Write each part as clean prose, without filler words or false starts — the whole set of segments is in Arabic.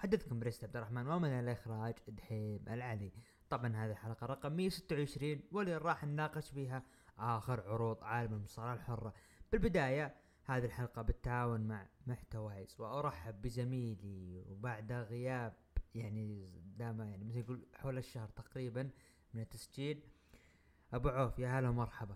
محدثكم بريست عبد الرحمن، ومن الإخراج دحيم العلي. طبعا هذه الحلقة رقم 126 واللي راح نناقش فيها آخر عروض عالم المصارعة الحرة. بالبداية هذه الحلقة بالتعاون مع محتوايز، وأرحب بزميلي وبعد غياب يعني دام يعني مثل يقول حول الشهر تقريبا من التسجيل، أبو عوف. يا هلا ومرحبا.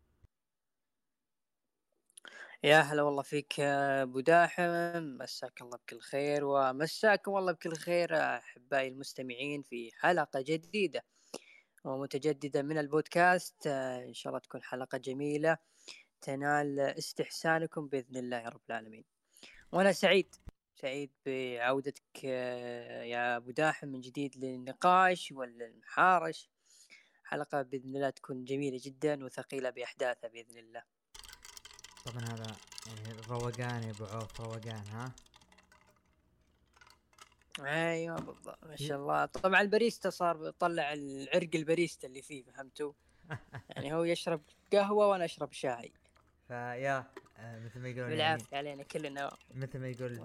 يا هلا والله فيك يا ابو داحم، مساك الله بكل خير ومساكم الله بكل خير احبائي المستمعين في حلقه جديده ومتجدده من البودكاست. ان شاء الله تكون حلقه جميله تنال استحسانكم باذن الله يا رب العالمين. وانا سعيد بعودتك يا ابو داحم من جديد للنقاش والمحارش. حلقه باذن الله تكون جميله جدا وثقيله باحداثها باذن الله. طبعا هذا يعني روقان يا ابو عوف، روقان ها. ايوه بالضبط ما شاء الله. طبعا الباريستا صار بيطلع العرق الباريستا اللي فيه، فهمتوا؟ يعني هو يشرب قهوه وانا اشرب شاي فيا مثل ما يقولون يعني، بالعافيه علينا كلنا. مثل ما يقول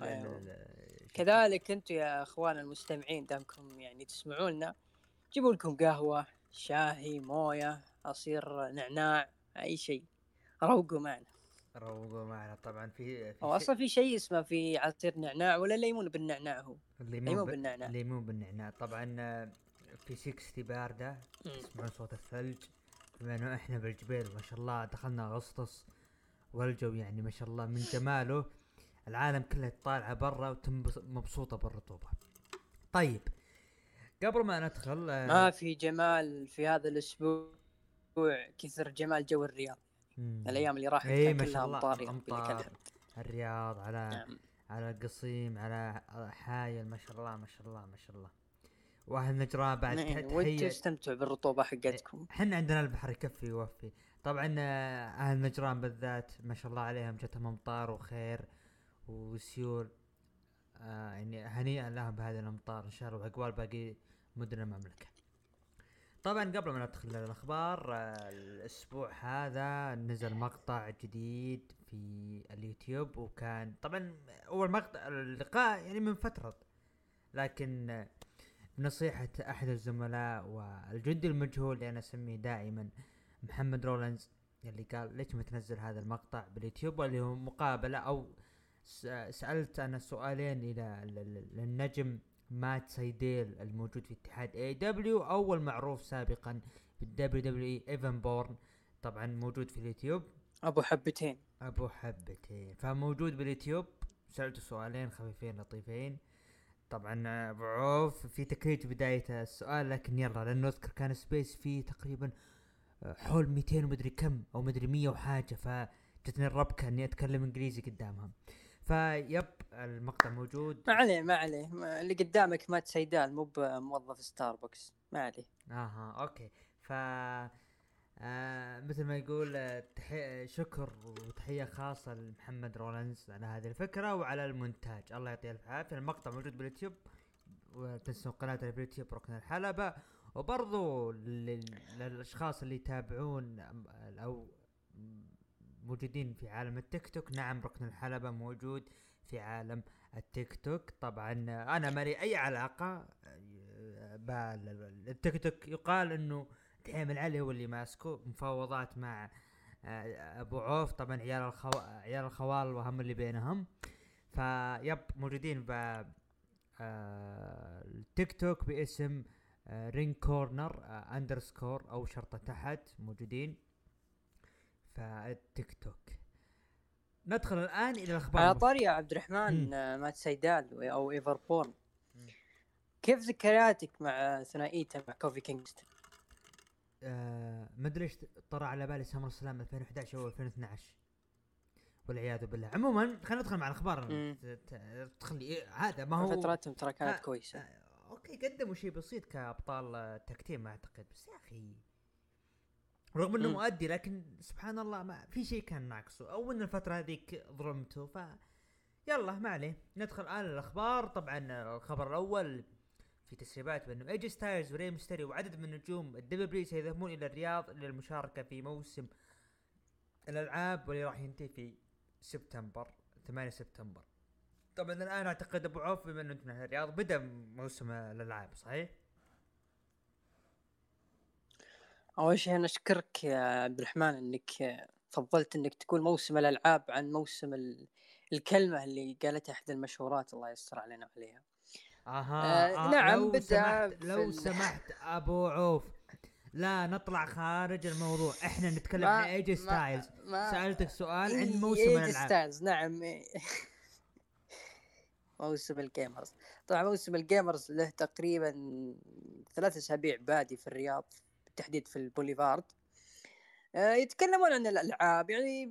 كذلك انتم يا اخوان المستمعين دامكم يعني تسمعونا، جيبوا لكم قهوه، شاي، مويه، عصير نعناع، اي شيء، روقوا معنا. روقوا معنا. طبعا في هو شيء، اصلا في شيء اسمه في عصير نعناع ولا ليمون بالنعناع؟ هو ليمون بالنعناع. الليمون بالنعناع. طبعا في 60 باردة، مم. تسمعون صوت الثلج. بما انه احنا بالجبيل ما شاء الله دخلنا اغسطس، والجو يعني ما شاء الله من جماله العالم كله طالعه برا ومبسوطه بالرطوبه. طيب قبل ما ندخل ما في جمال في هذا الاسبوع كثر جمال جو الرياض. الايام اللي راحت اي كان ما شاء كلها الله امطار يا ربي لك امطار. الحمد. الرياض على نعم. على القصيم، على حايل، ما شاء الله ما شاء الله ما شاء الله. واهل نجران بعد وانتوا تحيه. استمتعوا بالرطوبه حقتكم. احنا عندنا البحر يكفي يوفي. طبعا اهل نجران بالذات ما شاء الله عليهم جتهم امطار وخير وسيول. يعني هنيئا لهم بهذه الامطار ان شاء الله، وعقبال باقي مدن المملكه. طبعا قبل ما ندخل الاخبار، الاسبوع هذا نزل مقطع جديد في اليوتيوب، وكان طبعا اول مقطع اللقاء يعني من فتره، لكن بنصيحة أحد الزملاء والجندي المجهول اللي أنا أسميه دائما محمد رولنز، اللي قال ليش ما تنزل هذا المقطع باليوتيوب، واللي هو مقابلة أو سألت أنا سؤالين إلى للنجم مات سايديل الموجود في اتحاد اي دبليو أو المعروف سابقا بالدبليو دبليو اي ايفن بورن، طبعا موجود في اليوتيوب. ابو حبتين. أبو حبتين فموجود باليوتيوب. سألته سؤالين خفيفين لطيفين. طبعا ابو عوف في تكريج بداية السؤال، لكن يلا لانه اذكر كان سبيس فيه تقريبا حول 200 ومدري كم او مدري 100 وحاجة، فجتني الربكة اني اتكلم انجليزي قدامهم. فيب المقطع موجود. ما عليه اللي قدامك مات سيدال مو بموظف ستاربكس، ما عليه. اها اوكي. ف مثل ما يقول شكر وتحية خاصة لمحمد رولنز على هذه الفكرة وعلى المونتاج، الله يعطيه الف عافية. المقطع موجود باليوتيوب، وتنسوا قناة اليوتيوب ركن الحلبة. وبرضو للاشخاص اللي يتابعون او موجودين في عالم التيك توك، نعم ركن الحلبة موجود في عالم التيك توك. طبعا انا مالي اي علاقة بالتيك توك. يقال انه دحيم العلي هو اللي ماسكه، مفاوضات مع ابو عوف. طبعا عيال الخوال وهم اللي بينهم. فيب موجودين التيك توك باسم رينج كورنر اندرسكور او شرطة تحت، موجودين فالتيك توك. ندخل الان الى الاخبار على طاري يا عبد الرحمن، مات سيدال او ايفربورن، كيف ذكرياتك مع ثنائيته مع كوفي كينغستون؟ ما ادري ايش طرى على بالي سمر سلام 2011 او 2012 والعياذ بالله. عموما خلينا ندخل مع الاخبار. تخلي هذا ما هو فترتهم ترى كانت كويسه. اوكي قدموا شيء بسيط كابطال تكتيم ما اعتقد، بس يا اخي رغم انه مؤدي لكن سبحان الله ما في شيء كان ناقصه، او ان الفتره هذيك ظلمته. ف يلا ما عليه. ندخل الان الاخبار. طبعا الخبر الاول في تسريبات بانه ايجي ستايلز وري ميستيريو وعدد من نجوم الدبليو سيذهبون الى الرياض للمشاركه في موسم الالعاب، واللي راح ينتهي في سبتمبر 8 سبتمبر. طبعا الان اعتقد ابو عوف بما انه انت من الرياض بدا موسم الالعاب صحيح؟ اول شيء انا اشكرك يا عبد الرحمن انك فضلت انك تكون موسم الالعاب عن موسم الكلمه اللي قالتها احدى المشهورات، الله يستر علينا عليها. نعم، لو بدا سمحت في لو سمحت ابو عوف، لا نطلع خارج الموضوع، احنا نتكلم عن ما ايجي ما ستايلز. ما سألتك سؤال عن موسم ايج الالعاب. ستايلز، نعم. موسم الجيمرز. طبعا موسم الجيمرز له تقريبا 3 أسابيع بادي في الرياض، بالتحديد في البوليفارد. يتكلمون عن الألعاب يعني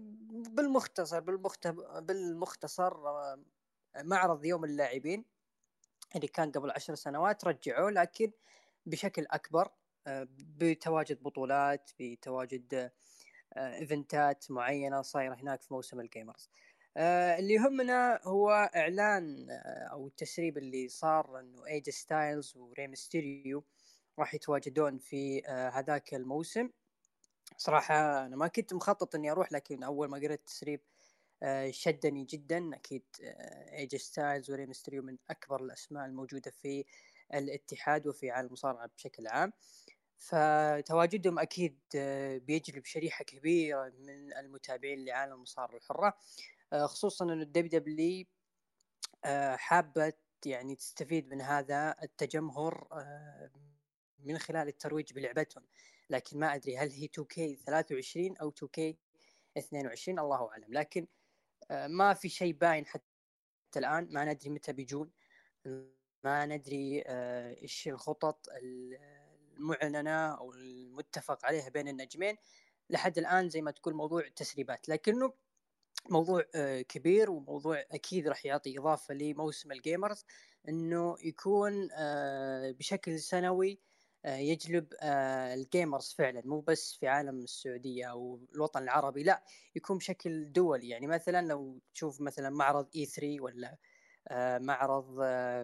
بالمختصر. معرض يوم اللاعبين اللي كان قبل 10 سنوات رجعوه، لكن بشكل أكبر، بتواجد بطولات، بتواجد ايفنتات معينة صايرة هناك في موسم الجيمرز. اللي يهمنا هو اعلان او التسريب اللي صار انه ايج ستايلز وريمستيريو راح يتواجدون في هذاك الموسم. صراحة انا ما كنت مخطط اني اروح، لكن اول ما قريت التسريب شدني جدا. اكيد ايج ستايلز وريمستيريو من اكبر الاسماء الموجودة في الاتحاد وفي عالم المصارعة بشكل عام، فتواجدهم أكيد بيجلب شريحة كبيرة من المتابعين لعالم المصارعة الحرة. خصوصا أن الدبليو دبليو حابة يعني تستفيد من هذا التجمهر من خلال الترويج بلعبتهم. لكن ما أدري هل هي 2K23 أو 2K22، الله أعلم. لكن ما في شيء باين حتى الآن، ما ندري متى بيجون، ما ندري إيش الخطط المعلنة أو المتفق عليها بين النجمين. لحد الآن زي ما تقول موضوع تسريبات، لكنه موضوع كبير، وموضوع أكيد راح يعطي إضافة لموسم الجيمرز، أنه يكون بشكل سنوي، يجلب الجيمرز فعلا، مو بس في عالم السعودية أو الوطن العربي، لا، يكون بشكل دولي. يعني مثلا لو تشوف مثلا معرض E3 ولا معرض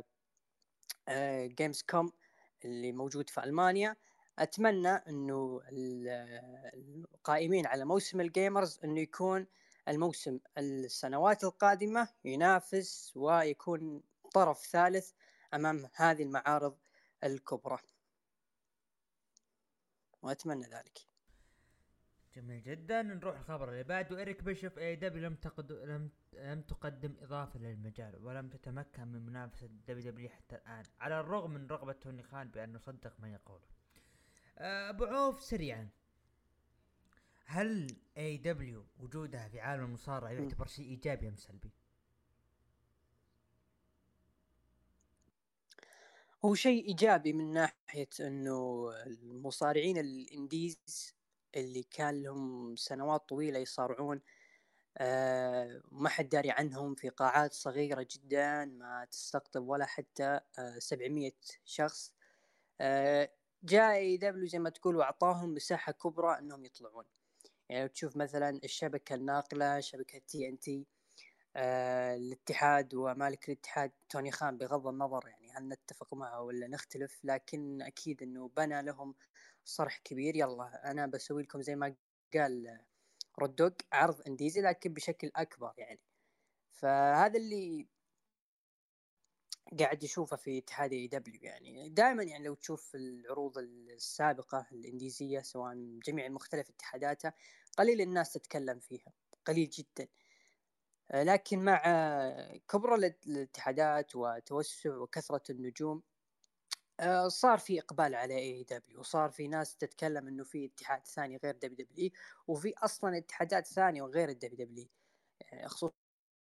جيمز كوم اللي موجود في ألمانيا، أتمنى أنه القائمين على موسم الجيمرز أنه يكون الموسم السنوات القادمة ينافس ويكون طرف ثالث أمام هذه المعارض الكبرى، وأتمنى ذلك. جميل جدا. نروح الخبر اللي بعده. إريك بيشوف اي دبليو لم تقدم إضافة للمجال ولم تتمكن من منافسة دبليو دبليو حتى الآن، على الرغم من رغبة توني خان بأن يصدق ما يقوله. أبو عوف سريعا، هل اي دبليو وجودها في عالم المصارعة يعتبر شيء إيجابي أم سلبي؟ هو شيء إيجابي من ناحية أنه المصارعين الإنديز اللي كان لهم سنوات طويلة يصارعون، ما حد داري عنهم في قاعات صغيرة جدا ما تستقطب ولا حتى 700 شخص. جاء اي دبليو زي ما تقول واعطاهم مساحة كبرى انهم يطلعون. يعني تشوف مثلا الشبكة الناقلة، شبكة TNT، الاتحاد ومالك الاتحاد توني خان، بغض النظر يعني هل نتفق معه ولا نختلف، لكن اكيد انه بنى لهم صرح كبير. يلا انا بسوي لكم زي ما قال رودوج عرض انديزي لكن بشكل اكبر يعني. فهذا اللي قاعد يشوفه في اتحاد اي دبليو. يعني دائما يعني لو تشوف العروض السابقه الانديزيه سواء جميع مختلف اتحاداتها، قليل الناس تتكلم فيها، قليل جدا. لكن مع كبر الاتحادات وتوسع وكثره النجوم، صار في اقبال على اي دبليو، وصار في ناس تتكلم انه في اتحاد ثاني غير دبليو دبليو، وفي اصلا اتحادات ثانيه غير الدبليو دبليو. خصوصا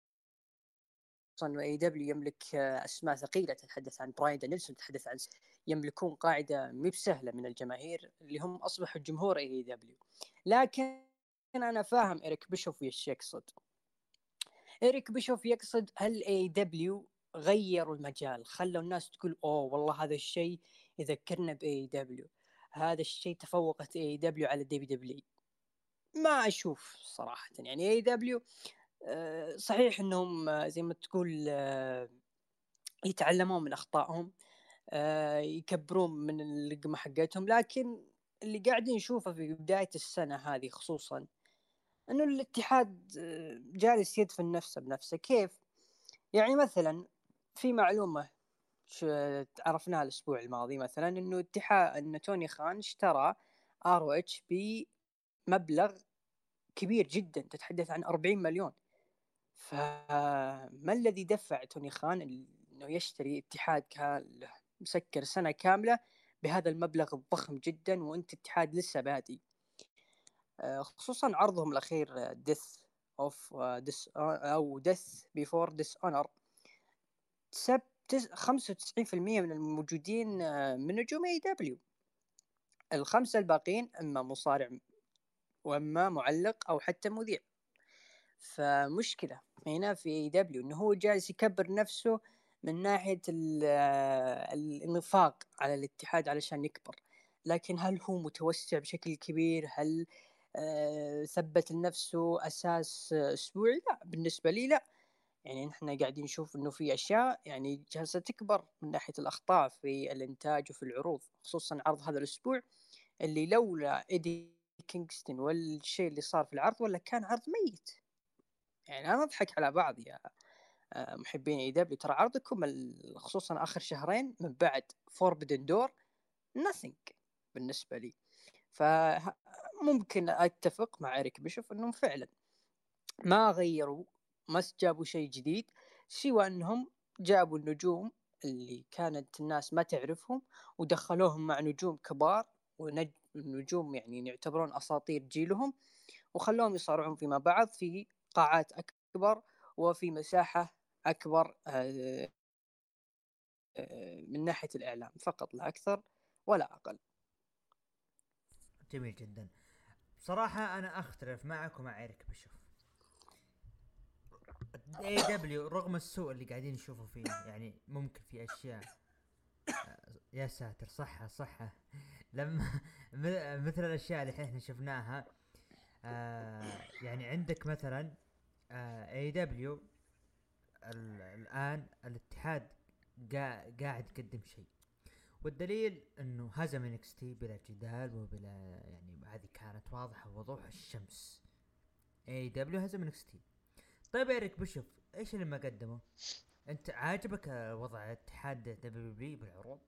انه اي دبليو يملك اسماء ثقيله، تتحدث عن براين دانيلسون، تتحدث عن يملكون قاعده مو بسهله من الجماهير اللي هم اصبحوا جمهور اي دبليو. لكن انا فاهم إيريك بيشوف ايش يقصد. إيريك بيشوف يقصد هل اي دبليو غيروا المجال، خلوا الناس تقول اوه والله هذا الشيء يذكرنا باي دبليو، هذا الشيء تفوقت اي دبليو على دبليو دبليو. ما اشوف صراحه. يعني اي دبليو صحيح انهم زي ما تقول يتعلمون من اخطائهم، يكبرون من اللقمه حقتهم، لكن اللي قاعدين نشوفه في بدايه السنه هذه خصوصا انه الاتحاد جالس يدفن نفسه بنفسه. كيف؟ يعني مثلا في معلومة عرفناها الأسبوع الماضي، مثلا إنه إن توني خان اشترى ROH بمبلغ كبير جدا، تتحدث عن 40 مليون. فما الذي دفع توني خان إنه يشتري اتحاد كان مسكر سنة كاملة بهذا المبلغ الضخم جدا، وأنت اتحاد لسه بادي؟ خصوصا عرضهم الأخير ديث اوف ديس أو ديث بيفور ديس أونر، 95% من الموجودين من نجوم اي دبليو. الخمسة الباقين اما مصارع واما معلق او حتى مذيع. فمشكلة هنا في اي دبليو انه هو جالس يكبر نفسه من ناحية الانفاق على الاتحاد علشان يكبر، لكن هل هو متوسع بشكل كبير؟ هل ثبت لنفسه اساس اسبوعي؟ لا، بالنسبة لي لا. يعني نحن قاعدين نشوف انه في اشياء يعني جالسه تكبر من ناحيه الاخطاء في الانتاج وفي العروض، خصوصا عرض هذا الاسبوع اللي لولا ايدي كينغستون والشيء اللي صار في العرض ولا كان عرض ميت. يعني انا اضحك على بعض يا محبين اي دبليو، ترى عرضكم خصوصا اخر شهرين من بعد فوربدن دور nothing بالنسبه لي. فممكن اتفق مع إريك بيشوف انهم فعلا ما غيروا، ما جابوا شيء جديد، سوى أنهم جابوا النجوم اللي كانت الناس ما تعرفهم ودخلوهم مع نجوم كبار ونجوم يعني يعتبرون أساطير جيلهم، وخلوهم يصارعون فيما بعض في قاعات أكبر وفي مساحة أكبر من ناحية الإعلام فقط، لا أكثر ولا أقل. جميل جدا. بصراحة انا اختلف معك ومع ايريك بشوف اي دبليو رغم السوء اللي قاعدين نشوفه فيه، يعني ممكن في اشياء يا ساتر صحة صحة لما مثل الاشياء اللي احنا شفناها. يعني عندك مثلا اي دبليو الان الاتحاد قاعد يقدم شيء، والدليل انه هزم انكس تي بلا جدال وبلا، يعني هذه كانت واضحة وضوح الشمس. اي دبليو هزم انكس تي. طيب ايريك بشوف ايش اللي ما قدمه؟ انت عاجبك وضع اتحاد دبليو بي بالعروض؟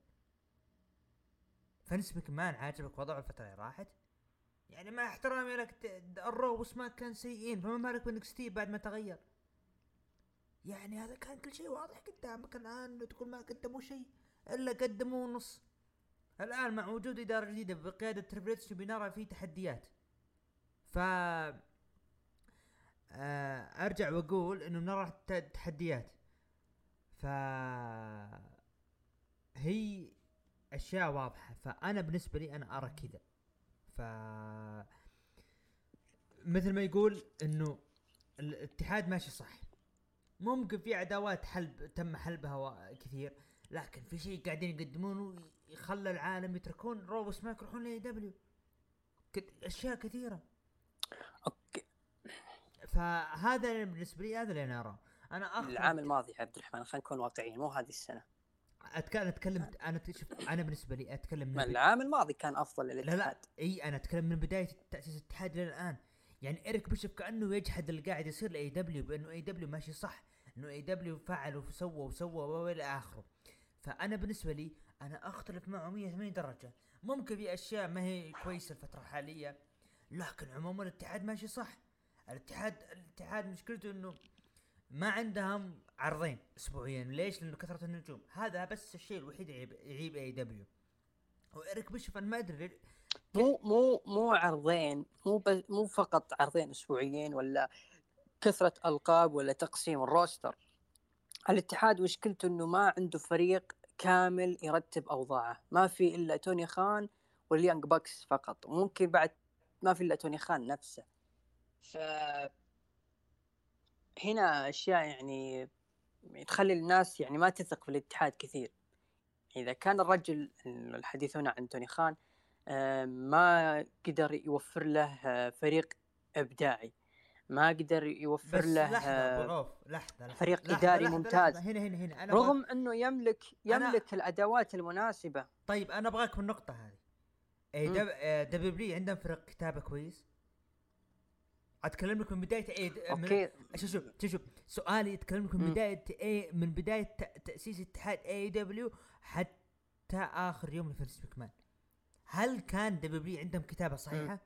فنس مكمان عاجبك وضعه الفترة اللي راحت؟ يعني مع احترامي لك الرو وسماك كان سيئين، فما بالك بانكس تي بعد ما تغير؟ يعني هذا كان كل شيء واضح قدامك. الان تقول ما قدموا شيء الا قدموا نص. الان مع وجود اداره جديده بقياده تريبل اتش بنرى في تحديات. ف ارجع واقول انه نرى تحديات. ف هي اشياء واضحه. فانا بالنسبه لي انا ارى كذا. ف مثل ما يقول انه الاتحاد ماشي صح. ممكن في عداوات تم حلبها كثير، لكن في شيء قاعدين يقدمونه يخلى العالم يتركون رو وسماك يروحون لاي دبليو. اشياء كثيره. أوكي. فهذا بالنسبه لي هذا اللي انا اراه. انا العام الماضي عبد الرحمن، خلينا نكون واقعيين، مو هذه السنة. اتكلم انا شوف انا بالنسبه لي اتكلم من العام الماضي كان افضل لا للاتحاد. لا اي انا اتكلم من بدايه تاسيس الاتحاد الى الان. يعني ايريك بيشوف كانه يجحد اللي قاعد يصير لاي دبليو بانه اي دبليو ماشي صح، انه اي دبليو فعل وسوى والى اخره. فانا بالنسبه لي انا اختلف معه 180 درجه. ممكن في اشياء ما هي كويسه الفتره الحاليه، لكن عموما الاتحاد ماشي صح. الاتحاد مشكلته انه ما عندهم عرضين اسبوعيا. ليش؟ لانه كثره النجوم. هذا بس الشيء الوحيد يعيب اي دبليو. وإيريك بيشوف انا ما ادري مو عرضين، مو فقط عرضين اسبوعيين ولا كثرة القاب ولا تقسيم الروستر. الاتحاد مشكلته انه ما عنده فريق كامل يرتب اوضاعه، ما في الا توني خان واليانج باكس فقط، وممكن بعد ما في الا توني خان نفسه. ف هنا اشياء يعني تخلي الناس يعني ما تثق في الاتحاد كثير. اذا كان الرجل الحديث هنا عن توني خان ما قدر يوفر له فريق إبداعي، ما قدر يوفر بس له لحظة ابو عوف، لحظة فريق لحظة إداري لحظة لحظة ممتاز، هنا انا رغم أنه يملك انا الأدوات المناسبة. طيب انا ابغاك من النقطة هذه. اي دبليو عندهم فريق كتابة كويس. اتكلم لك من بدايه اوكي. شوف سؤالي، اتكلم لك من بدايه من بدايه تاسيس اتحاد اي دبليو حتى اخر يوم لفينس ماكمان. هل كان دبليو عندهم كتابه صحيحه؟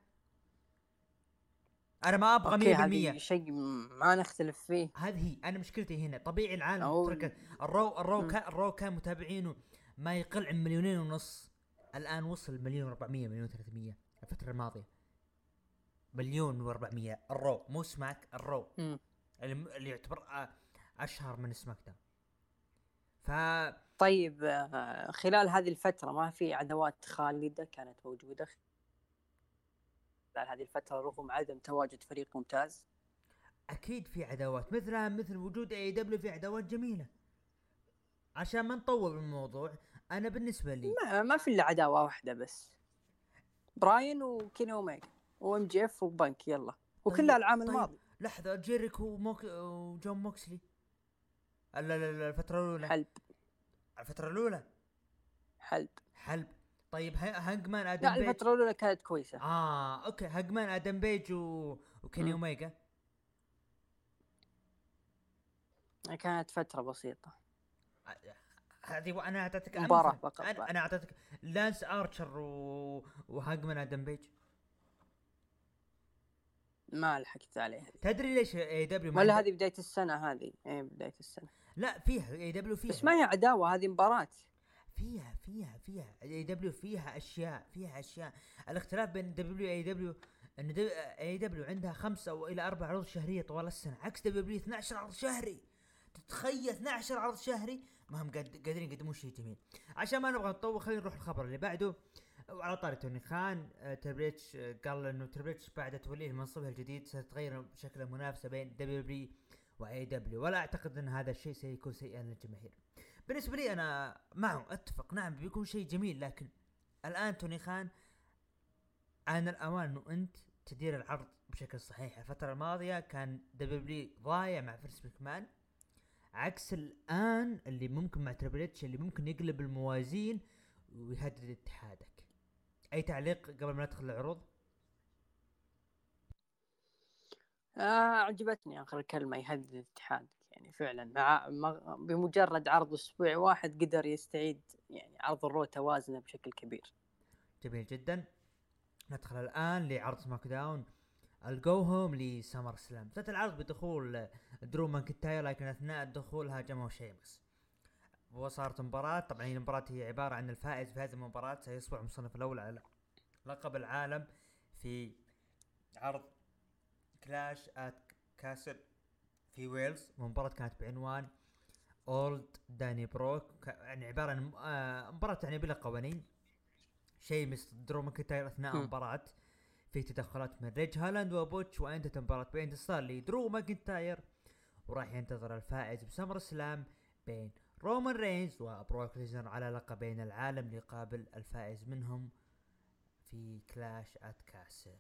انا ما ابغى اوكي، هذه 100%. شيء ما نختلف فيه. هذه هي انا مشكلتي هنا. طبيعي العالم او ترك الرو كان متابعينه ما يقل عن 2.5 مليون. الان وصل 1.400 مليون 300 الفتره الماضيه. 1.4 مليون الرو، مو سماك، الرو اللي يعتبر اشهر من سماك داون. ف طيب، خلال هذه الفترة ما في عداوات خالدة كانت موجودة خلال هذه الفترة رغم عدم تواجد فريق ممتاز؟ اكيد في عداوات مثل وجود اي دبليو، في عداوات جميله. عشان ما نطول بالموضوع، انا بالنسبه لي ما في الا عداوة واحدة بس، براين وكيني اوميجا وام جي اف وبنك، يلا، وكلها العام الماضي. لحظه، جيريكو وجون موكسلي. لا الفتره الاولى. حلب. الفتره الاولى حلب. حلب. طيب هانجمان ادم لا، بيج. الفترة الأولى كانت كويسة. اوكي، هانجمان ادم بيج وكيني اوميجا. كانت فترة بسيطة، هذه وانا اعطيتك مباراة امثله. فقط بعد. انا اعطيتك لانس ارشر وهاجمان ادم بيج. ما لحقت عليها. تدري ليش اي دبليو ما ولا عنده؟ هذه بداية السنة، هذه بداية السنة. لا، فيها اي دبليو بس فيها. ما هي عداوة، هذه مباراة. فيها اي دبليو فيها اشياء. الاختلاف بين دبليو اي دبليو ان اي دبليو عندها 5 او الى 4 عروض شهريه طوال السنه، عكس دبليو 12 عرض شهري. تتخيل 12 عرض شهري؟ ما هم قادرين يقدمون شيء جميل. عشان ما نبغى نطول، خلينا نروح الخبر اللي بعده. وعلى طاري توني خان، تربيتش قال انه تربيتش بعد توليه منصبه الجديد ستتغير شكل المنافسه بين دبليو واي دبليو، ولا اعتقد ان هذا الشيء سيكون سيئا للجماهير. بالنسبه لي انا معه، اتفق، نعم بيكون شيء جميل، لكن الان توني خان آن الأوان أنه أنت تدير العرض بشكل صحيح. الفترة الماضية كان دبليو ضايع مع فينس ماكمان، عكس الآن اللي ممكن مع تريبل اتش اللي ممكن يقلب الموازين ويهدد اتحادك. أي تعليق قبل ما ندخل العروض؟ عجبتني آخر كلمة، يهدد الاتحاد. يعني فعلا بمجرد عرض أسبوع واحد قدر يستعيد يعني عرض الرو توازنه بشكل كبير. جميل جدا. ندخل الآن لعرض سماك داون، الجو هوم لسمر سلام. بدأت العرض بدخول درو ماكنتاير، لكن أثناء الدخول هاجمه شيمس وصارت مباراة. طبعا المباراة هي عبارة عن الفائز في هذه المباراة سيصبح المصنف الأول على لقب العالم في عرض كلاش ات كاسل في ويلز. المباراة كانت بعنوان اولد داني بروك، يعني عبارة عن مباراة يعني بلا قوانين. شيء مثل درو ماكنتاير اثناء المباراة في تدخلات من ريج هالاند وبوتش، وانتهت المباراة بانتصار لدرو ماكنتاير، وراح ينتظر الفائز بسمر سلام بين رومان رينز وبروك ليزنر على لقبين العالم ليقابل الفائز منهم في كلاش ات كاسل.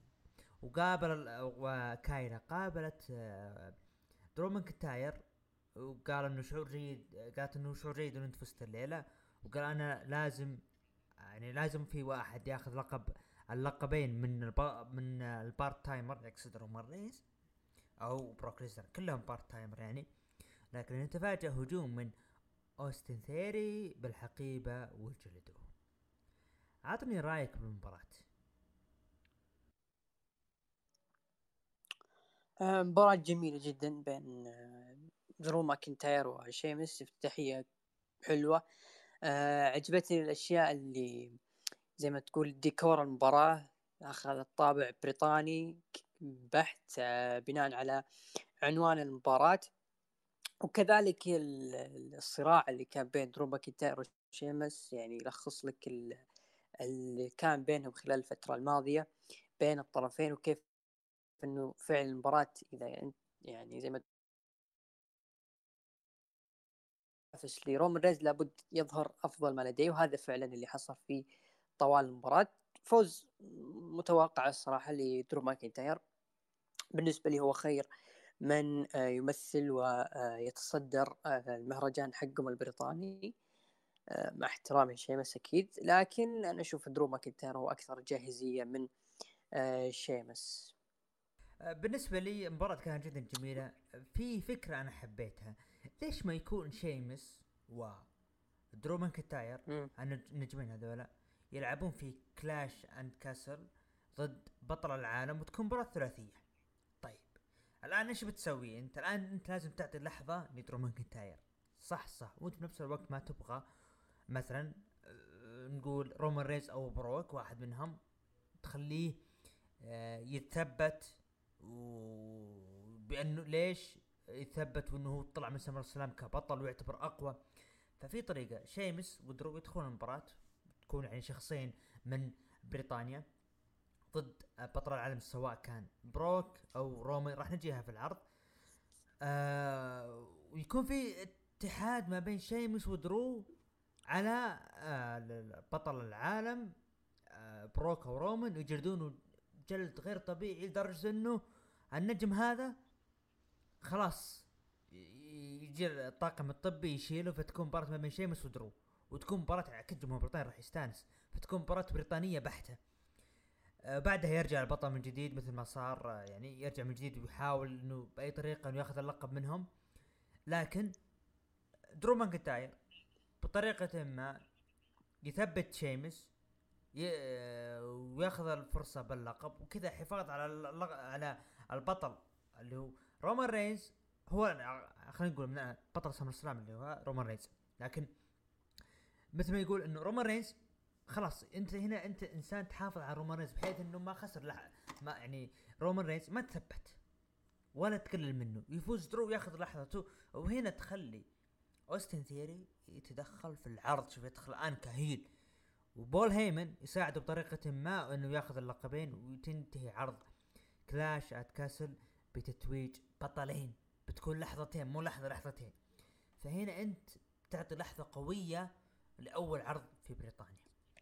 وكاينا قابلت درو ماكنتاير، وقال انه شعور جيد، قالت انه شعور جيد انه انت فزت الليله، وقال انا لازم في واحد ياخذ اللقبين من البارت تايمر، يقصد رومان رينز او بروك ليزنر، كلهم بارت تايمر يعني. لكن تفاجأ هجوم من اوستن ثيري بالحقيبه وجلدوه. عطني رايك بالمباراه. مباراة جميلة جدا بين درو ماكنتاير وشيمس، افتتاحية حلوة. عجبتني الأشياء اللي زي ما تقول ديكور المباراة أخذ الطابع بريطاني بحت، بناء على عنوان المباراة. وكذلك الصراع اللي كان بين درو ماكنتاير وشيمس يعني يلخص لك اللي كان بينهم خلال الفترة الماضية بين الطرفين، وكيف انه فعل المباراة اذا انت يعني زي ما تنافس لرومان ريز لابد يظهر افضل ما لديه، وهذا فعلا اللي حصل في طوال المباراة. فوز متوقع الصراحة لدرو ماكنتاير، بالنسبة لي هو خير من يمثل ويتصدر المهرجان حقهم البريطاني، مع احترامي شيمس اكيد، لكن انا اشوف درو ماكنتاير هو اكثر جاهزية من شيمس. بالنسبة لي المباراة كانت جدا جميلة. في فكرة أنا حبيتها، ليش ما يكون شيمس ودرو ماكنتاير مم. النجمين هذولا يلعبون في كلاش اند كاسل ضد بطل العالم وتكون مباراة ثلاثية. طيب الآن ايش بتسوي انت؟ الآن انت لازم تعطي لحظة لدرو ماكنتاير، صح، وانت بنفس الوقت ما تبغى مثلا نقول رومان ريز او بروك واحد منهم تخليه يتثبت، وبانه ليش يثبت وانه هو طلع من سمر السلام كبطل ويعتبر اقوى. ففي طريقه شيمس ودرو يدخلون المباراه، تكون يعني شخصين من بريطانيا ضد بطل العالم سواء كان بروك او رومان، راح نجيها في العرض. ويكون في اتحاد ما بين شيمس ودرو على بطل العالم بروك او رومان، ويجلدونه جلد غير طبيعي لدرجه انه النجم هذا خلاص يجي الطاقم الطبي يشيله، فتكون مباراة ما بين شيمس ودرو، وتكون مباراة اكيد جمهور بريطانيا راح يستانس، فتكون مباراة بريطانية بحتة. بعدها يرجع البطل من جديد مثل ما صار، يعني يرجع من جديد ويحاول انه باي طريقة انه ياخذ اللقب منهم. لكن درو ماكنتاير بطريقة ما يثبت شيمس وياخذ الفرصة باللقب، وكذا حفاظ على على البطل اللي هو رومان رينز. هو خلينا نقول من بطل سمر سلام اللي هو رومان رينز، لكن مثل ما يقول انه رومان رينز خلاص انت هنا انت انسان تحافظ على رومان رينز بحيث انه ما خسر ما يعني رومان رينز ما تثبت ولا تقلل منه، يفوز درو ياخذ لحظته، وهنا تخلي اوستن ثيري يتدخل في العرض. شوف يدخل الان كهيل، وبول هيمن يساعده بطريقة ما انه ياخذ اللقبين، وتنتهي عرض كلاش ات كاسل بتتويج بطلين. بتكون لحظتين مو لحظتين، فهنا انت تعطي لحظة قوية لأول عرض في بريطانيا.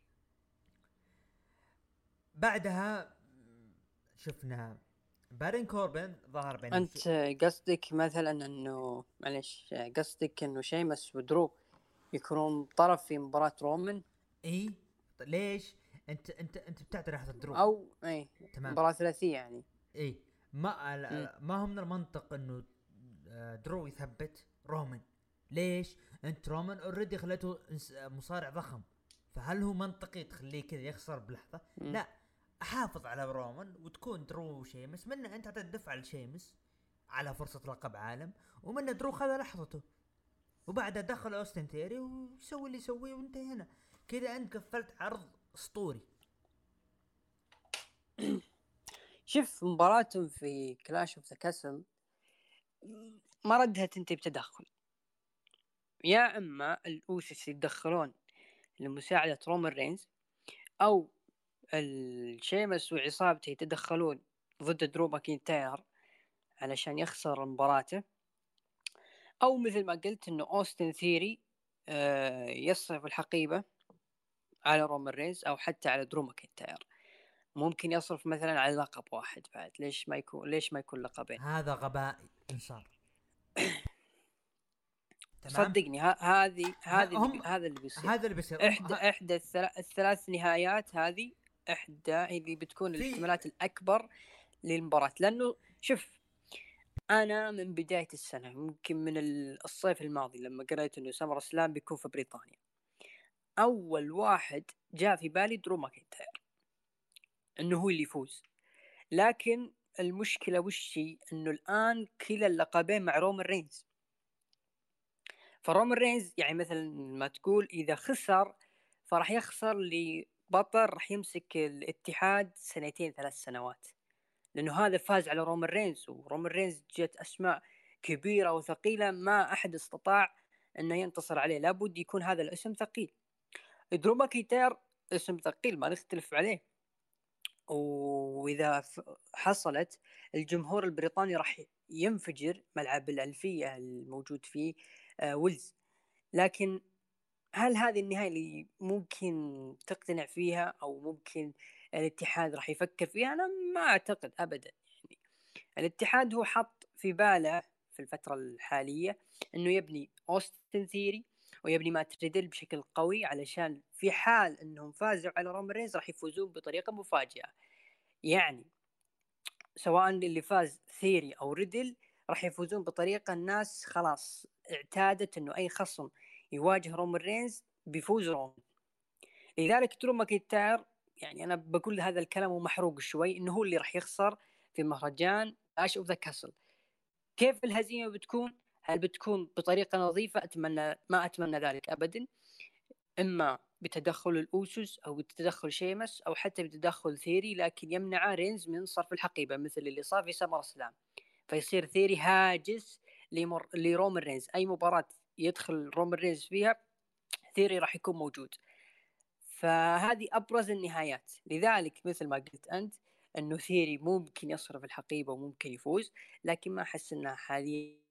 بعدها شفنا بارين كوربن ظهر بين انت قصدك مثلا انه معلش قصدك انه شيمس ودرو يكونون طرف في مباراة رومان؟ اي ليش انت بتعطي لحظة درو او اي تمام. مباراة ثلاثية يعني. اي ما هو من المنطق انه درو يثبت رومان. ليش؟ انت رومان اوريدي خليته مصارع ضخم، فهل هو منطقي تخليه كذا يخسر بلحظه؟ مم. لا، احافظ على رومان وتكون درو وشيمس، منه انت اعطيت دفعه لشيمس على فرصه لقب عالم، ومنه درو خذ لحظته، وبعدها دخل اوستن ثيري ويسوي اللي يسويه وانتهينا. كذا انت قفلت عرض اسطوري. شوف مباراتهم في كلاش اوف ذا كاسل ما ردها تنتهي بتدخل، يا اما الاوسس يتدخلون لمساعدة رومان رينز، او الشيمس وعصابته يتدخلون ضد درو ماكنتاير علشان يخسر مباراته، او مثل ما قلت انه اوستن ثيري يصرف الحقيبة على رومان رينز او حتى على درو ماكنتاير. ممكن يصرف مثلا على لقب واحد بعد، ليش ما يكون لقبين؟ هذا غباء انصار. تمام. صدقني هم هذا اللي بيصير. هذا اللي بيصير. احدى الثلاث نهايات هذه، هي اللي بتكون في الاحتمالات الاكبر للمباراة. لانه شوف، انا من بداية السنة ممكن من الصيف الماضي لما قريت انه سمر سلام بيكون في بريطانيا، اول واحد جاء في بالي درو ماكنتاير انه هو اللي يفوز. لكن المشكلة وشي انه الان كلا اللقبين مع رومان رينز، فرومان رينز يعني مثلا ما تقول اذا خسر فراح يخسر لبطل راح يمسك الاتحاد سنتين 3 سنوات، لانه هذا فاز على رومان رينز، ورومان رينز جت اسماء كبيرة وثقيلة ما احد استطاع انه ينتصر عليه، لابد يكون هذا الاسم ثقيل. درو ماكنتاير اسم ثقيل ما نختلف عليه، واذا حصلت الجمهور البريطاني راح ينفجر ملعب الألفية الموجود فيه ويلز. لكن هل هذه النهاية اللي ممكن تقتنع فيها او ممكن الاتحاد راح يفكر فيها؟ انا ما اعتقد ابدا. يعني الاتحاد هو حط في باله في الفترة الحالية انه يبني اوستن ثيري ويبني مات ريدل بشكل قوي، علشان في حال انهم فازوا على رومان رينز راح يفوزون بطريقة مفاجئة. يعني سواء اللي فاز ثيري او ريدل راح يفوزون بطريقه الناس خلاص اعتادت انه اي خصم يواجه رومان رينز بيفوز رومان. لذلك درو ماكنتاير يعني انا بقول هذا الكلام ومحروق شوي انه هو اللي راح يخسر في مهرجان اش اوف ذا كاسل. كيف الهزيمه بتكون؟ هل بتكون بطريقه نظيفه؟ اتمنى، ما اتمنى ذلك ابدا. اما بتدخل الاوسوس او بتدخل شيمس او حتى بتدخل ثيري، لكن يمنع رينز من صرف الحقيبه مثل اللي صار في سمر سلام، فيصير ثيري هاجس لرومان رينز. اي مباراه يدخل رومان رينز فيها ثيري راح يكون موجود. فهذه ابرز النهايات. لذلك مثل ما قلت انت انه ثيري ممكن يصرف الحقيبه وممكن يفوز، لكن ما احس انها حاليا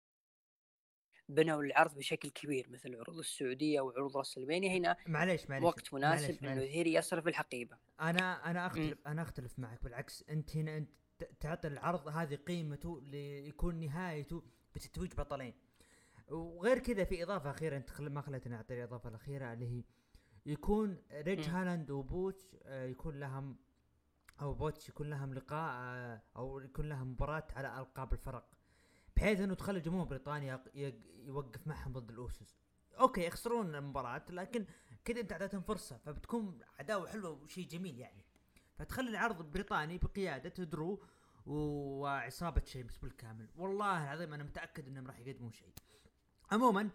بنوا العرض بشكل كبير مثل عروض السعوديه وعروض راسلمانيا. هنا معليش وقت مناسب انه ثيري يصرف الحقيبه. انا اختلف معك. بالعكس، انت هنا انت تعطي العرض هذه قيمته ليكون نهايته بتتويج بطلين. وغير كذا في اضافه اخيره انت ما خليتني اعطي الاضافه الاخيره اللي هي يكون ريج هالاند وبوتش يكون لهم، او بوتش يكون لهم لقاء او يكون لهم مباراة على القاب الفرق، بحيث انه تخلي جمهور بريطانيا يوقف معهم ضد الاوسوس. اوكي يخسرون المباراة لكن كذا انت اعطيتهم فرصة، فبتكون عداوة حلوة وشيء جميل يعني. فتخلي العرض البريطاني بقيادة درو وعصابة شيمس بالكامل. والله العظيم انا متأكد انهم راح يقدمون شيء. عموما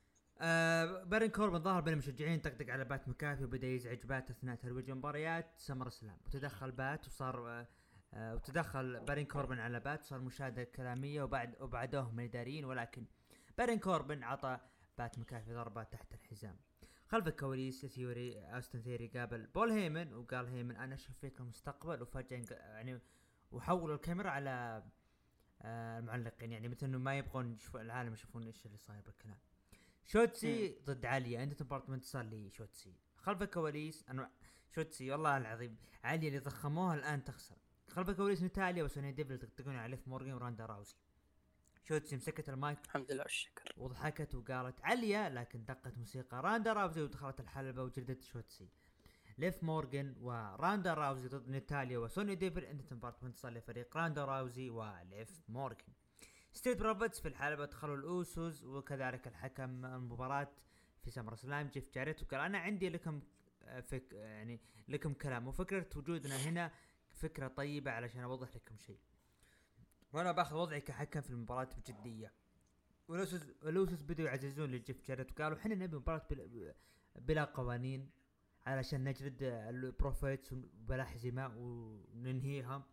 بارين كوربن ظهر بين المشجعين، طقطق على بات مكافي وبدا يزعج بات اثناء ترويج مباريات سمر سلام، وتدخل بات وصار وتدخل بارين كوربن على بات، صار مشاهدة كلامية وبعدوهم الاداريين، ولكن بارين كوربن عطى بات مكافي ضربة تحت الحزام. خلف الكواليس ثيوري استون ثيري قابل بول هيمن وقال هيمن انا اشوف فيك المستقبل، وفجأة يعني وحولوا الكاميرا على المعلقين، يعني مثل انه ما يبغون العالم يشوفون ايش اللي صاير بالكلام. شوتسي ضد عالية، انت ديبارتمنت صار لي شوتسي خلف الكواليس. انا شوتسي والله العظيم عالية اللي ضخموها الان تخسر. خلف الكواليس نتاليا وسوني ديفل تقطقون على ليف مورغان وراندا راوزي. شوتسي مسكت المايك الحمد لله والشكر وضحكت وقالت عالية، لكن دقت موسيقى راندا راوزي ودخلت الحلبة وجلدت شوتسي. ليف مورغان وراندا راوزي ضد نتاليا وسوني ديفل، انت ديبارتمنت صار لفريق راندا راوزي وليف مورغان. ستريت بروفيتس في الحلبة دخلوا الأوسوس وكذلك الحكم المباراة في سمر سلام جيف جاريت، وقال أنا عندي لكم يعني لكم كلام، وفكرة وجودنا هنا فكرة طيبة علشان أوضح لكم شيء، وأنا باخذ وضعي كحكم في المباراة بجدية. والأوسوس بدوا يعززون لجيف جاريت وقالوا حنا نبي مباراة بلا قوانين علشان نجلد البروفيتس بلا حزمة وننهيها.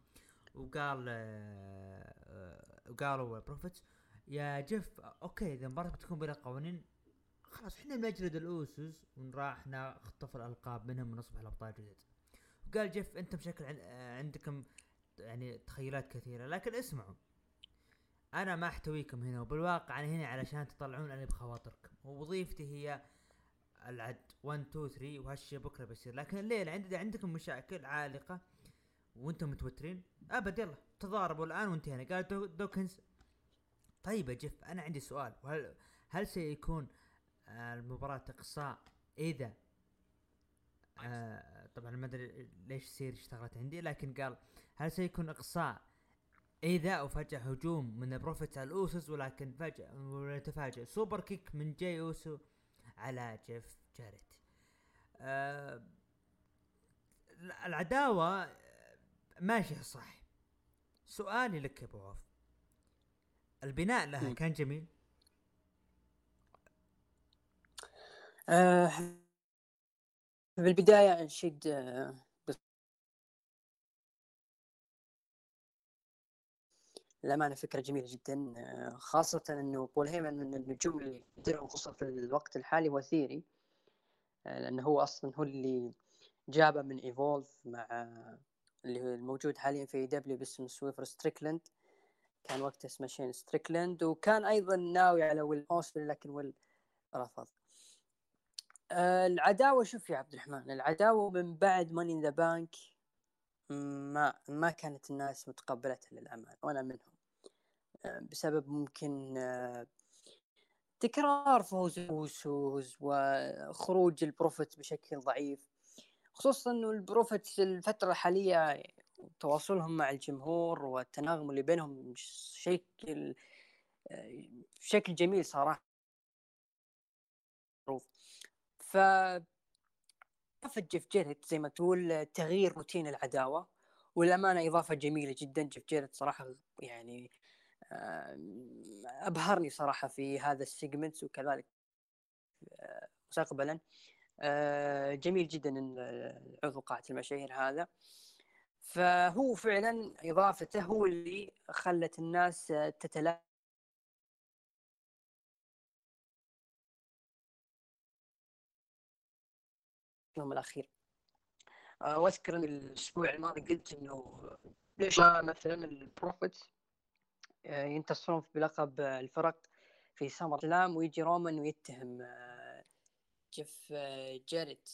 وقالوا بروفيتس يا جيف اوكي اذا المباراة بتكون بلا قوانين خلاص احنا بنجلد الاوسوس ونراح نخطف الالقاب منهم ونصبح الابطال جدد. وقال جيف انتم بشكل عندكم يعني تخيلات كثيرة، لكن اسمعوا انا ما احتويكم هنا، وبالواقع انا هنا علشان تطلعون اللي بخواطركم، ووظيفتي هي العد 1 2 3 وهالشي بكره بيصير، لكن الليل عندكم مشاكل عالقة وانتم متوترين ابد يلا تضاربوا الان وانتهينا. قال دوكنز طيب يا جيف انا عندي سؤال، هل سيكون المباراة اقصاء اذا طبعا ما ادري ليش سير اشتغلت عندي، لكن قال هل سيكون اقصاء اذا وفجأة هجوم من بروفيتس على الاوسوس، ولكن فجأة ونتفاجئ سوبر كيك من جاي اوسو على جيف جاريت. العداوة ماشية صح. سؤالي لك يا ابو عوف، البناء لها كان جميل؟ بالبداية أنشد للأمانة فكرة جميلة جدا، خاصة أنه بول هيمن من النجوم اللي قدروا خصوصا في الوقت الحالي وثيري، لأنه هو أصلا هو اللي جابه من إيفولف مع اللي هو الموجود حاليا في دبليو باسم سويفر ستريكلاند، كان وقته اسمه شين ستريكلاند، وكان أيضا ناوي على ويل أوستن لكن ويل رفض. العداوة شوف يا عبد الرحمن، العداوة من بعد ماني إن ذا بانك ما كانت الناس متقبلتها للأمان، وأنا منهم، بسبب ممكن تكرار فوز وسوز وخروج البروفيت بشكل ضعيف، خصوصا انه البروفيت الفترة الحالية وتواصلهم مع الجمهور والتناغم اللي بينهم شكل جميل صراحة. ف إضافة جيف جيريت زي ما تقول تغيير روتين العداوة، والأمانة إضافة جميلة جدا. جيف جيريت صراحة يعني أبهرني صراحة في هذا السيجمنت، وكذلك مستقبلا جميل جدا إن عضو قاعة المشاهير هذا. فهو فعلا إضافته هو اللي خلت الناس تتلاقى يوم الأخير. واذكر ان الاسبوع الماضي قلت انه ليش مثلا البروفيت ينتصرون بلقب الفرق في سمر سلام، ويجي رومان ويتهم جيف جاريت.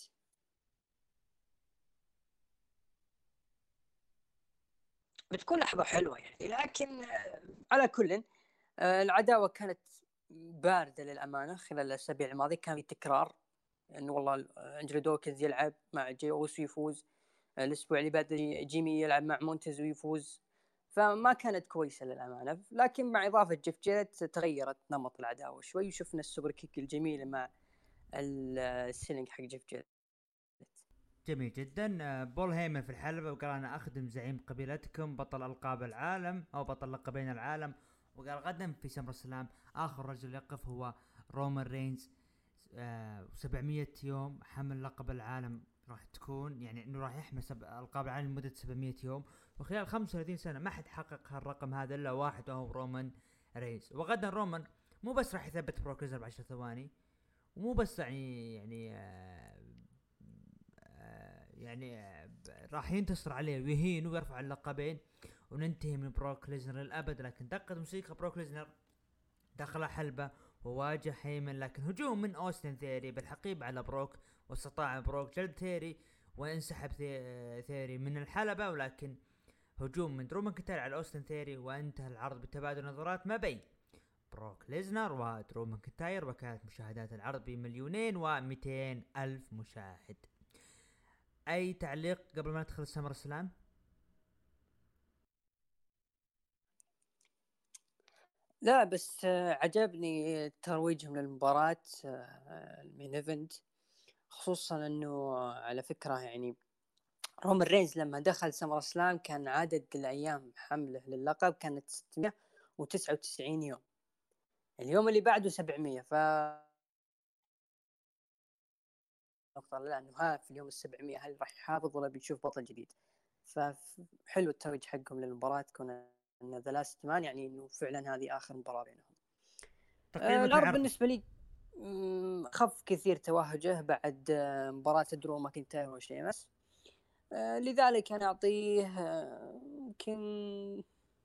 بتكون لحظة حلوة يعني، لكن على كل العداوة كانت باردة للأمانة. خلال الأسابيع الماضية كان في تكرار، انه والله انجلو دوكنز يلعب مع جي اوسو يفوز، الاسبوع اللي بعد جيمي يلعب مع مونتز ويفوز. فما كانت كويسه للامانه، لكن مع اضافه جيف جيت تغيرت نمط العداوه شوي، وشفنا السوبر كيك الجميل مع السيلينج حق جيف جيت. جميل جدا. بول هيمن في الحلبة وقال انا اخدم زعيم قبيلتكم بطل القاب العالم او بطل لقبين العالم، وقال غدا في سمر سلام اخر رجل يقف هو رومان رينز. 700 يوم حمل لقب العالم راح تكون، يعني انه راح يحمل القاب العالم لمدة 700 يوم، وخلال 35 سنة ما حد حقق هالرقم هذا الا واحد وهو رومان رينز. وغدا رومان مو بس راح يثبت بروك ليزنر ب10 ثواني، ومو بس راح ينتصر عليه ويهين ويرفع اللقبين وننتهي من بروك ليزنر للأبد. لكن دقت موسيقى بروك ليزنر دخل حلبة وواجه هيمن، لكن هجوم من أوستن ثيري بالحقيب على بروك، واستطاع بروك جلد ثيري وانسحب ثيري من الحلبة. ولكن هجوم من درو ماكنتاير على أوستن ثيري، وانتهى العرض بتبادل نظرات ما بين بروك ليزنر ودرو ماكنتاير، وكانت مشاهدات العرض ب2,200,000 مشاهد. اي تعليق قبل ما ندخل السمر سلام؟ لا بس عجبني ترويجهم للمباراة المين ايفنت، خصوصا انه على فكرة يعني رومان رينز لما دخل سمر سلام كان عدد الايام حمله للقب كانت 699 يوم، اليوم اللي بعده 700. ف نقطة لأنه ها في اليوم 700 هل راح يحافظ ولا بنشوف بطل جديد؟ فحلو التوجه حقهم للمباراة، تكون ان ذا لاست مان يعني انه فعلا هذه اخر مباراة بينهم. تقييمك العرض للعرض؟ بالنسبة لي خف كثير توهجه بعد مباراة درو ماكنتاير وشيمس، لذلك انا اعطيه يمكن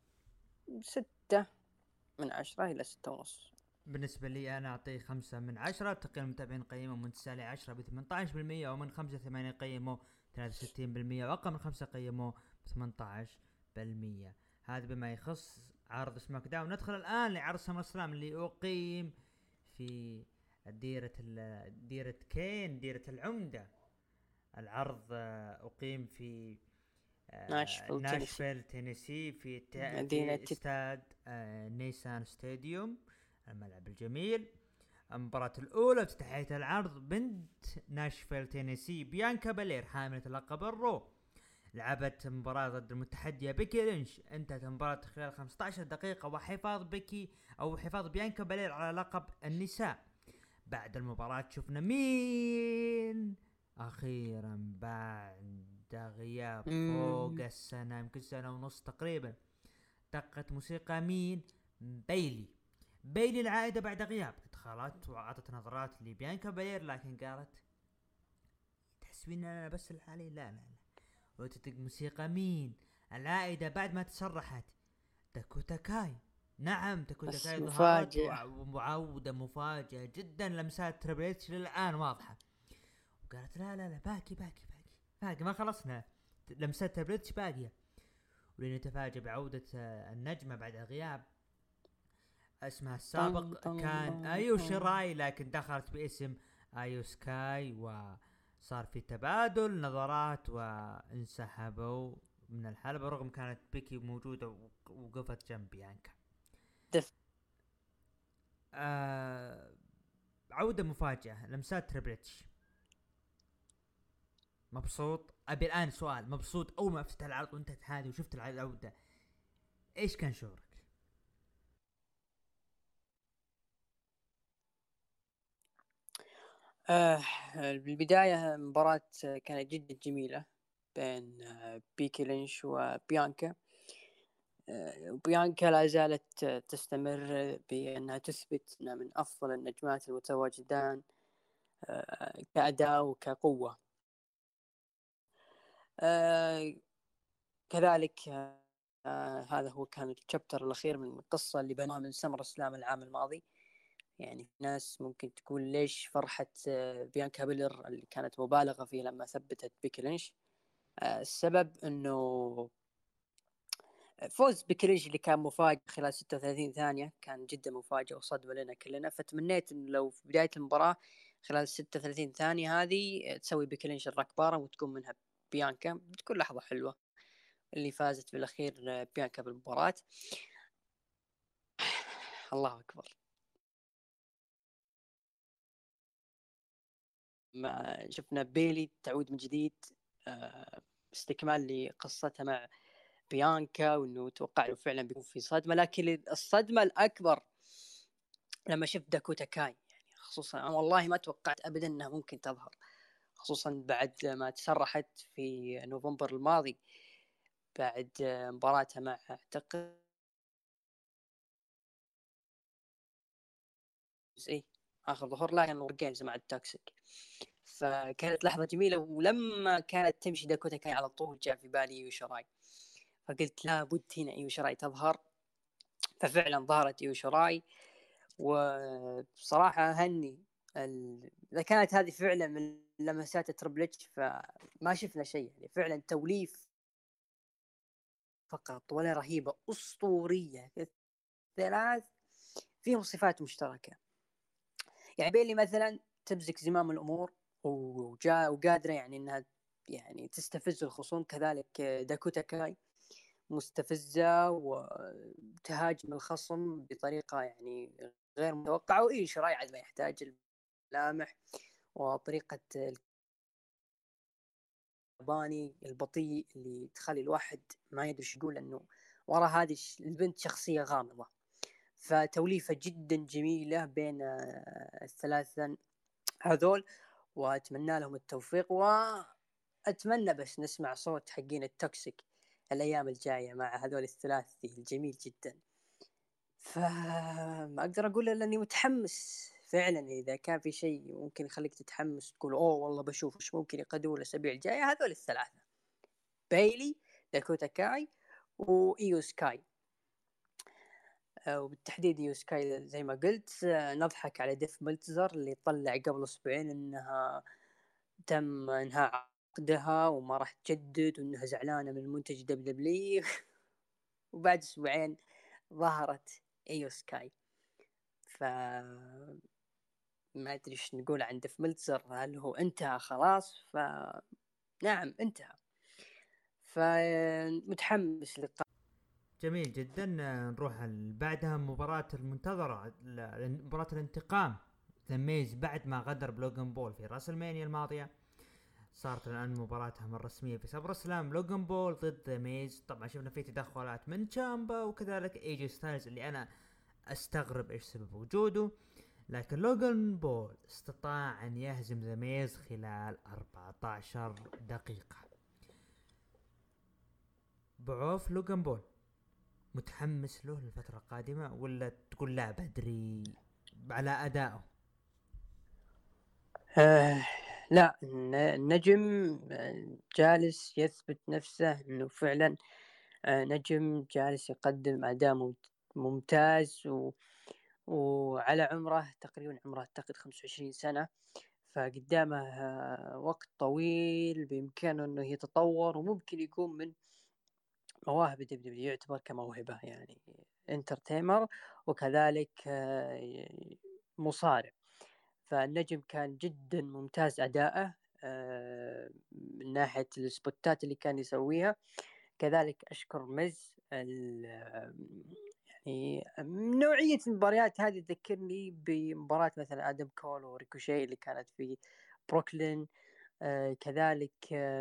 6/10 إلى 6.5. بالنسبة لي أنا أعطيه 5/10. تقييم المتابعين قيمه من 9 ل 10 ب18%، ومن 5 ل 8 قيمه 63%، وأقل من 5 قيمه 18%. هذا بما يخص عرض سماك داون. ندخل الآن لعرض سمر سلام اللي أقيم في ديرة كين، ديرة العمدة. العرض أقيم في ناشفيل ناشفيل تينيسي في مدينة استاد نيسان ستاديوم، الملعب الجميل. المباراة الأولى افتتاحية العرض بنت ناشفيل تينيسي بيانكا بالير حاملة لقب الرو لعبت مباراة ضد المتحدية بيكي لينش. انتهت المباراة خلال 15 دقيقة وحفاظ حفاظ بيانكا بالير على لقب النساء. بعد المباراة شفنا مين أخيرا بعد غياب فوق السنة، يمكن سنة ونص تقريبا، دقت موسيقى مين؟ بيلي العائدة بعد غياب. دخلت وعطت نظرات لبيانكا بالير، لكن قالت تحسبين انا بس الحالي؟ لا لا لا. وتدق موسيقى مين العائدة بعد ما تسرحت؟ داكوتا كاي. نعم داكوتا بس كاي ظهرت مفاجئة. ومعودة مفاجئة جدا، لمسات تريبل للآن واضحة. وقالت لا لا لا باقي ما خلصنا، لمسات تريبل باقية. ولنتفاجأ بعودة النجمة بعد غياب. اسمها السابق كان ايو شيراي، لكن دخلت باسم ايو سكاي، وصار في تبادل نظرات وانسحبوا من الحلبة رغم كانت بيكي موجودة وقفت جنب بيانكا. دف آه عودة مفاجئة لمسات تريبل اتش. مبسوط؟ ابي الان سؤال، مبسوط اول ما افتتح العرض وانتهت هذه وشفت العودة، ايش كان شعورك؟ آه بالبداية مباراة كانت جدا جميلة بين بيكي لينش وبيانكا. وبيانكا لا زالت تستمر بأنها تثبت أنها من أفضل النجمات المتواجدان كأداء وكقوة. آه، كذلك هذا هو كان الشابتر الأخير من القصة اللي بنوها من سمر سلام العام الماضي. يعني ناس ممكن تقول ليش فرحة بيانكا بيلر اللي كانت مبالغة فيه لما ثبتت بيكي لينش. السبب أنه فوز بكريش اللي كان مفاجئ خلال 36 ثانية كان جدا مفاجئ وصدمة لنا كلنا. فتمنيت انه لو في بداية المباراة خلال 36 ثانية هذه تسوي بكريش الركبارة وتقوم منها بيانكا، بتكون لحظة حلوة. اللي فازت بالاخير بيانكا بالمباراة. الله اكبر. ما شفنا بيلي تعود من جديد، استكمال لقصتها مع بيانكا، وانه توقع انه فعلا بيكون في صدمة. لكن الصدمة الاكبر لما شفت داكوتا كاي، يعني خصوصا أنا والله ما توقعت ابدا انها ممكن تظهر، خصوصا بعد ما تسرحت في نوفمبر الماضي بعد مباراتها مع اعتقد اي اخر ظهور لها كان جيمز مع التوكسيك. فكانت لحظه جميله، ولما كانت تمشي داكوتا كاي على طول جاء في بالي ايو شراي، فقلت لابد هنا ايو شراي تظهر. ففعلا ظهرت ايو شراي، وبصراحة هني إذا كانت هذه فعلا من لمسات تربل اتش فما شفنا شيء، يعني فعلا توليف فقط ولا رهيبة، أسطورية. ثلاث فيهم صفات مشتركة. يعني بيلي مثلا تمسك زمام الأمور وقادرة يعني إنها يعني تستفز الخصوم. كذلك داكوتا كاي مستفزة وتهاجم الخصم بطريقة يعني غير متوقعة. وإيه شراي عاد ما يحتاج الملامح وطريقة الياباني البطيء اللي تخلي الواحد ما يدري ايش يقول، انه وراء هذه البنت شخصية غامضة. فتوليفة جدا جميلة بين الثلاثة هذول، واتمنى لهم التوفيق. واتمنى بس نسمع صوت حقين التوكسيك الايام الجاية مع هذول الثلاثي الجميل جدا. فما اقدر اقول الا اني متحمس فعلا. اذا كان في شيء ممكن يخليك تتحمس تقول اوه والله بشوف ايش ممكن يقدموا الاسابيع الجايه، هذول الثلاثه: بايلي، داكوتا كاي، وايو سكاي. وبالتحديد ايو سكاي زي ما قلت. نضحك على ديف ملتزر اللي طلع قبل اسبوعين انها تم انهاء عقدها وما راح تجدد، وانها زعلانه من منتج دبليو. وبعد اسبوعين ظهرت ايو سكاي. ف ما ادري ايش نقول عن ديف ملتزر، هل هو انتهى خلاص؟ نعم انتهى. فمتحمس لقاء. جميل جدا. نروح بعدها مباراة المنتظرة، مباراة الانتقام. ذا ميز بعد ما غدر بلوغان بول في راس المانيا الماضية، صارت الان مباراتهم الرسمية في سبر سلام. لوغان بول ضد ذا ميز. طبعا شفنا في تدخلات من تشامبا وكذلك ايجي ستايلز اللي انا استغرب ايش سبب وجوده، لكن لوغان بول استطاع ان يهزم ذا ميز خلال 14 دقيقة. بعوف لوغان بول، متحمس له للفترة القادمة ولا تقول لا بدري على أدائه؟ آه لا، النجم جالس يثبت نفسه انه فعلا نجم جالس يقدم اداء ممتاز. وعلى عمره تقريبا، عمره اعتقد 25 سنة، فقدامه وقت طويل بإمكانه أنه يتطور، وممكن يكون من مواهب الدبليو، يعتبر كموهبة يعني انترتينر، وكذلك مصارع. فالنجم كان جدا ممتاز أداءه من ناحية السبوتات اللي كان يسويها. كذلك أشكر يعني نوعية المباريات هذه تذكرني بمباراة مثلا آدم كول وريكوشي اللي كانت في بروكلين. كذلك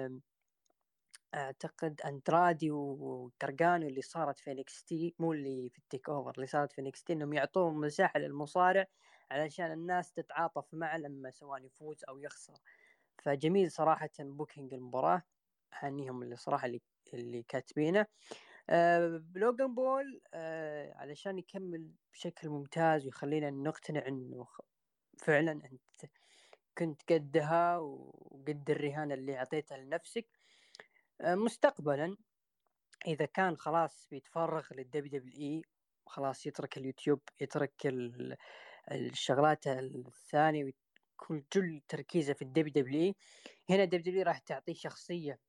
اعتقد اندرادي وكرغانو اللي صارت في NXT، مو اللي في التيك اوفر، اللي صارت في NXT، انهم يعطون مساحة للمصارع علشان الناس تتعاطف معه لما سواء يفوز او يخسر. فجميل صراحة بوكينج المباراة، هنيهم اللي صراحة اللي كاتبينه. لوغان بول علشان يكمل بشكل ممتاز ويخلينا نقتنع انه فعلا انت كنت قدها وقد الرهان اللي اعطيتها لنفسك. مستقبلا اذا كان خلاص بيتفرغ للDWE، خلاص يترك اليوتيوب، يترك الشغلات الثانية ويكون جل تركيزه في الDWE، هنا الDWE راح تعطيه شخصية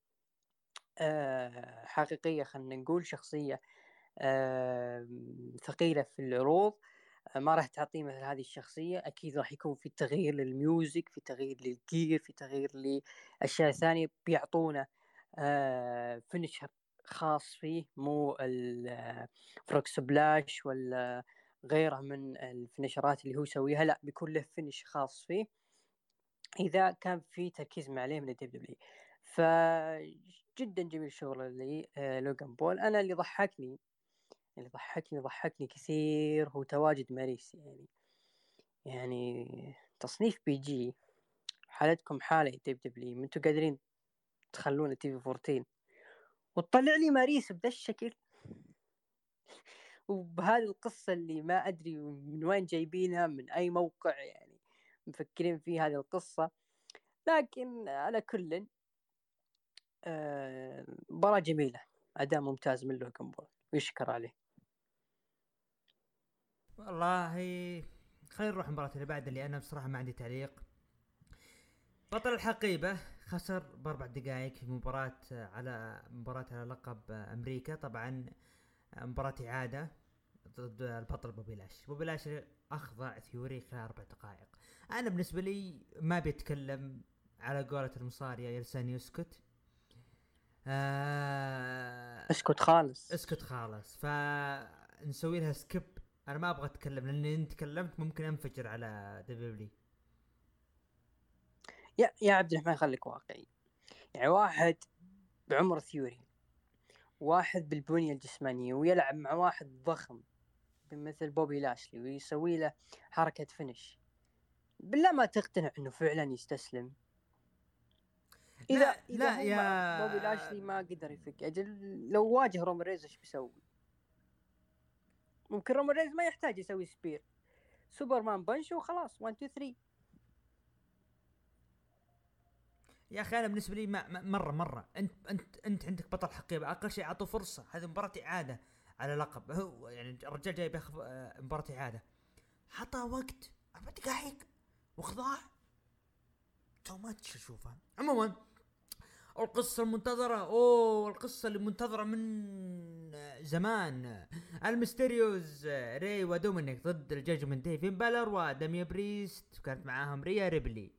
حقيقية، خلينا نقول شخصية ثقيلة في العروض. ما راح تعطيه مثل هذه الشخصية. أكيد راح يكون في تغيير للميوزك، في تغيير للجير، في تغيير لأشياء ثانية. بيعطونا فينيشر خاص فيه، مو الفروكس بلاش ولا غيره من الفينيشرات اللي هو يسويها، لا بيكون له فينيش خاص فيه إذا كان في تركيز عليه من الدبليو. فجدا جميل شغل اللي لوغان بول. أنا اللي ضحكني كثير هو تواجد ماريس. يعني تصنيف PG، حالتكم حالة دبليو، ما انتوا قادرين تخلونه TV 14 وتطلع لي ماريس بذا الشكل وبهذه القصة اللي ما أدري من وين جايبينها، من أي موقع يعني مفكرين في هذه القصة. لكن على كل مباراة جميلة، أداء ممتاز من لوغان بول ويشكر عليه. والله خلينا نروح المباراة اللي بعد، اللي انا بصراحة ما عندي تعليق. بطل الحقيبة خسر ب4 دقائق في مباراة على لقب امريكا. طبعا مباراة اعادة ضد البطل بوبي لاشلي اخضع ثيوري خلال 4 دقائق. انا بالنسبة لي ما بيتكلم، على قولة المصارية يلسان يسكت. اسكت خالص. فنسوي لها سكيب. انا ما ابغى اتكلم، لاني انت تكلمت ممكن انفجر على دبليو. يا عبد الرحمن خليك واقعي. يعني واحد بعمر ثيوري، واحد بالبنية الجسمانية، ويلعب مع واحد ضخم مثل بوبي لاشلي ويسوي له حركة فينش، بالله ما تقتنع انه فعلا يستسلم؟ اذا لا هو بوبي يا لاشلي ما قدر يفك اجل، لو واجه رومان ريز ايش بيسوي؟ ممكن رومان ريز ما يحتاج يسوي سبير، سوبرمان بنش وخلاص 1 2 3. يا اخي انا بالنسبه لي مره انت عندك بطل حقيبه، اقل شيء اعطوا فرصه. هذه مباراه اعاده على لقب، هو يعني الرجال جاي بياخذ مباراه اعاده، حطها وقت 4 دقائق واخضاع. تو ماتش اشوفها. عموما القصة القصة اللي منتظرة من زمان، الميستيريوز ري ودومينيك ضد الجاجمنت داي، فين بالر وداميا بريست، كانت معاهم ريا ريبلي.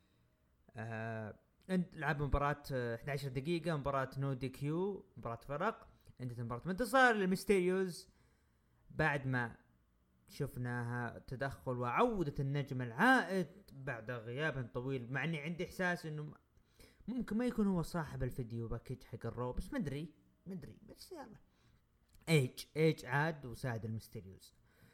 انت لعب مباراة 11 دقيقة، مباراة نو دي كيو، مباراة فرق. انت مباراة انتصار للميستيريوز بعد ما شفناها تدخل وعودة النجم العائد بعد غياب طويل. مع اني عندي احساس انه ممكن ما يكون هو صاحب الفيديو باكيج حق الرو، بس مدري بس يلا. ايج عاد وساعد الميستيريوز.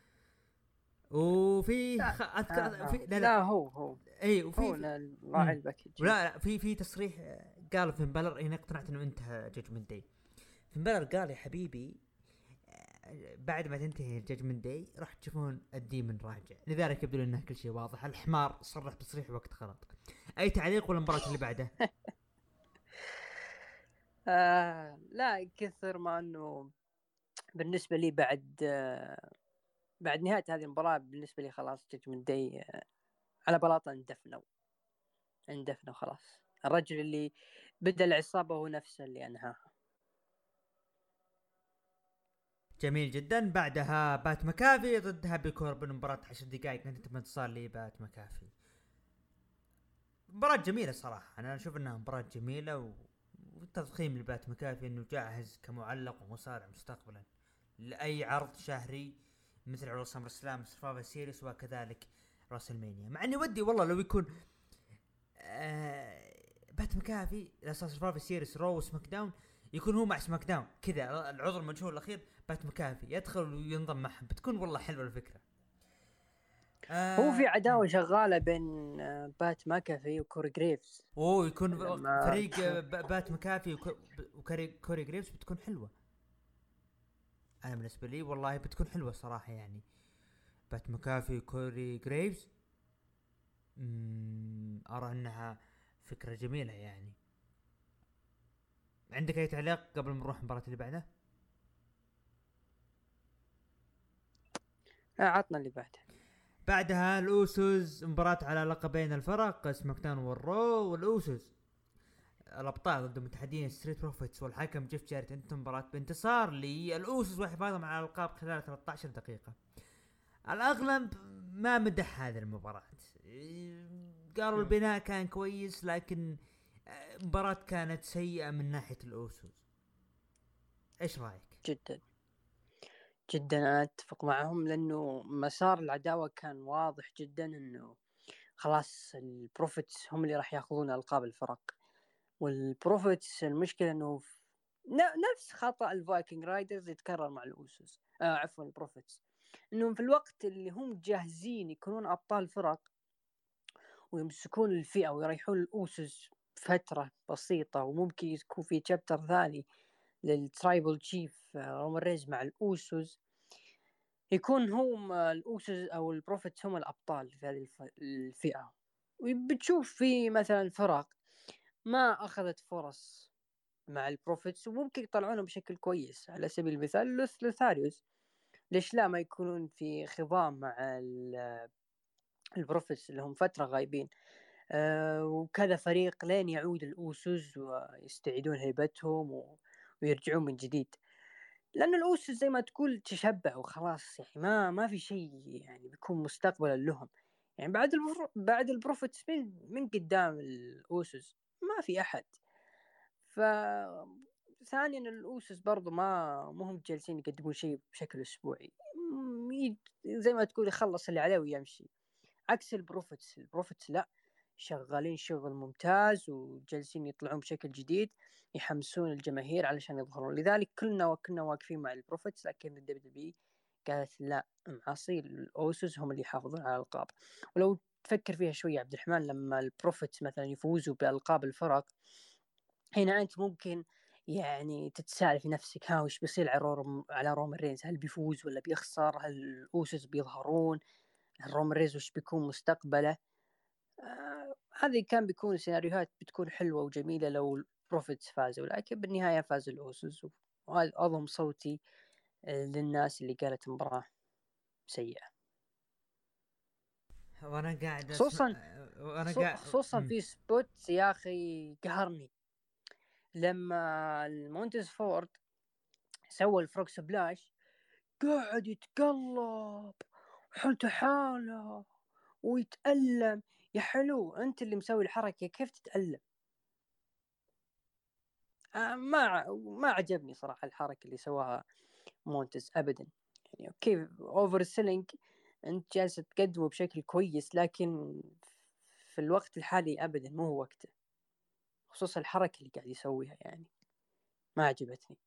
وفي اذكر في لا هو اي وفي راعي الباكج. لا في تصريح قال فين بالر، هنا اقتنعت انه انتهى جاجمنت داي. فين بالر قال يا حبيبي بعد ما تنتهي الجاجمنت داي راح تشوفون الديمن راجع، لذلك يبدو انه كل شيء واضح. الحمار صرح تصريح وقت غلط. اي تعليق ولا المباراة اللي بعده؟ لا كثر ما انه بالنسبة لي بعد نهاية هذه المباراة بالنسبة لي خلاص جاجمنت داي على بلاطة اندفنوا خلاص. الرجل اللي بدأ العصابة هو نفسه اللي أنهاها. جميل جدا. بعدها بات مكافي ضد هابي كوربن، مباراة 10 دقائق كانت بانتصار لبات مكافي. مباراة جميلة صراحة، انا اشوف انها مباراة جميلة وتضخيم لبات مكافي انه جاهز كمعلق ومصارع مستقبلا لاي عرض شهري مثل عروض سمر سلام سرفايفر سيريس وكذلك راس المانيا. مع اني ودي والله لو يكون بات مكافي الاساس سرفايفر سيريس رو وسماك داون يكون هو مع سماك داون كذا، العذر المجهول الاخير بات مكافي يدخل وينضم معهم، بتكون والله حلوه الفكره. هو في عداوة شغالة بين بات ماكافي وكوري جريفز. يكون فريق بات مكافي وكوري جريفز بتكون حلوه. انا بالنسبه لي والله بتكون حلوه صراحه يعني. بات مكافي وكوري جريفز ارى انها فكره جميله يعني. عندك اي تعليق قبل ما نروح المباراه اللي بعدها؟ عطنا اللي بعدها الاوسوس، مباراة على لقبين الفرق سماك داون والرو، والاوسوس الابطال ضد متحدين ستريت بروفيتس والحكم جيف جاريت. انت مباراة بانتصار للاوسوس وحفاظهم على الالقاب خلال 13 دقيقة. الاغلب ما مدح هذه المباراة، قالوا البناء كان كويس لكن مباراة كانت سيئة من ناحية الاوسوس. ايش رايك؟ جدا أنا أتفق معهم، لأنه مسار العداوة كان واضح جدا أنه خلاص البروفيتس هم اللي راح يأخذون ألقاب الفرق. والبروفيتس المشكلة أنه نفس خطأ الفايكنج رايدرز يتكرر مع الأوسوس، عفوا البروفيتس، أنهم في الوقت اللي هم جاهزين يكونون أبطال فرق ويمسكون الفئة ويريحون الأوسوس فترة بسيطة، وممكن يكون في شابتر ثاني للترايبل تشيف رومان ريز مع الأوسوس، يكون هم الأوسوس أو البروفيتس هم الأبطال في هذه الفئة. وبتشوف في مثلا فرق ما أخذت فرص مع البروفيتس وممكن يطلعونهم بشكل كويس، على سبيل المثال لوثاريوس، ليش لا ما يكونون في خضام مع البروفيتس اللي هم فترة غايبين. وكذا فريق لين يعود الأوسوس ويستعيدون هيبتهم ويرجعون من جديد، لأن الأوسوس زي ما تقول تشبع وخلاص، يعني ما في شيء يعني بيكون مستقبلا لهم. يعني بعد البروفيتس من قدام الأوسوس ما في أحد. ثانيا الأوسوس برضو ما هم جالسين يقدمون شيء بشكل أسبوعي، زي ما تقول يخلص اللي عليه ويمشي، عكس البروفيتس لا، شغالين شغل ممتاز وجالسين يطلعون بشكل جديد يحمسون الجماهير علشان يظهرون. لذلك كنا واقفين مع البروفيتس، لكن الدبليو بي قالت لا، معصي الأوسوس هم اللي يحافظون على الألقاب. ولو تفكر فيها شوية عبد الرحمن، لما البروفيتس مثلا يفوزوا بألقاب الفرق، هنا أنت ممكن يعني تتساءل في نفسك، وش بيصير على رومان رينز؟ هل بيفوز ولا بيخسر؟ هل الأوسوس بيظهرون؟ رومان رينز وش بيكون مستقبله؟ هذه كان بيكون سيناريوهات بتكون حلوة وجميلة لو البروفيتس فازوا، لكن بالنهاية فاز الأوسوس. وهذا أضم صوتي للناس اللي قالت مباراة سيئة. وانا قاعد اسمع خصوصا في سبوت يا أخي قهرني، لما المونتز فورد سوى الفروك سبلاش قاعد يتقلب حالته حالة ويتألم. يا حلو أنت اللي مسوي الحركة، كيف تتألم؟ ما عجبني صراحة الحركة اللي سواها مونتز أبدا. يعني أوكي أوفر سيلينج، أنت جالس تقدمه بشكل كويس، لكن في الوقت الحالي أبدا مو هو وقته، خصوصا الحركة اللي قاعد يسويها يعني ما عجبتني.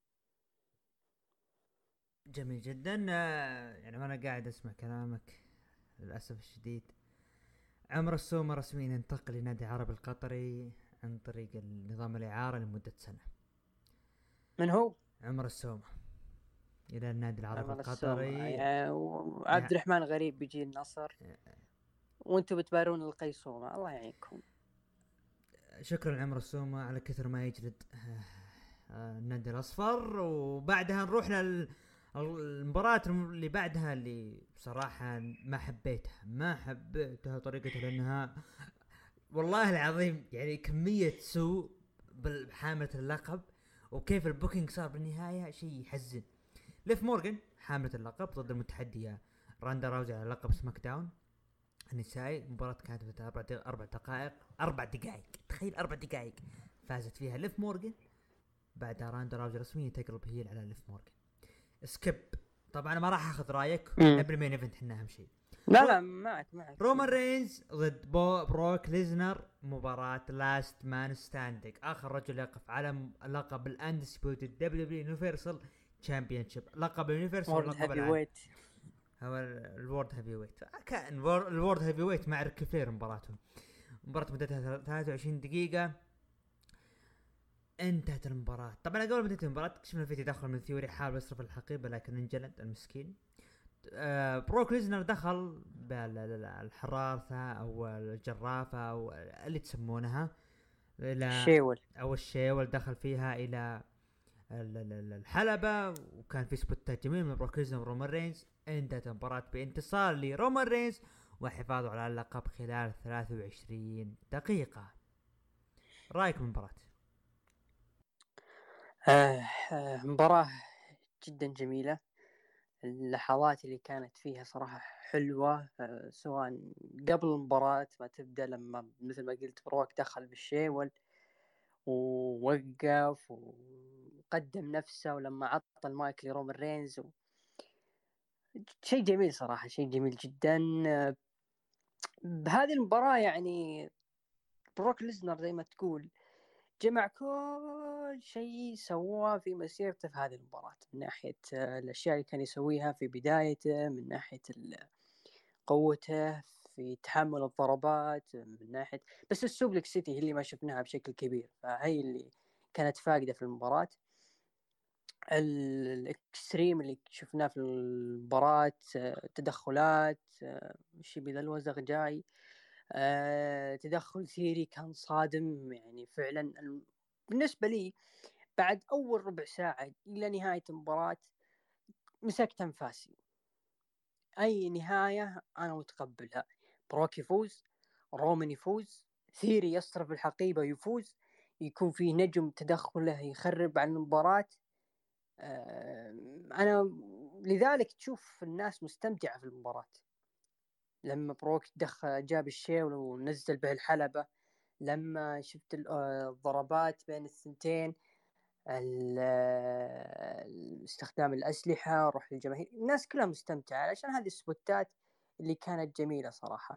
جميل جدا. يعني وانا قاعد اسمع كلامك للاسف الشديد، عمر السومة رسميا ينتقل لنادي عربي القطري عن طريق النظام الإعارة لمدة سنة. من هو؟ عمر السومة إلى النادي العربي القطري. يعني وعبد الرحمن غريب بيجي النصر وانتم بتبارون القيصومة، الله يعينكم. شكرا عمر السومة على كثر ما يجلد النادي الأصفر. وبعدها نروح المباراة اللي بعدها، اللي بصراحة ما حبيتها طريقتها، لأنها والله العظيم يعني كمية سوء بحاملة اللقب، وكيف البوكينج صار بالنهاية شيء يحزن. ليف مورغان حاملة اللقب ضد المتحدية راندا راوزي على لقب سماك داون النسائي. مباراة كانت 4 دقائق تخيل 4 دقائق فازت فيها ليف مورغان، بعدها راندا راوزي رسميا تقلب هي على ليف مورغان. سكيب. طبعا انا ما راح اخذ رايك، نبي المين ايفنت احنا اهم شيء. لا معك رومان رينز ضد بروك ليزنر، مباراة لاست مان ستاندينج، اخر رجل يقف على لقب الاندسبيوتد دبليو يونيفرسال تشامبيونشيب، لقب اليونيفرسال ولقب العالم. هو الورد هيفي ويت، كان الورد هيفي ويت مع ريك فلير. مباراتهم مباراة مدتها 23 دقيقة. انتهت المباراة. طبعا قبل ما تنتهي المباراة اكتشفنا في تدخل من ثيوري، حاول يصرف الحقيبة لكن انجلد المسكين. بروك ليزنر دخل بالحراثة او الجرافة او اللي تسمونها الى الشيول دخل فيها الى الحلبة، وكان في سبوتات جميل من بروك ليزنر ورومان رينز. انتهت المباراة بانتصار لرومان رينز وحفاظه على اللقب خلال 23 دقيقة. رايك بالمباراة؟ مباراة جدا جميلة. اللحظات اللي كانت فيها صراحة حلوة، سواء قبل المباراة ما تبدأ، لما مثل ما قلت بروك دخل بالشيول ووقف وقدم نفسه، ولما عطى المايك لرومان رينز شيء جميل صراحة، شيء جميل جدا. بهذه المباراة يعني بروك ليزنر زي ما تقول جمع كل شيء سواه في مسيرته في هذه المباراة، من ناحية الأشياء اللي كان يسويها في بدايته، من ناحية قوته في تحمل الضربات، من ناحية بس السوبلكس سيتي هي اللي ما شفناها بشكل كبير، فهي اللي كانت فاقدة في المباراة. الاكستريم اللي شفناه في المباراة، تدخلات، شبه ذا الوزغ جاي، تدخل ثيري كان صادم يعني فعلا. بالنسبة لي بعد أول ربع ساعة إلى نهاية المباراة مسكت أنفاسي. أي نهاية أنا متقبلها، بروك يفوز، رومان يفوز، ثيري يصرف الحقيبة يفوز، يكون في نجم تدخله يخرب عن المباراة. أنا لذلك تشوف الناس مستمتعة في المباراة. لما بروك دخل جاب الشيء ونزل به الحلبة، لما شفت الضربات بين الثنتين، استخدام الأسلحة، روح للجماهير، الناس كلها مستمتعة عشان هذه السبوتات اللي كانت جميلة صراحة.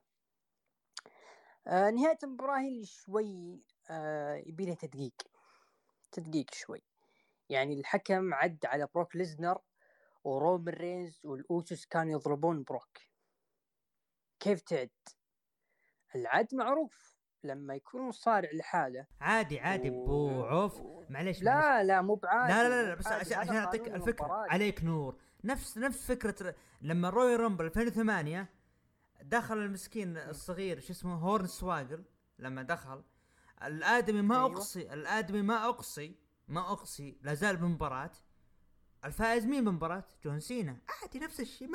نهاية المباراة اللي شوي يبيلها تدقيق شوي. يعني الحكم عد على بروك ليزنر ورومان رينز والأوسوس كانوا يضربون بروك. كيف تعد؟ العد معروف لما يكون مصارع لحاله عادي بو عوف. معليش لا مو بعادي. لا بس عشان اعطيك الفكره عليك نور. نفس فكره لما روي رامبل 2008 دخل المسكين الصغير شو اسمه هورن سواجل، لما دخل الادمي ما اقصي الادمي ما اقصي لازال بمباراة. الفائز مين بمباراة؟ جون سينا. عادي نفس الشيء.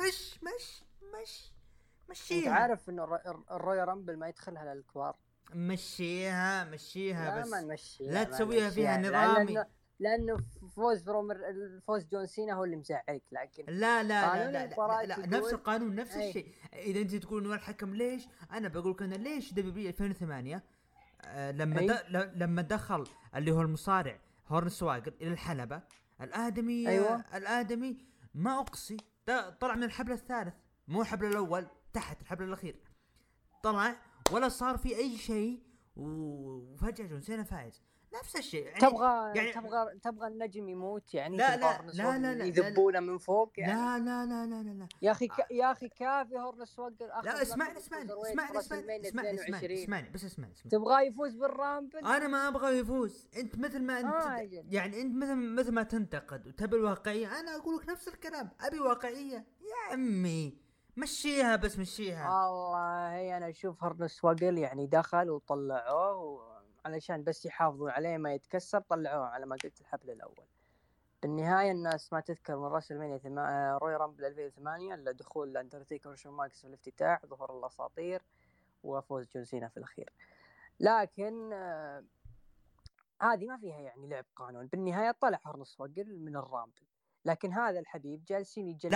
مشيها. انت عارف انه الروي رامبل ما يدخلها للكبار. مشيها لا بس ما نمشيها، لا تسويها فيها نظامي. لانه فوز جون سينا هو اللي مزعلك، لكن لا نفس القانون نفس الشيء. اذا انت تقول انه الحكم ليش، انا بقول انا ليش دبليو 2008 لما دخل اللي هو المصارع هورن سواجر الى الحلبة، الادمي الادمي ما اقصي طلع من الحبل الثالث، مو الحبل الاول، تحت الحبل الاخير طلع ولا صار في اي شيء، وفجأة جون سينا فايز. نفس الشيء يعني تبغى النجم يموت يعني؟ لا يذبونه من فوق يعني؟ لا يا اخي كافي هورنس وقر اخر. لا اسمعني تبغاه يفوز بالرامبل؟ انا ما ابغى يفوز. انت مثل ما انت يعني انت مثل ما تنتقد وتبي الواقعيه، انا اقول لك نفس الكلام، ابي واقعيه يا عمي. مشيها والله انا اشوف هورنس وقر يعني دخل وطلعوه علشان بس يحافظون عليه ما يتكسر، طلعوه على ما قلت الحفل الأول. بالنهاية الناس ما تذكر من راسل مانيا روي رامبل 2008 إلا دخول الأندرتيكر وشون ماكس في الافتتاح، ظهور الأساطير، وفوز جون سينا في الأخير. لكن هذه ما فيها يعني لعب قانون. بالنهاية طلع هورنس وقل من الرامبل، لكن هذا الحبيب جالسين يجلدون.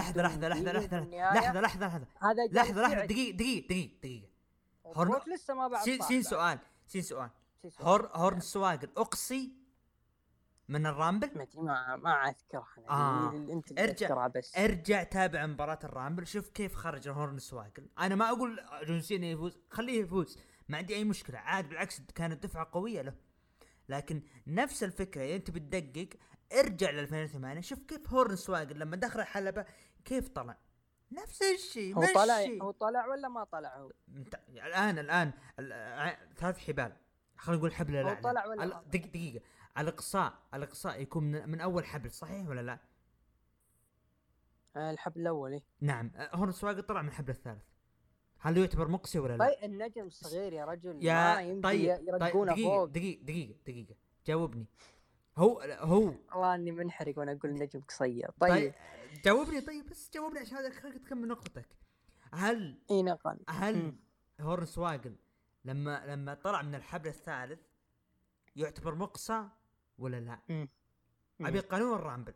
لحظة دقيقة. بروك لسه ما بعد سين سؤال نسي سؤال. هورن سواقل اقصي من الرامبل. ما اذكرها يعني انت اللي تذكرها بس. ارجع تابع مباراة الرامبل، شوف كيف خرج هورن سواقل. انا ما اقول جون سينا يفوز، خليه يفوز، ما عندي اي مشكلة، عاد بالعكس كانت دفعة قوية له. لكن نفس الفكرة انت بتدقق، ارجع ل 2008 شوف كيف هورن سواقل لما دخل الحلبة كيف طلع. نفس الشيء. هو طلع ولا ما طلع؟ هو الان ثلاث حبال، خلينا نقول حبل هو الاعلى. طلع ولا دقيقة، الاقصاء يكون من اول حبل، صحيح ولا لا؟ الحبل الاول. نعم. هورن سواقل طلع من الحبل الثالث، هل يعتبر مقصي ولا لا؟ طيب النجم صغير يا رجل، ما يمدي يرقونه فوق. دقيقة جاوبني. هو والله اني منحرق وانا اقول النجم قصير. طيب جاوبني، طيب بس جاوبني عشان خليك تكمل نقطتك. هل هورن سواقل لما طلع من الحبل الثالث يعتبر مقصى ولا لا؟ ابي قانون الرامبل.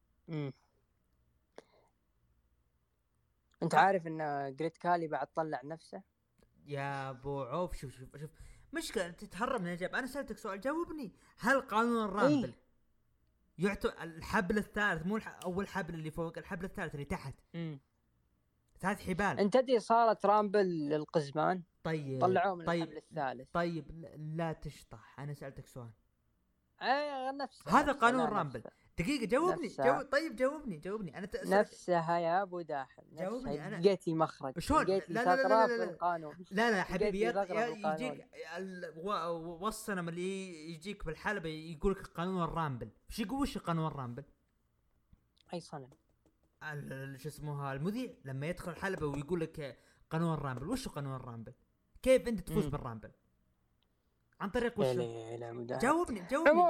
انت عارف ان جريت كالي بعد طلع نفسه يا ابو عوف. شوف مشكلة انت تتهرب من الاجابة. انا سألتك سؤال جاوبني. هل قانون الرامبل يعتبر الحبل الثالث، مو اول حبل اللي فوق، الحبل الثالث اللي تحت، ثلاث حبال. انت تدري صارت رامبل للقزمان؟ طيب طلعوه من الحبل الثالث. طيب لا تشطح، انا سألتك سؤال. هذا قانون رامبل. دقيقة جاوبني. طيب جاوبني انا نفسها يا ابو داحم. جاوبني. انا لقيت لي مخرج، شلون؟ لا في القانون. لا حبيبي، يجيك والصنم اللي يجيك بالحلبة يقول لك قانون الرامبل. وش قانون الرامبل؟ اي صنم؟ شو اسمه المذيع لما يدخل الحلبة ويقول لك قانون الرامبل. وش قانون الرامبل؟ كيف انت تفوز بالرامبل؟ عن طريق وش؟ جاوبني.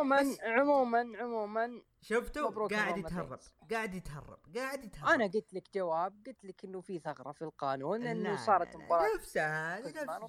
عموما شفتوا قاعد يتهرب. انا قلت لك جواب، قلت لك انه في ثغرة في القانون، انه صارت مباراة نفسها.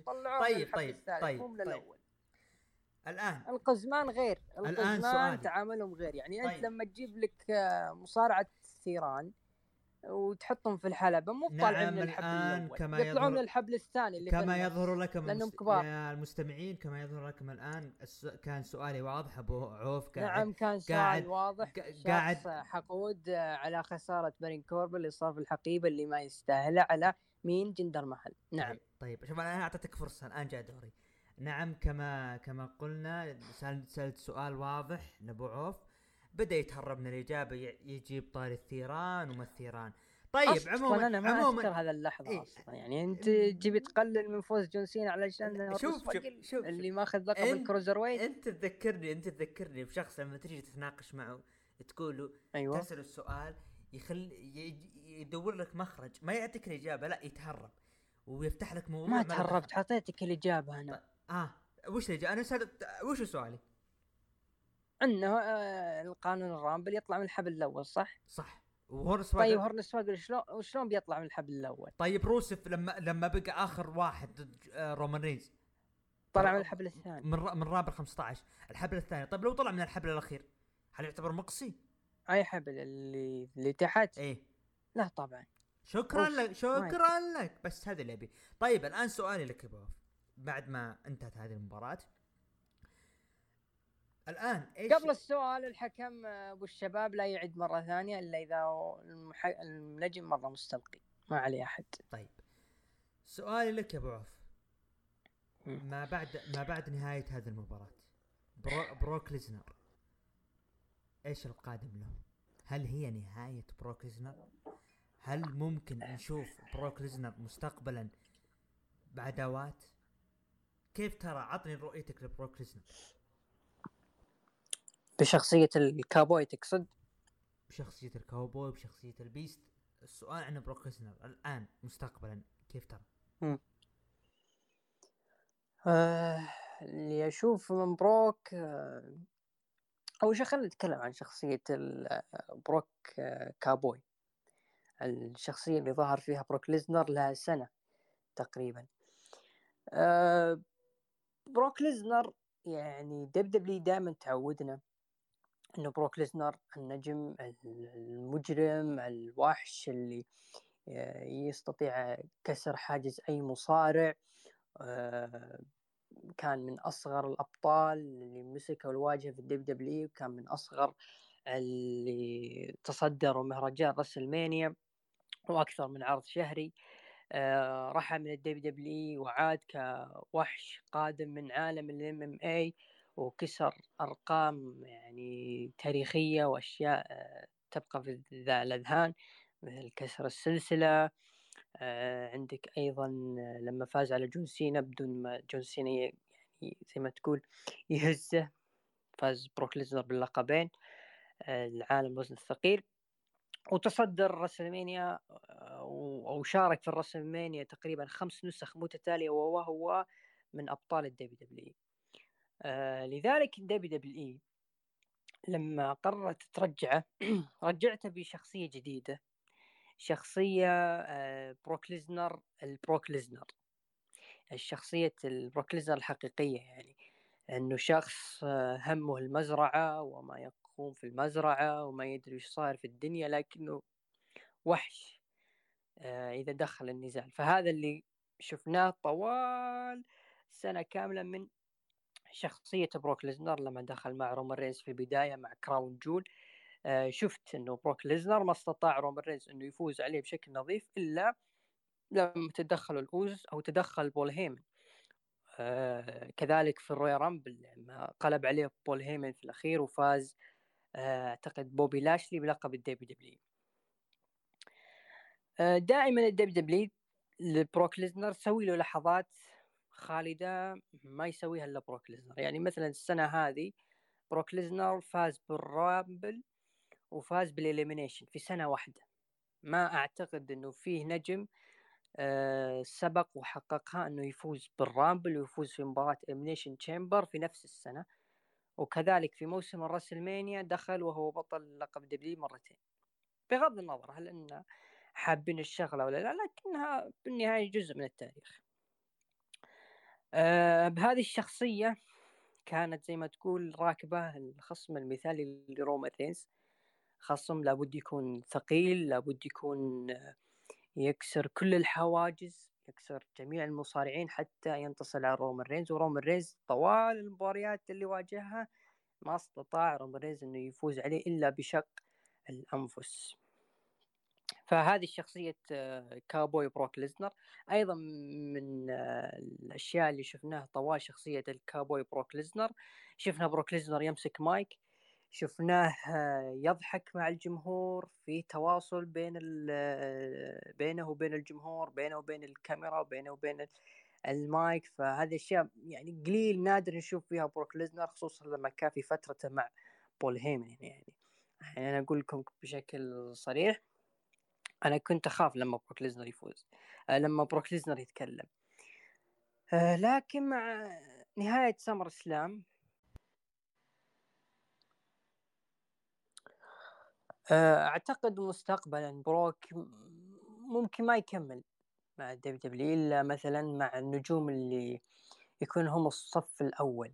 طيب. الان القزمان غير. القزمان تعاملهم غير. يعني انت لما تجيب لك مصارعة ثيران وتحطهم في الحلبة، مو طالعين من الحبل الاول، يطلعون من الحبل الثاني اللي كما يظهر لكم يا المستمعين. كما يظهر لكم الان كان سؤالي واضح. ابو عوف قاعد. نعم كان سؤال واضح. قاعد حقود على خسارة بارين كوربن اللي صار في الحقيبة اللي ما يستاهل على مين؟ جندر محل. نعم. طيب شوف انا اعطيتك فرصة، الان جاء دوري. نعم كما قلنا، سألت سؤال واضح لابو عوف، بدأ يتهرب من الإجابة، يجيب طاري الثيران وما الثيران. طيب عموما انا ما اذكر هذا اللحظة اصلا. يعني انت تجي تقلل من فوز جون سينا علشان شوف اللي ماخذ لقب الكروزر ويت. انت تذكرني بشخص لما تيجي تتناقش معه تقول له أيوة. تسأل السؤال يدور لك مخرج، ما يعطيك الإجابة، لا يتهرب ويفتح لك موضوع. ما تهربت، حطيتك الإجابة أنا. وش الإجابة؟ أنا سألت وش سؤالي؟ انه القانون الرامبل يطلع من الحبل الاول، صح؟ طيب هورن سواقل شلون بيطلع من الحبل الاول؟ طيب روسف لما بقى اخر واحد ضد رومان رينز طلع من الحبل الثاني، من رابع 15 الحبل الثاني. طيب لو طلع من الحبل الاخير هل يعتبر مقصي؟ اي حبل اللي تحت؟ ايه لا طبعا. شكرا لك بس هذا اللي ابي. طيب الان سؤالي لك يا ابو، بعد ما انتهت هذه المباراة الان ايش قبل السؤال، الحكم ابو الشباب لا يعد مرة ثانية الا اذا النجم مرة مستلقي، ما عليه احد. طيب سؤالي لك يا ابو عوف، ما بعد نهاية هذه المباراة بروك ليزنر ايش القادم له؟ هل هي نهاية بروك ليزنر؟ هل ممكن نشوف بروك ليزنر مستقبلا بعداوات؟ كيف ترى؟ عطني رؤيتك لبروك ليزنر بشخصية الكاوبوي تقصد؟ بشخصية الكاوبوي، بشخصية البيست. السؤال عن بروك ليزنر الآن مستقبلا كيف ترى؟ اللي أشوف من بروك أول شيء خلينا نتكلم عن شخصية بروك كاوبوي، الشخصية اللي ظهر فيها بروك ليزنر لها سنة تقريبا. بروك ليزنر يعني دبليو دائما تعودنا انه بروك ليزنر النجم المجرم الوحش اللي يستطيع كسر حاجز اي مصارع، كان من أصغر الأبطال اللي مسكوا الواجهة في الدبليو دبليو، وكان من أصغر اللي تصدروا مهرجان رسلمانيا وأكثر من عرض شهري. رحل من الدبليو دبليو وعاد كوحش قادم من عالم الام ام اي، وكسر أرقام يعني تاريخية وأشياء تبقى في الأذهان، مثل كسر السلسلة. عندك أيضا لما فاز على جون سينا بدون ما جون سينا يعني زي ما تقول يهزه، فاز بروك ليزنر باللقبين العالم الوزن الثقيل، وتصدر رسلمانيا أو شارك في الرسلمانيا تقريبا 5 نسخ متتالية، وهو من أبطال الدبليو دبليو. لذلك الدبليو دبليو لما قررت ترجعه رجعته بشخصية جديدة، شخصية بروك ليزنر، البروك ليزنر، الشخصية البروك ليزنر الحقيقية، يعني أنه شخص همه المزرعة وما يقوم في المزرعة وما يدري وش صار في الدنيا، لكنه وحش إذا دخل النزال. فهذا اللي شفناه طوال سنة كاملة من شخصية بروك ليزنر. لما دخل مع رومان رينز في البداية مع كراون جول، شفت انه بروك ليزنر ما استطاع رومان رينز انه يفوز عليه بشكل نظيف الا لما تدخل الاوز او تدخل بول هيمن. كذلك في الرويال رامبل لما قلب عليه بول هيمن في الاخير وفاز اعتقد بوبي لاشلي بلقب الدبليو دبليو. دائما الدبليو دبليو لبروك ليزنر سوي له لحظات خالدة ما يسويها الا بروك ليزنر. يعني مثلا السنة هذه بروك ليزنر فاز بالرامبل وفاز بالإليمينيشن في سنة واحدة. ما أعتقد أنه فيه نجم سبق وحققها أنه يفوز بالرامبل ويفوز في مباراة إليمينيشن تشامبر في نفس السنة. وكذلك في موسم الرسلمانيا دخل وهو بطل لقب دبليو مرتين، بغض النظر هل أننا حابين الشغلة ولا لا، لكنها بالنهاية جزء من التاريخ. بهذه الشخصية كانت زي ما تقول راكبة الخصم المثالي لرومان رينز. خصم لابد يكون ثقيل، لابد يكون يكسر كل الحواجز، يكسر جميع المصارعين حتى ينتصر على رومان رينز. ورومان رينز طوال المباريات اللي واجهها ما استطاع رومان رينز انه يفوز عليه الا بشق الانفس. فهذه شخصية كاوبوي بروك ليزنر. أيضا من الأشياء اللي شفناها طوال شخصية الكاوبوي بروك ليزنر، شفنا بروك ليزنر يمسك مايك، شفناه يضحك مع الجمهور، في تواصل بينه وبين الجمهور، بينه وبين الكاميرا، بينه وبين المايك. فهذه أشياء يعني قليل نادر نشوف فيها بروك ليزنر، خصوصا لما كان في فترته مع بول هيمن. يعني أنا أقول لكم بشكل صريح، أنا كنت أخاف لما بروك ليزنر يفوز، لما بروك ليزنر يتكلم. لكن مع نهاية سمر سلام أعتقد مستقبلا بروك ممكن ما يكمل مع الدبليو دبليو إلا مثلا مع النجوم اللي يكون هم الصف الأول،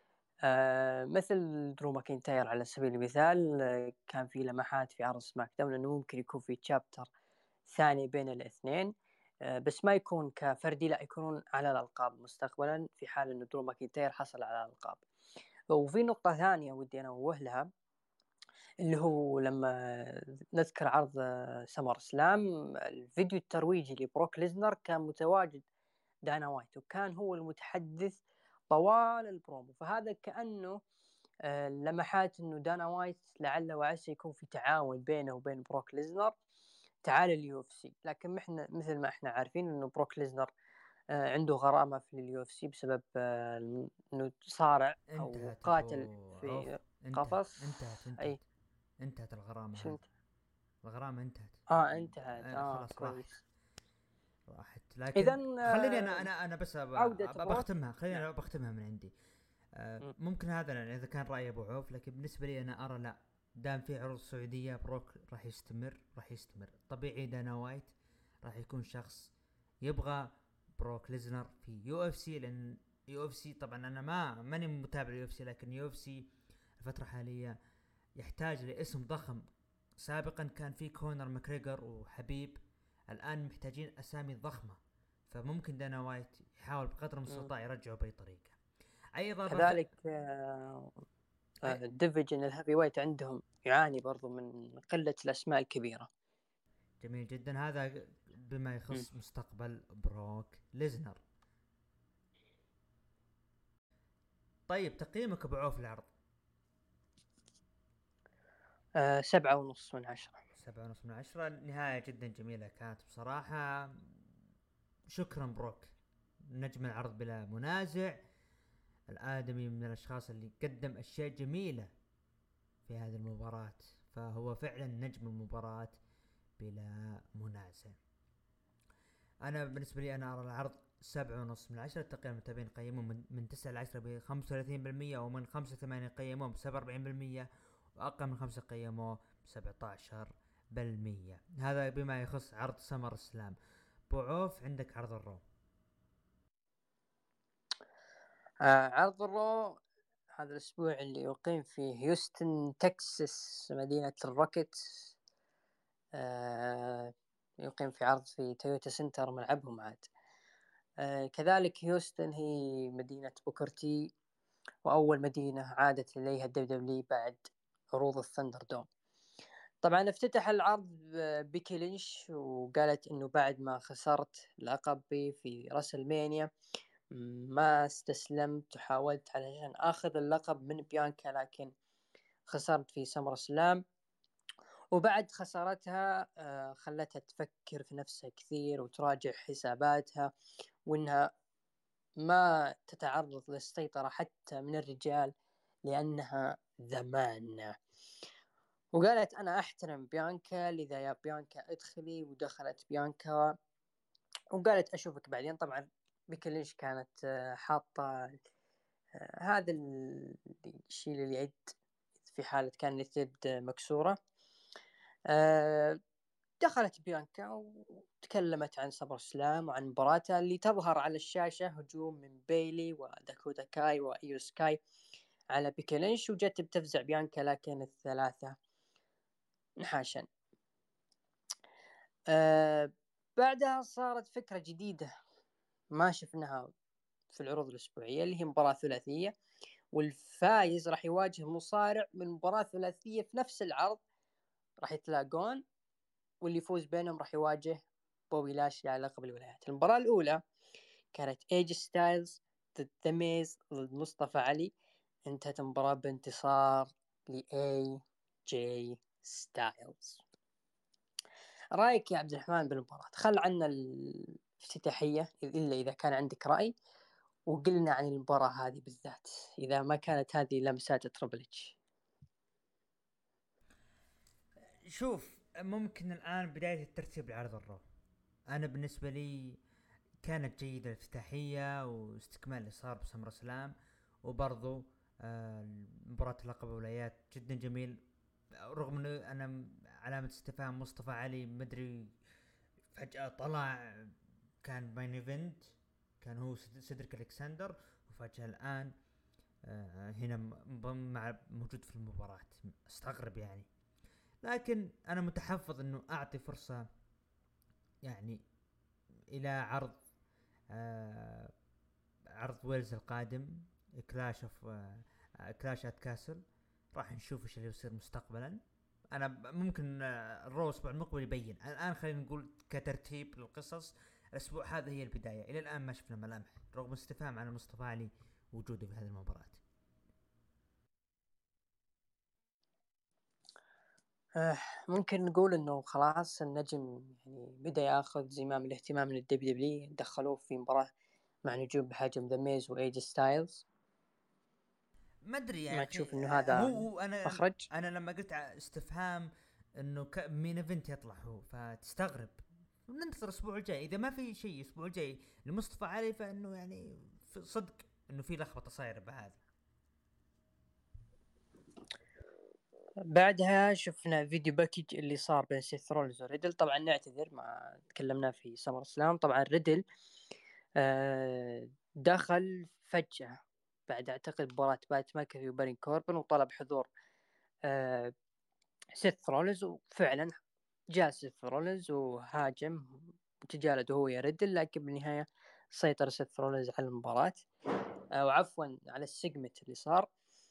مثل درو ماكنتاير على سبيل المثال. كان في لمحات في عرض سماك داون أنه ممكن يكون في تشابتر ثاني بين الاثنين، بس ما يكون كفردي، لا يكونون على الألقاب مستقبلا في حال أنه درو ماكنتاير حصل على الألقاب. وفي نقطة ثانية ودي أنا أوه لها، اللي هو لما نذكر عرض سمر سلام، الفيديو الترويجي لبروك ليزنر كان متواجد دانا وايت وكان هو المتحدث طوال البرومو. فهذا كأنه لمحات انه دانا وايت لعل وعسى يكون في تعاون بينه وبين بروك ليزنر تعال اليو اف سي. لكن احنا مثل ما احنا عارفين انه بروك ليزنر عنده غرامة في اليو اف سي بسبب انه صارع او انتهت قاتل ابو عوف، في انتهت قفص. انتهت اي انتهت الغرامة شو هذه، انت؟ الغرامة انتهت. انتهت. خلاص راحت، كويس. راحت. اذا لكن خليني انا بس عودة بروك. بختمها، خليني نعم. بختمها من عندي. م. ممكن هذا يعني اذا كان راي ابو عوف، لكن بالنسبه لي انا ارى لا، دام في عروض سعوديه بروك راح يستمر، راح يستمر طبيعي. دانا وايت راح يكون شخص يبغى بروك ليزنر في يو اف سي، لان يو اف سي طبعا انا ماني متابع يو اف سي، لكن يو اف سي الفتره الحاليه يحتاج لاسم ضخم. سابقا كان في كونر ماكريغر وحبيب، الان محتاجين اسامي ضخمه. فممكن دانا وايت يحاول بقدر المستطاع يرجعه باي طريقه. ايضا كذلك أي... الديفيجن الهيفي ويت عندهم يعاني برضو من قلة الأسماء الكبيرة. جميل جدا. هذا بما يخص مستقبل بروك ليزنر. طيب تقييمك ابو عوف العرض؟ 7.5 من 10. 7.5 من 10. نهاية جدا جميلة كانت بصراحة. شكرا بروك، نجم العرض بلا منازع. الآدمي من الأشخاص اللي قدم أشياء جميلة في هذه المباراة، فهو فعلا نجم المباراة بلا منازع. أنا بالنسبة لي أنا أرى العرض 7.5 من 10. تقييم المتابعين قيموا من 9 ل10 ب35%، ومن 5 ل8 قيموه ب47%، وأقل من 5 قيموه ب17%. هذا بما يخص عرض سمر سلام. بوعوف عندك عرض الرو. عرض الرو هذا الأسبوع اللي يقيم في هيوستن تكساس مدينة الروكيت. يقيم في عرض في تويوتا سنتر ملعبهم عاد. كذلك هيوستن هي مدينة بوكرتي، وأول مدينة عادت إليها الدبليو بعد عروض الثندر دوم. طبعا افتتح العرض بيكي لينش، وقالت انه بعد ما خسرت لقبي في راسلمانيا ما استسلمت وحاولت علشان اخذ اللقب من بيانكا، لكن خسرت في سمر سلام. وبعد خسارتها خلتها تفكر في نفسها كثير وتراجع حساباتها، وانها ما تتعرض للسيطرة حتى من الرجال لأنها ذمانة. وقالت أنا أحترم بيانكا، لذا يا بيانكا ادخلي. ودخلت بيانكا وقالت أشوفك بعدين. طبعا بيكي لينش كانت حاطة هذا الشيء اللي يعد في حالة كان اليد مكسورة. دخلت بيانكا وتكلمت عن سمر سلام وعن مباراتها اللي تظهر على الشاشة، هجوم من بيلي وداكوتا كاي وإيو سكاي على بيكي لينش، وجت بتفزع بيانكا لكن الثلاثة نحاشا. بعدها صارت فكرة جديدة ما شفناها في العروض الأسبوعية، اللي هي مباراة ثلاثية، والفايز راح يواجه مصارع من مباراة ثلاثية في نفس العرض، راح يتلاقون، واللي يفوز بينهم راح يواجه بوبي لاشلي على لقب الولايات. المباراة الأولى كانت ايج ستايلز ضد ذا ميز ضد مصطفى علي. انتهت المباراة بانتصار لأي جي ستايلز. رأيك يا عبد الرحمن بالمباراة؟ خل عنا الافتتاحية إلا إذا كان عندك رأي، وقلنا عن المباراة هذه بالذات إذا ما كانت هذه لمسات تربل اتش. شوف، ممكن الآن بداية الترتيب لعرض الرو. أنا بالنسبة لي كانت جيدة الافتتاحية واستكمال اللي صار بسمر سلام، وبرضو مباراة لقب الولايات جدا جميل. رغم انه انا علامة استفهام مصطفى علي مدري فجأة طلع كان باين ايفنت، كان هو سيدريك الكسندر، وفجأة الان هنا مع موجود في المباراة. استغرب يعني، لكن انا متحفظ انه اعطي فرصة يعني الى عرض عرض ويلز القادم، كلاش اوف كلاش ات كاسل. راح نشوف ايش اللي يصير مستقبلا. انا ممكن الرو الاسبوع المقبل يبين. الان خلينا نقول كترتيب للقصص، الاسبوع هذا هي البدايه. الى الان ما شفنا ملامح رغم استفهام عن مصطفى علي وجوده في هذه المباراه. ممكن نقول انه خلاص النجم يعني بدأ ياخذ زمام الاهتمام من الدبليو، دخلوه في مباراة مع نجوم بحجم ذا ميز وايج ستايلز. ما ادري يا ما اخي، تشوف انه هذا هو مخرج؟ انا لما قلت استفهام انه مين ايفنت يطلع هو، فتستغرب. ننتظر الاسبوع الجاي، اذا ما في شيء الاسبوع الجاي لمصطفى علي فانه يعني في صدق انه في لخبطه صايره بهذا. بعدها شفنا فيديو باكج اللي صار بين سيث رولز وريدل. طبعا نعتذر ما تكلمنا في سمر سلام. طبعا ريدل دخل فجأة بعد اعتقد مباراة بات ماكافي وبارين كوربن، وطلب حضور سيث رولز، وفعلا جاء سيث رولز وهاجم تجالد هو يا ريدل، لكن بالنهاية سيطر سيث رولينز على المباراة، وعفوا على السيجمنت اللي صار.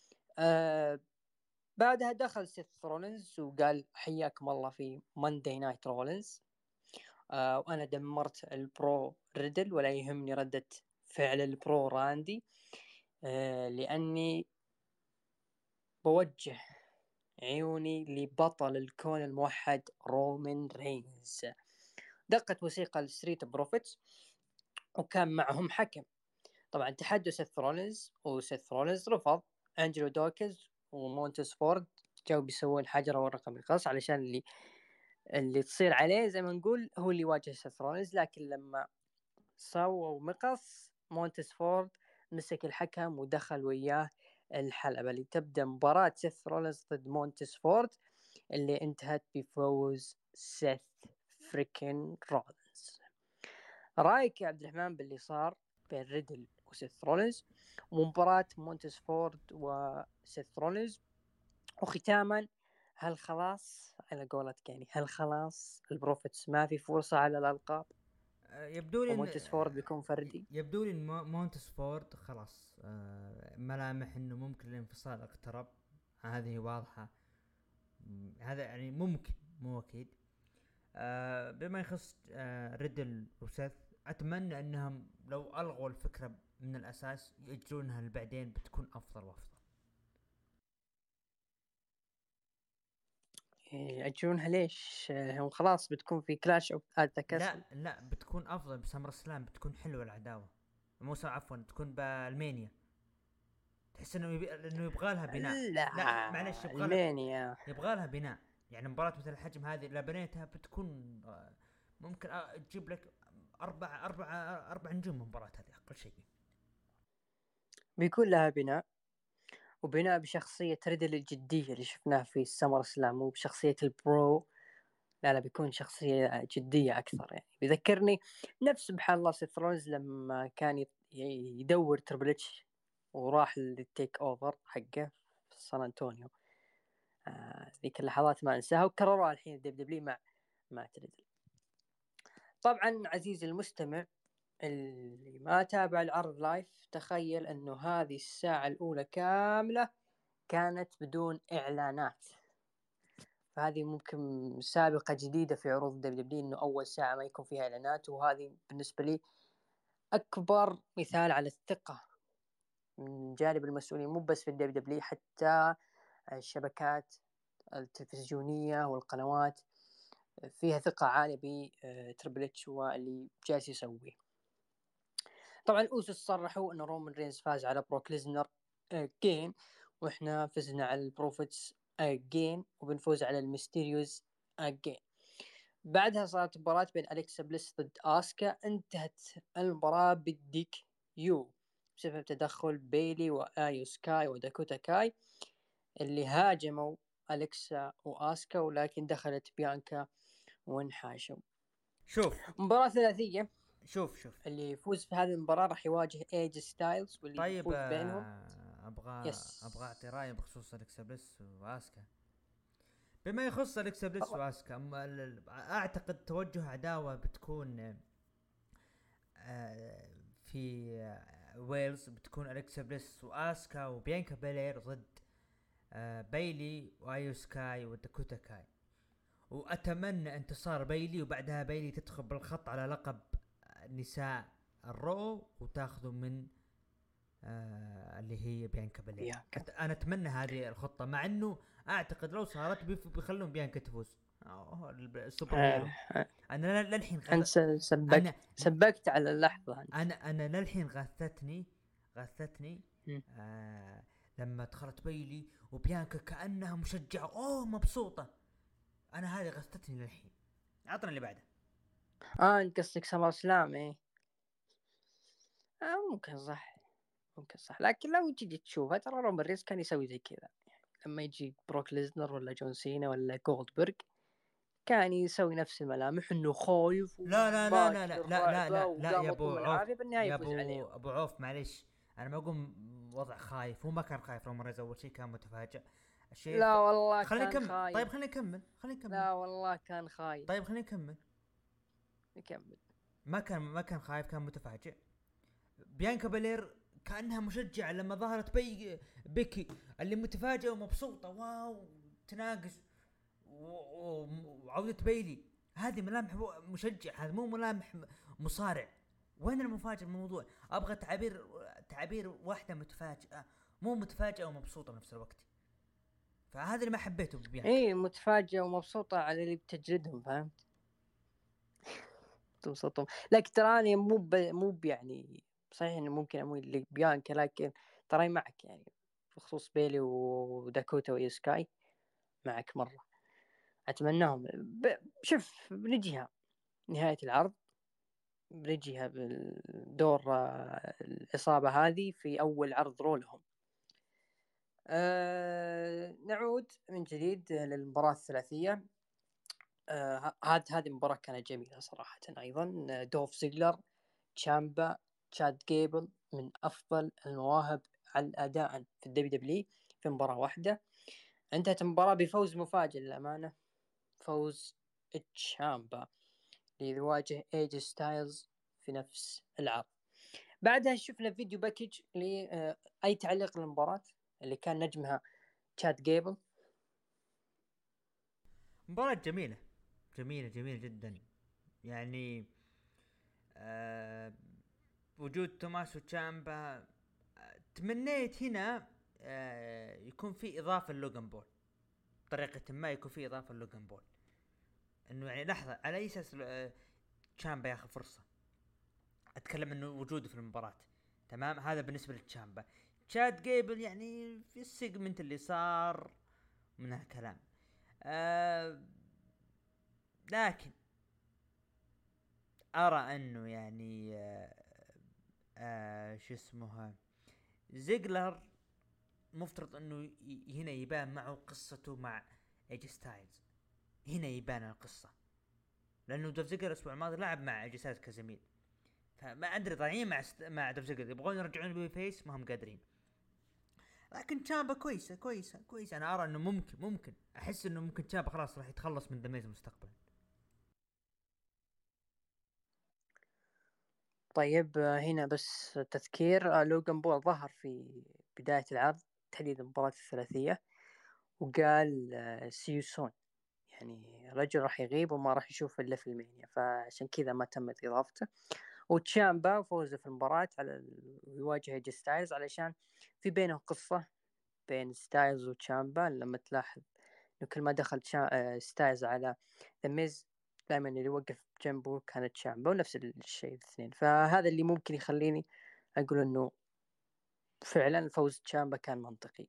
بعدها دخل سيث رولينز وقال حياكم الله في ماندي نايت رولينز، وأنا دمرت البرو ريدل ولا يهمني ردة فعل البرو راندي، لأني بوجه عيوني لبطل الكون الموحد رومان رينز. دقت موسيقى الستريت بروفيتس وكان معهم حكم. طبعا تحدوا سيث رولينز، وسيث رولينز رفض. أنجلو دوكز ومونتس فورد جو بيسوون حجر ورقة بالقص علشان اللي تصير عليه زي ما نقول هو اللي يواجه سيث رولينز، لكن لما سووا مقص مونتس فورد مسك الحكم ودخل وياه الحلبة لتبدأ مباراة سيث رولينز ضد مونتس فورد، اللي انتهت بفوز سيث فريكن رولينز. رايك يا عبد الرحمن باللي صار بين ريدل وسيث رولينز ومباراة مونتس فورد وسيث رولينز؟ وختاما، هل خلاص على قولتك يعني هل خلاص البروفيتس ما في فرصة على الألقاب يبدو لي ومونتس فورد بيكون فردي؟ يبدو لي ان مونتس فورد خلاص ملامح انه ممكن الانفصال اقترب، هذه واضحة. هذا يعني ممكن مو اكيد. بما يخص ريدل وسيث، اتمنى انهم لو الغوا الفكرة من الاساس يأجلونها لبعدين بتكون افضل وافضل. يأجلونها ليش؟ هم خلاص بتكون في كلاش اوف ات ذا كاسل. لا بتكون افضل بسمر سلام، بتكون حلوة العداوة. عفوا تكون بالمانيا. تحس انه انه يبغى لها بناء. لا معلش، المانيا يبغى لها بناء. يعني مباراة مثل الحجم هذه اذا بنيتها بتكون ممكن تجيب لك اربع نجوم مباراة هذه اقل شيء. بيكون لها بناء، وبناء بشخصية ريدل الجدية اللي شفناها في السمر سلام، وبشخصية البرو. لا بيكون شخصية جدية أكثر. يعني بيذكرني نفس سبحان الله سيث رولينز لما كان يدور تربل اتش وراح للتيك اوفر حقه في سان أنطونيو. ذيك اللحظات ما انساها، وكرروها الحين دبليو مع ريدل. طبعا عزيزي المستمع اللي ما تابع العرض لايف، تخيل انه هذه الساعة الاولى كاملة كانت بدون اعلانات. فهذه ممكن سابقة جديدة في عروض دبليو انه اول ساعة ما يكون فيها اعلانات، وهذه بالنسبة لي اكبر مثال على الثقة من جانب المسؤولين، مو بس في الدبليو حتى الشبكات التلفزيونية والقنوات فيها ثقة عالية بتربل اتش واللي جالس يسويه. طبعا الأوسوس صرحوا أن رومان رينز فاز على بروك ليزنر جين، وإحنا فزنا على البروفيتس جين، وبنفوز على الميستيريوز جين. بعدها صارت مباراة بين أليكسا بليس ضد آسكا، انتهت المباراة بالديك يو بسبب تدخل بيلي وآيو سكاي وداكوتا كاي اللي هاجموا أليكسا وآسكا، ولكن دخلت بيانكا وانحاشوا. شوف مباراة ثلاثية. شوف اللي يفوز في هذه المباراة راح يواجه ايج ستايلز، واللي طيب يفوز بينهم ابغى اعطي رايي بخصوص اليكسا بليس واسكا. بما يخص اليكسا بليس واسكا، اعتقد توجه عداوة بتكون في ويلز، بتكون اليكسا بليس واسكا وبيانكا بيلير ضد بايلي وايو سكاي وداكوتا كاي. واتمنى انتصار بايلي، وبعدها بايلي تدخل بالخط على لقب نساء الرو وتاخذه من اللي هي بيانكا بيلير. انا اتمنى هذه الخطة، مع انه اعتقد لو صارت بيخلون بيانكا تفوز السوبر هيرو. انا للحين انت سبكت على اللحظة انت. انا للحين غثتني لما دخلت بايلي وبيانكا كأنها مشجعة مبسوطة. انا هذه غثتني للحين. عطنا اللي بعده. انت قصدك سمر سلام؟ ايه ممكن صح، لكن لو تجي تشوفها ترى رومان رينز كان يسوي زي كذا. لما يجي بروك ليزنر ولا جون سينا ولا جولدبرغ كان يسوي نفس الملامح انه خايف لا لا لا لا لا لا لا لا يا ابو عوف، بالنهايه يفوز عليهم. ابو عوف معليش، انا ما اقوم وضع خايف. هو ما كان خايف رومان رينز، اول شيء كان متفاجئ. لا والله كان خايف. طيب خليني اكمل. لا والله كان خايف. طيب خليني اكمل. نكمل. ما كان خايف، كان متفاجئ. بيانكا بالير كانها مشجعه لما ظهرت بيكي اللي متفاجئه ومبسوطه، واو تناقش وعودة بايلي. هذه ملامح مشجع، هذا مو ملامح مصارع. وين المفاجأة من الموضوع؟ ابغى تعبير واحدة متفاجئة، مو متفاجئة ومبسوطة بنفس الوقت. فهذا اللي ما حبيته ببيانكا. ايه متفاجئة ومبسوطة على اللي بتجلدهم، فهمت؟ تبسطهم. لكن ترى أنا مو يعني صحيح انه ممكن اموي اللي بيانكا، لكن تراي معك يعني بخصوص بيلي وداكوتا ويسكاي، معك مرة. اتمناهم شوف بنجيها نهاية العرض، بنجيها بالدور العصابة هذه في أول عرض رولهم. نعود من جديد للمباراة الثلاثية. هذه المباراة كانت جميلة صراحة. أيضا دوف زيجلر، تشامبا، تشاد جيبل من أفضل المواهب أداء في الدبليو دبليو في مباراة واحدة. انتهت المباراة بفوز مفاجئ للأمانة، فوز تشامبا ليواجه ايج ستايلز في نفس العرض. بعدها شفنا فيديو باكج لأي تعليق للمباراة اللي كان نجمها تشاد جيبل. مباراة جميلة، جميلة جدا. يعني آه وجود توماس وتشامبا، تمنيت هنا يكون في اضافة للوغان بول، بطريقة ما يكون في اضافة للوغان بول. انه يعني لحظة، على اي اساس تشامبا ياخذ فرصة؟ اتكلم انه وجوده في المباراة. تمام، هذا بالنسبة لتشامبا. تشاد جيبل يعني في السيجمنت اللي صار من هالكلام. آه لكن ارى انه يعني شو اسمها، زيجلر مفترض انه هنا يبان معه قصته مع ايج ستايلز. هنا يبان القصة، لانه دوف زيجلر الاسبوع الماضي لعب مع ايج ستايلز كزميل. فما ادري ضايعين مع دوف زيجلر، يبغون يرجعون بي فيس ما هم قادرين. لكن تشامبا كويسة. انا ارى انه ممكن احس انه ممكن تشامبا خلاص راح يتخلص من دميز مستقبلا. طيب هنا بس تذكير، لوغان بول ظهر في بداية العرض تحديد المباراة الثلاثية، وقال سيوسون، يعني رجل راح يغيب وما راح يشوف إلا في المانيا، فعشان كذا ما تمت إضافته. وتشامبا فوزه في المباراة على يواجه ايج ستايلز، علشان في بينهم قصة بين ستايلز وتشامبا. لما تلاحظ انه كل ما دخل ستايلز على ذا ميز، دائما اللي وقف جنبه كانت تشامبا، ونفس الشيء الاثنين. فهذا اللي ممكن يخليني اقول انه فعلا فوز تشامبا كان منطقي.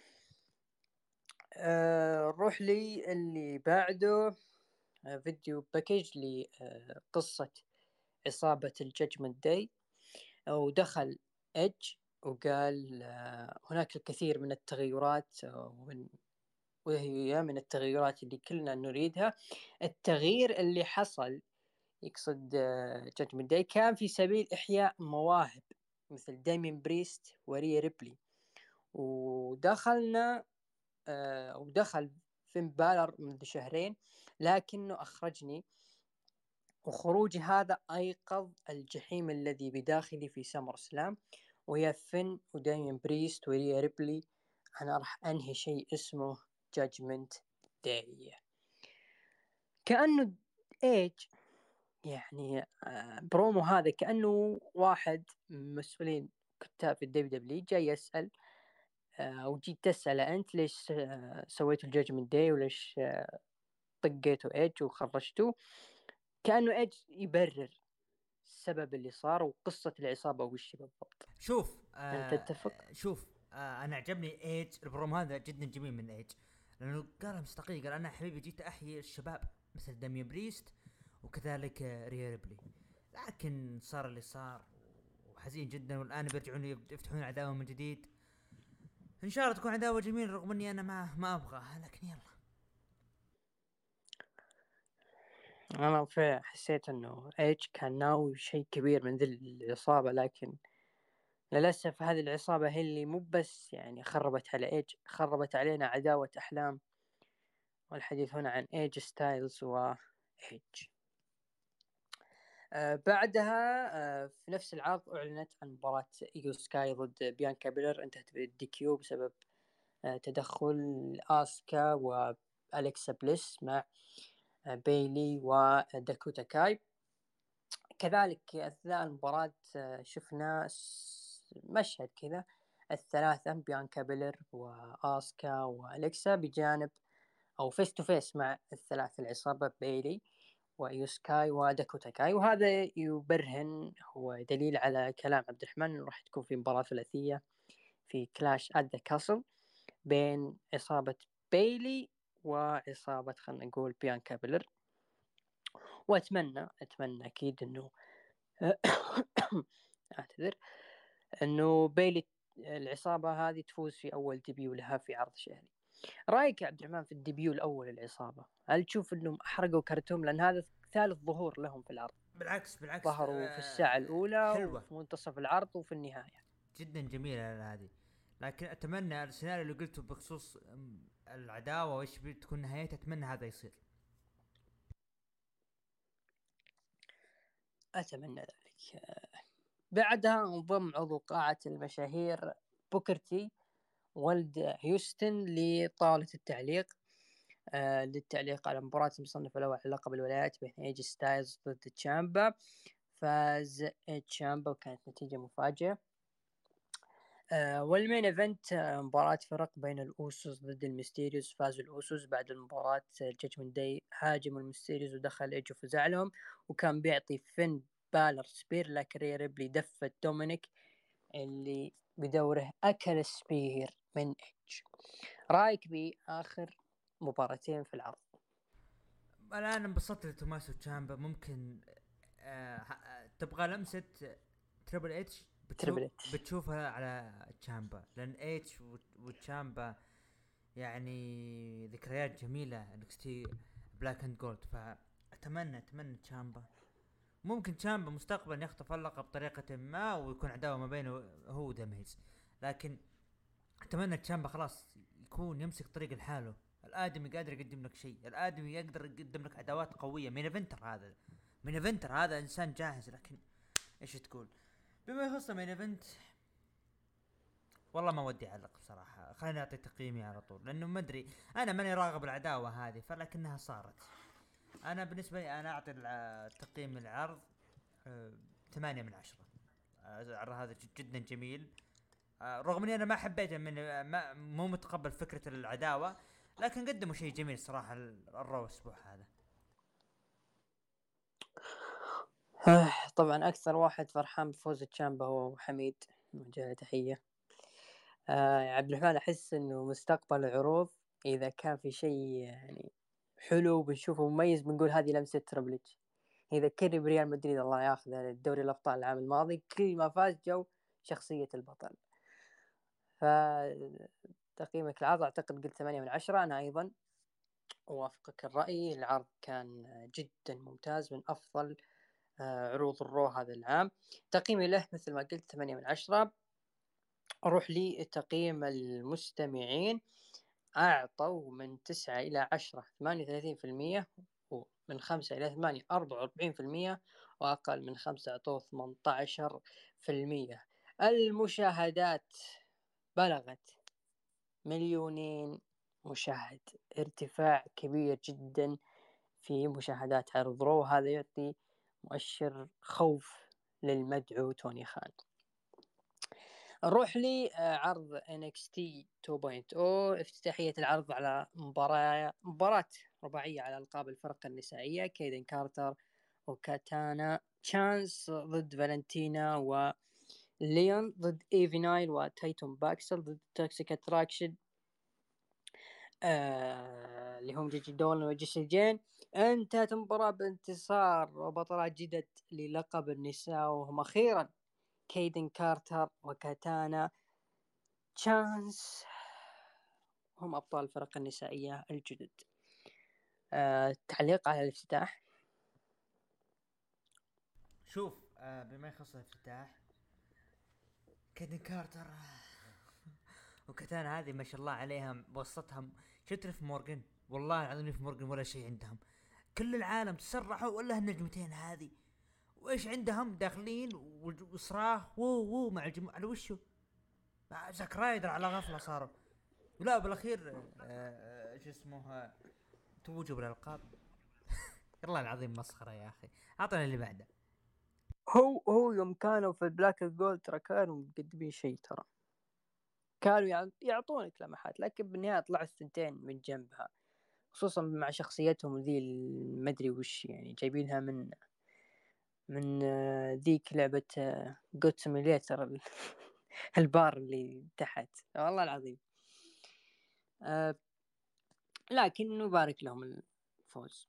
نروح لي اللي بعده. فيديو باكج لقصة عصابة الجاجمنت داي. ودخل إيدج وقال هناك الكثير من التغيرات، وهي من التغيرات اللي كلنا نريدها. التغيير اللي حصل يقصد جاجمنت داي كان في سبيل إحياء مواهب مثل دايمين بريست وريا ريبلي. ودخل فين بالر منذ شهرين، لكنه أخرجني، وخروجي هذا أيقظ الجحيم الذي بداخلي في سمر سلام، ويا فين ودايمين بريست وريا ريبلي. أنا راح أنهي شيء اسمه جاجمنت داي. كأنه ايج يعني برومو هذا كأنه واحد من مسؤولين كتاب في الدبليو دبليو جاي يسأل، أو جيت تسأله أنت ليش سويتوا الجاجمنت داي، وليش طقيتوا ايج وخرجتوا. كأنه ايج يبرر السبب اللي صار وقصة العصابة وش بالضبط. شوف هل تتفق؟ انا عجبني ايج البروم هذا جدا جميل من ايج، لانه قالها مستقيم، قال انا حبيبي جيت احيي الشباب مثل داميان بريست وكذلك ريا ريبلي. لكن صار اللي صار وحزين جدا، والان بيرجعون يفتحون عداوه من جديد. ان شاء الله تكون عداوه جميله، رغم اني انا ما ابغاها، لكن يلا. أنا فعلا حسيت إنه إيج كان ناوي شيء كبير من ذي العصابة، لكن للأسف هذه العصابة هي اللي مو بس يعني خربت على إيج، خربت علينا عداوة أحلام. والحديث هنا عن إيج ستايلز وإيج. بعدها في نفس العرض أعلنت عن مباراة إيجو سكاي ضد بيانكا بيلر، انتهت بالدي كيو بسبب تدخل آسكا وأليكسا بليس مع بيلي وداكوتا كاي. كذلك أثناء المباراة شفنا مشهد كذا الثلاثة بيانكا بيلر وآسكا وأليكسا بجانب أو فيس تو فيس مع الثلاث العصابة بيلي ويوسكاي وداكوتا كاي، وهذا يبرهن هو دليل على كلام عبد الرحمن انه راح تكون في مباراة ثلاثية في كلاش ات ذا كاسل بين عصابة بيلي وعصابة خلنا نقول بيانكا بيلر. واتمنى اكيد انه اعتذر انه بيلي العصابة هذه تفوز في اول ديبيو لها في عرض شهري. رايك يا عبد الرحمن في الديبيو الاول للعصابة؟ هل تشوف انهم احرقوا كرتهم لان هذا ثالث ظهور لهم في العرض؟ بالعكس ظهروا في الساعة الأولى حلوة وفي منتصف العرض وفي النهاية. جدا جميلة هذه. لكن اتمنى السيناريو اللي قلته بخصوص العداوة وايش بتكون نهايتها، اتمنى هذا يصير. أتمنى ذلك. بعدها انضم عضو قاعة المشاهير بوكرتي ولد هيوستن لطاولة التعليق للتعليق على مباراة المصنف الأول على لقب الولايات بين ايج ستايلز ضد تشامبا. فاز تشامبا وكانت نتيجة مفاجئة. والمين ايفنت مباراة فرق بين الأوسوس ضد الميستيريوس. فازوا الأوسوس. بعد المباراة جاجمنت داي هاجموا الميستيريوس ودخل ايج وفزع لهم، وكان بيعطي فين بالر سبير لكن ريا ريبلي دفت دومينيك اللي بدوره أكل سبير من ايج. رايك بآخر مباراتين في العرض؟ الان انبسطت لتوماسو تشامبا. ممكن تبغى لمسة تريبل اتش تريبل اتش بتشوفها على تشامبا، لان اتش وتشامبا يعني ذكريات جميلة انكستي بلاك اند جولد. فاتمنى تشامبا، ممكن تشامبا مستقبلا يخطف اللقب بطريقة ما ويكون عداوة ما بينه هو ودميز. لكن اتمنى تشامبا خلاص يكون يمسك طريق لحاله. الادمي قادر يقدم لك شيء، الادمي يقدر يقدم لك عداوات قوية. مين ايفنتر هذا، مين ايفنتر هذا انسان جاهز. لكن ايش تقول بما يخص مين ايفنت؟ والله ما ودي اعلق بصراحة، خليني اعطي تقييمي على طول لانه ما ادري، انا ماني راغب العداوة هذه فلكنها صارت. انا بالنسبة لي انا اعطي تقييم العرض 8/10. العرض هذا جدا جميل. رغم اني انا ما حبيت من مو متقبل فكرة العداوة، لكن قدموا شيء جميل صراحة الرو الاسبوع هذا. طبعا أكثر واحد فرحان بفوز تشامبا هو حميد، وجه تحية. عبد الرحمن أحس إنه مستقبل العروض إذا كان في شيء يعني حلو بنشوفه مميز بنقول هذه لمسة تريبل اتش. يذكرني بريال مدريد الله ياخذه الدوري الأبطال العام الماضي، كل ما فاز جو شخصية البطل. فتقييمك العرض أعتقد قلت 8/10. أنا أيضا أوافقك الرأي. العرض كان جدا ممتاز، من أفضل عروض الرو هذا العام. تقييمي له مثل ما قلت 8/10. أروح لي تقييم المستمعين. أعطوا من 9 إلى 10 38%، ومن 5 إلى 8 44%، وأقل من 5 أعطوه 18%. المشاهدات بلغت 2,000,000 مشاهد، ارتفاع كبير جدا في مشاهدات عرض رو. هذا يعطي مؤشر خوف للمدعو توني خان. نروح لي عرض NXT 2.0. افتتاحية العرض على مباراة رباعية على ألقاب الفرق النسائية، كايدن كارتر وكاتانا تشانس ضد فالنتينا، وليون ضد ايفي نايل وتايتون باكسل ضد توكسيك اتراكشن اللي هم جيجي دولن وجيسي جين. انتهت المباراة بانتصار وبطلات جدد للقب النساء، وهم أخيرا كايدن كارتر وكاتانا تشانس هم أبطال الفرق النسائية الجدد. تعليق على الافتتاح؟ شوف بما يخص الافتتاح، كيدن كارتر وكتانا هذه ما شاء الله عليها وسطها. شفت في مورجن، والله العظيم في مورجن ولا شيء عندهم. كل العالم تسرحوا ولا هالنجمتين هذه، وايش عندهم داخلين وصراخ وو مع الجمهور على وشه. زاك رايدر على غفله صاروا. ولا بالاخير شو اسمه توجوا بالالقاب. والله العظيم مسخره يا اخي. اعطنا اللي بعده. هو يوم كانوا في البلاك جولد ترى كانوا مقدمين شيء، ترى كانوا يعطونك لمحات، لكن بالنهاية طلعوا الثنتين من جنبها، خصوصا مع شخصيتهم ذي المدري وش، يعني جايبينها من ذيك لعبة جوت سيميليتر البار اللي تحت، والله العظيم. لكن نبارك لهم الفوز.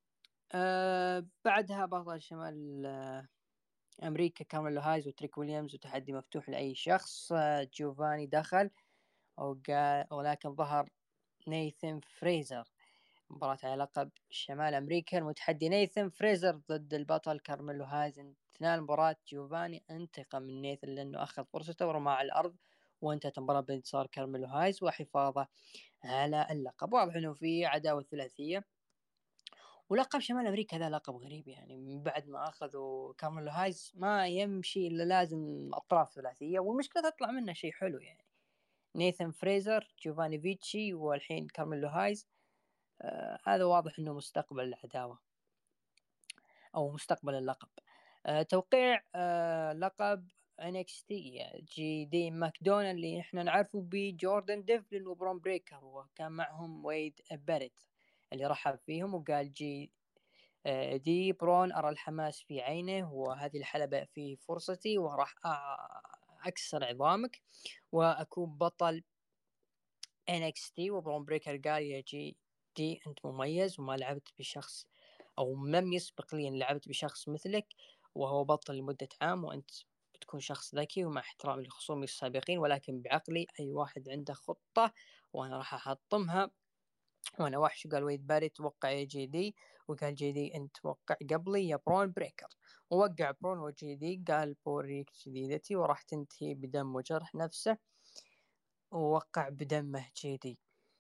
بعدها بطل شمال أمريكا كاميرون هايز وتريك ويليامز، وتحدي مفتوح لأي شخص. جوفاني دخل ولكن ظهر نيثن فريزر. مباراة على لقب شمال أمريكا، المتحدي نيثن فريزر ضد البطل كارميلو هايز. تنال مباراة جوفاني انتقم من نيثن لأنه أخذ فرصته ورمى على الأرض، وانتهت المباراة بانتصار كارميلو هايز وحفاظه على اللقب. واضح أنه في عداوة ثلاثية. ولقب شمال أمريكا هذا لقب غريب، يعني من بعد ما أخذوا كارميلو هايز ما يمشي إلا لازم أطراف ثلاثية، والمشكلة تطلع منه شيء حلو يعني. نيثن فريزر، جوفاني فيتشي، والحين كارميلو هايز. هذا واضح انه مستقبل العداوة او مستقبل اللقب. توقيع لقب NXT جي دي ماكدونالد اللي احنا نعرفه بجوردن ديفلين وبرون بريكر، وكان معهم ويد باريت اللي رحب فيهم وقال جي دي برون أرى الحماس في عينه، وهذه الحلبة في فرصتي وراح أكسر عظامك وأكون بطل NXT. وبرون بريكر قال يا جي دي أنت مميز وما لعبت بشخص أو لم يسبق لي أن لعبت بشخص مثلك، وهو بطل لمدة عام، وأنت بتكون شخص ذكي ومع احترامي لخصومي السابقين، ولكن بعقلي أي واحد عنده خطة وأنا راح أحطمها وأنا وحش. قال ويد باري توقع يا جي دي، وقال جي دي أنت توقع قبلي يا برون بريكر، ووقع برون وجي دي قال بوريك جديدتي، وراح تنتهي بدم وجرح نفسه، ووقع بدمه جي دي.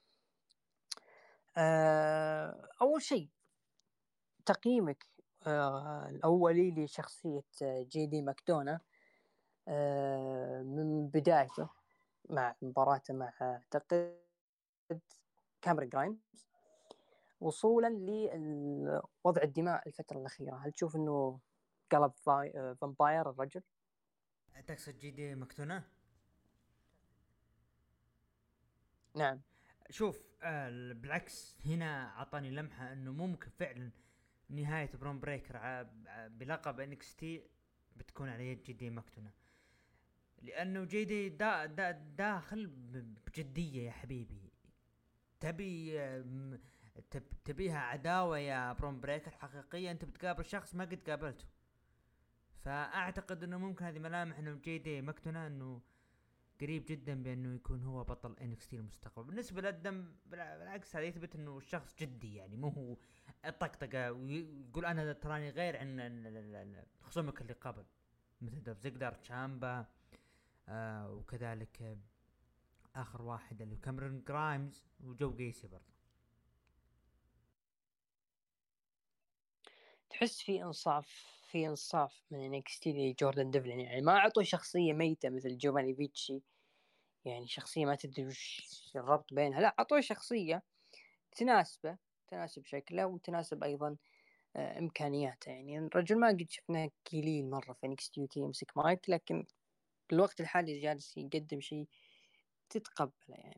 أول شيء تقييمك الأولي لشخصية جي دي ماكدونا من بدايته مع مباراته مع أعتقد كاميرون جرايمز وصولا لوضع الدماء الفترة الأخيرة، هل تشوف أنه قلب فامباير الرجل؟ تقصد جي دي مكتونة؟ نعم. شوف بالعكس هنا عطاني لمحة انه ممكن فعلا نهاية برون بريكر بلقب انكس تي بتكون على يد جي دي مكتونة، لانه جي دي داخل بجدية يا حبيبي. تبي تبيها عداوة يا برون بريكر حقيقية، انت بتقابل شخص ما قد قابلته. فاعتقد انه ممكن هذه ملامح انه جي دي مكتونة انه قريب جدا بانه يكون هو بطل انكس المستقبل. بالنسبه للدم بالعكس هذا يثبت انه الشخص جدي، يعني مو هو الطقطقه ويقول انا تراني غير عن خصومك اللي قبل مثل دوف زيجلر تشامبا وكذلك اخر واحد اللي كاميرون جرايمز وجو قيسي برضه. تحس في انصاف من انكستي لجوردن ديفلين، يعني ما عطوا شخصية ميتة مثل جوفاني فيتشي، يعني شخصية ما تدري وش الربط بينها، لا عطوه شخصية تناسب شكله وتناسب أيضا إمكانياته. يعني الرجل ما قد شفناه قليل مرة في NXT UK يمسك مايك، لكن في الوقت الحالي جالس يقدم شيء تتقبله يعني.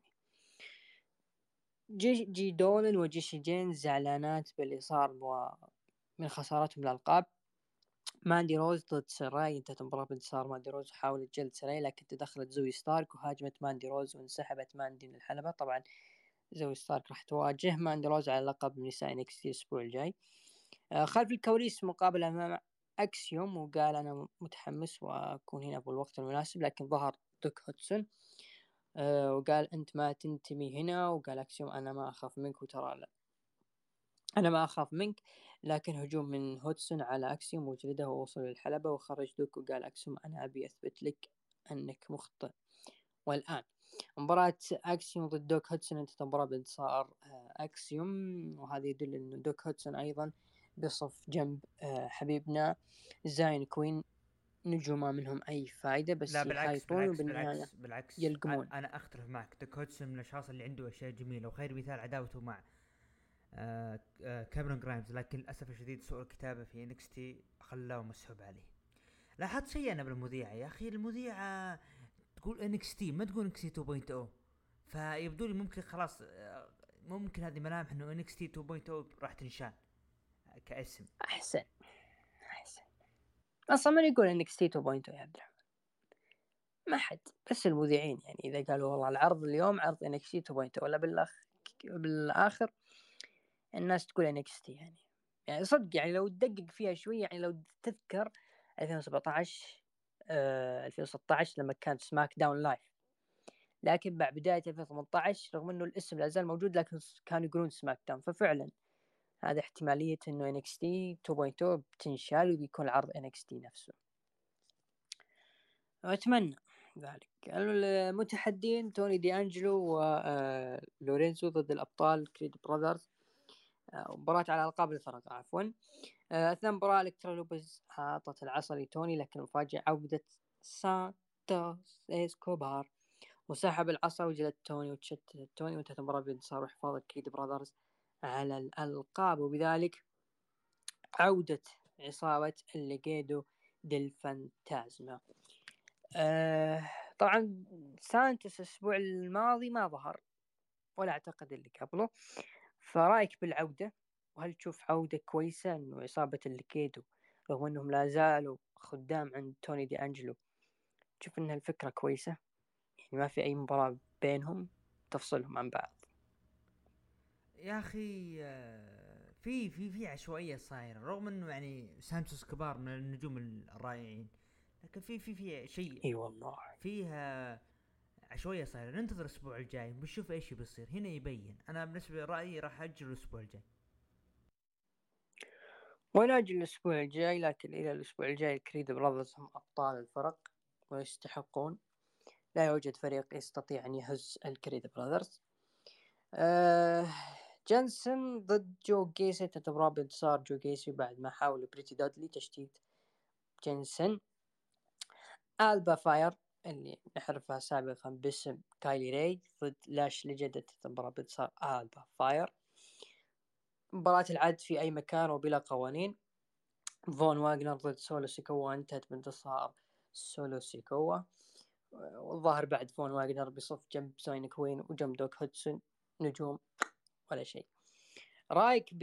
جي دولن وجيشي جين زعلانات باللي صار من خسارتهم الألقاب. ماندي روز ضد سراي، انتهت المباراة بانتصار ماندي روز، حاولت جلد سراي لكن تدخلت زوي ستارك وهاجمت ماندي روز وانسحبت ماندي من الحلبة. طبعا زوي ستارك راح تواجه ماندي روز على لقب نساء NXT الأسبوع الجاي. خلف الكواليس مقابلة مع أكسيوم، وقال أنا متحمس وأكون هنا في الوقت المناسب، لكن ظهر دوك هودسون وقال أنت ما تنتمي هنا، وقال أكسيوم أنا ما أخاف منك، وترى لا أنا ما أخاف منك، لكن هجوم من هودسون على أكسيوم وجلده ووصل للحلبة وخرج دوك وقال أكسيوم أنا أبي أثبت لك أنك مخطئ. والآن مباراة أكسيوم ضد دوك هودسون انتهت المباراة بانتصار أكسيوم، وهذا يدل أن دوك هودسون أيضا بصف جنب حبيبنا زاين كوين. نجوا ما منهم أي فايدة، لا بس بالعكس يحايطون بالعكس وبالنهاية بالعكس بالعكس، يلقمون. انا اختلف معك. ديك هودسون من الاشخاص اللي عنده اشياء جميله، وخير مثال عداوته مع كاميرون جرايمز، لكن للاسف الشديد سوء الكتابه في انكس تي خلاه مسحوب عليه. لاحظت شيء انا بالمذيعه يا اخي، المذيعه تقول انكس تي ما تقول انكس تي 2.0، فيبدو لي ممكن خلاص ممكن هذه ملامح انه انكس تي 2.0 راح تنشال كاسم. أحسن أحسن. أصلا من يقول إنك ستي 2.0 يا عبد الرحمن؟ ما حد، بس المذيعين. يعني إذا قالوا والله العرض اليوم عرض إنك ستي 2.0، ولا بالآخر الناس تقول انك ستي. يعني صدق، يعني لو تدقق فيها شوي، يعني لو تذكر 2017 2016 لما كان سماك داون لايف، لكن بعد بداية 2018 رغم انه الاسم لا زال موجود، لكن كانوا يقولون سماك داون. ففعلا هذا احتمالية انه NXT 2.0 بتنشال وبيكون العرض NXT نفسه. واتمنى ذلك. المتحدين توني دي انجلو ولورينزو ضد الابطال كريد براذرز. مباراة على القاب الفرق عفوا. اثناء المباراة الكترا لوبيز اعطت العصا لتوني، لكن المفاجأة عودة سانتوس اسكوبار وسحب العصا وجلد توني وتشتت توني، وانتهت المباراة بانتصار وحفاظ كريد براذرز على الألقاب، وبذلك عودة عصابة الليجيدو ديل فانتازما. طبعا سانتوس الأسبوع الماضي ما ظهر، ولا أعتقد اللي قبله. فرأيك بالعودة؟ وهل تشوف عودة كويسة إنه عصابة الليجيدو رغم إنهم لا زالوا خدام عند توني دي أنجلو، تشوف إن الفكرة كويسة؟ يعني ما في أي مباراة بينهم تفصلهم عن بعض؟ يا اخي في عشوائيه صايره، رغم انه يعني سانتوس كبار من النجوم الرائعين، لكن في شيء اي والله. فيها عشوائيه صايره. ننتظر الاسبوع الجاي بنشوف ايش بيصير هنا يبين. انا بالنسبه لرايي راح اجل الاسبوع الجاي. ونأجل الأسبوع الجاي، لكن إلى الأسبوع الجاي الكريد براذرز هم أبطال الفرق ويستحقون. لا يوجد فريق يستطيع أن يهز الكريد براذرز. جنسن ضد جو جيسي تتبرع بانتصار جو جيسي بعد ما حاول بريتي دادلي تشتيت جنسن. ألبا فاير اللي نعرفها سابقا باسم كايلي راي ضد لاش ليجند تتبرع بانتصار ألبا فاير. مباراة العد في أي مكان وبلا قوانين. فون واغنر ضد سولو سيكوا انتهت بانتصار سولو سيكوا. والظاهر بعد فون واغنر بصف جنب زاين كوين وجنب دوك هودسون نجوم ولا شيء. رايك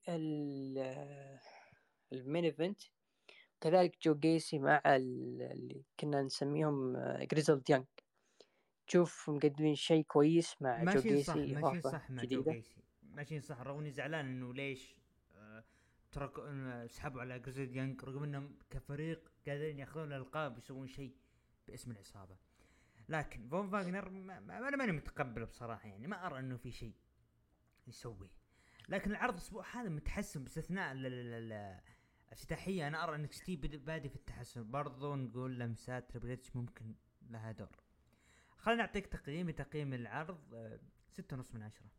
المين ايفنت؟ كذلك جو جيسي مع اللي كنا نسميهم جريزلد يانج. تشوف مقدمين شيء كويس مع جو ماشيين صح جيسي، ماشيين إضافة صح مع جو جديدة. جيسي، ماشيين صح، رغم اني زعلان انه ليش ترك سحبوا على جريزلد يانج، رغم انهم كفريق قادرين ياخذون الالقاب ويسوون شيء باسم العصابه. لكن فون فاغنر انا ماني متقبل بصراحه، يعني ما ارى انه في شيء يسويه. لكن العرض الاسبوع هذا متحسن باستثناء الافتتاحيه. انا ارى انك ستي بادي في التحسن، برضو نقول لمسات تريبل اتش ممكن لها دور. خلينا نعطيك تقييم العرض 6.5 من 10.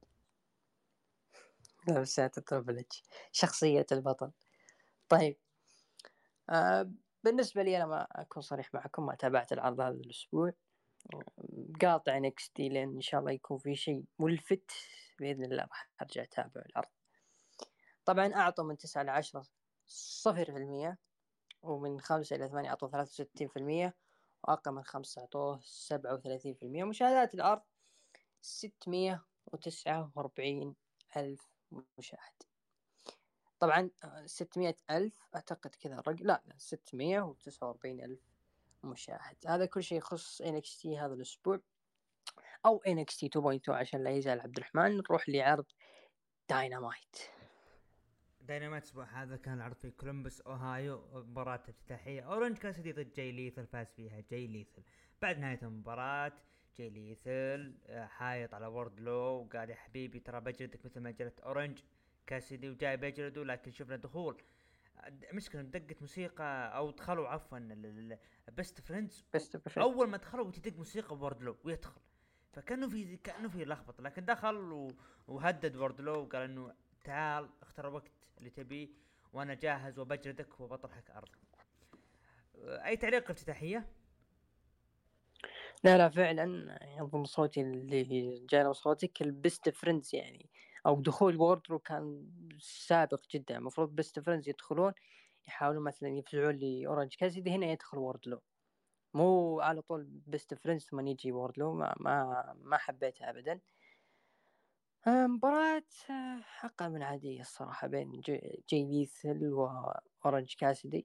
لمسات تربل اتش، شخصية البطل. طيب بالنسبة لي أنا ما أكون صريح معكم، ما تابعت العرض هذا الأسبوع. قاطع نكستي لين إن شاء الله يكون في شيء ملفت بإذن الله راح أرجع أتابع العرض. طبعا أعطوا من 9 إلى 10 0%، ومن 5 إلى 8 أعطوا 63%، وأقل من 5 أعطوه 37%. مشاهدات العرض 649 ألف مشاهد. طبعا 600 ألف أعتقد كذا الرقم، لا 649 ألف مشاهد. هذا كل شيء يخص NXT هذا الأسبوع، أو NXT 2.2 عشان لا يزعل عبد الرحمن. نروح لعرض داينامايت. داينامايت الاسبوع هذا كان العرض في كولومبوس اوهايو، مباراة افتتاحية. اورنج كاسدي ضد جاي ليثل، فاز فيها جاي ليثل. بعد نهاية المباراة جاي ليثل حايط على ووردلو وقال يا حبيبي ترى بجلدك مثل ما جلدت اورنج كاسدي، وجاي بجلده. لكن شفنا دخول مشكلة دقت موسيقى او دخلوا عفوا بست فريندز. بس بفرد. اول ما دخلوا وتدق موسيقى ووردلو ويدخل، فكانه في لخبطه. لكن دخل وهدد ووردلو وقال انه تعال اختار الوقت اللي تبيه وانا جاهز وبجلدك وبطرحك ارض. اي تعليق افتتاحيه؟ لا فعلا يضم صوتي اللي جانا صوتك البست فريندز يعني، او دخول ووردرو كان سابق جدا. المفروض بست فريندز يدخلون يحاولون مثلا يفزعون لي اورنج كاسيدي، هنا يدخل ووردلو، مو على طول بست فريندز ثم يجي ووردلو. ما حبيتها ابدا. مباراة أقل من عادية الصراحة بين جاي ليثل وأورنج كاسدي.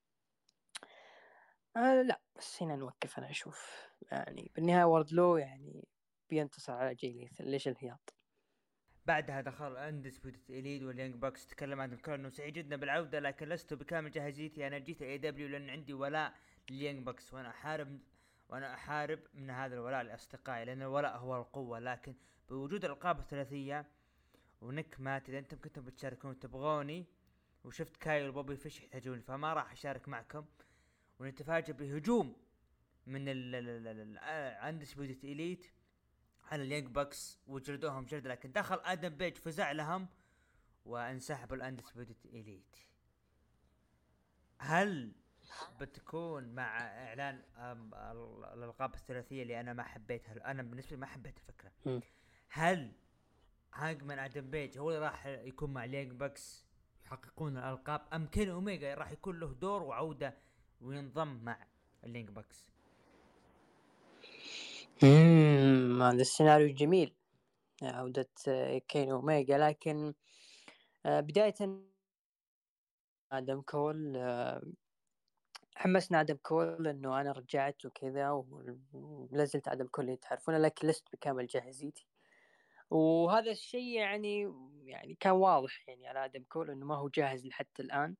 لا بس هنا نوقف. أنا أشوف يعني بالنهاية وردلو يعني بينتصر على جاي ليثل. ليش الهياط؟ بعدها دخل اندسبيوتد اليد واليانج باكس. تكلم عن الكل انه سعيد جدا بالعوده، لكن لست بكامل جاهزيتي. انا جيت اي دبليو لان عندي ولاء لليانج باكس، وانا احارب من هذا الولاء لاصدقائي، لان الولاء هو القوه. لكن بوجود الالقاب الثلاثيه ونك مات، اذا انتم كنتم بتشاركون تبغوني وشفت كايل وبوبي فيش يحتاجوني، فما راح اشارك معكم. ونتفاجئ بهجوم من الاندسبيوتد اليت على اليانج باكس وجلدوهم جلد، لكن دخل ادم بيج فزع لهم وانسحبوا الاندسبيوتد اليت. هل بتكون مع اعلان الالقاب الثلاثيه اللي انا ما حبيتها؟ انا بالنسبه لي ما حبيت الفكره. هل هاجمان ادم بيج هو اللي راح يكون مع اليانج باكس يحققون الالقاب، ام كين اوميجا راح يكون له دور وعوده وينضم مع اليانج باكس؟ هذا السيناريو جميل، عودة كين أوميجا. لكن بداية آدم كول، حمسنا آدم كول إنه أنا رجعت وكذا ولازلت آدم كول اللي تعرفونه، لكن لست بكامل جاهزيتي. وهذا الشيء يعني كان واضح يعني على آدم كول إنه ما هو جاهز لحتى الآن.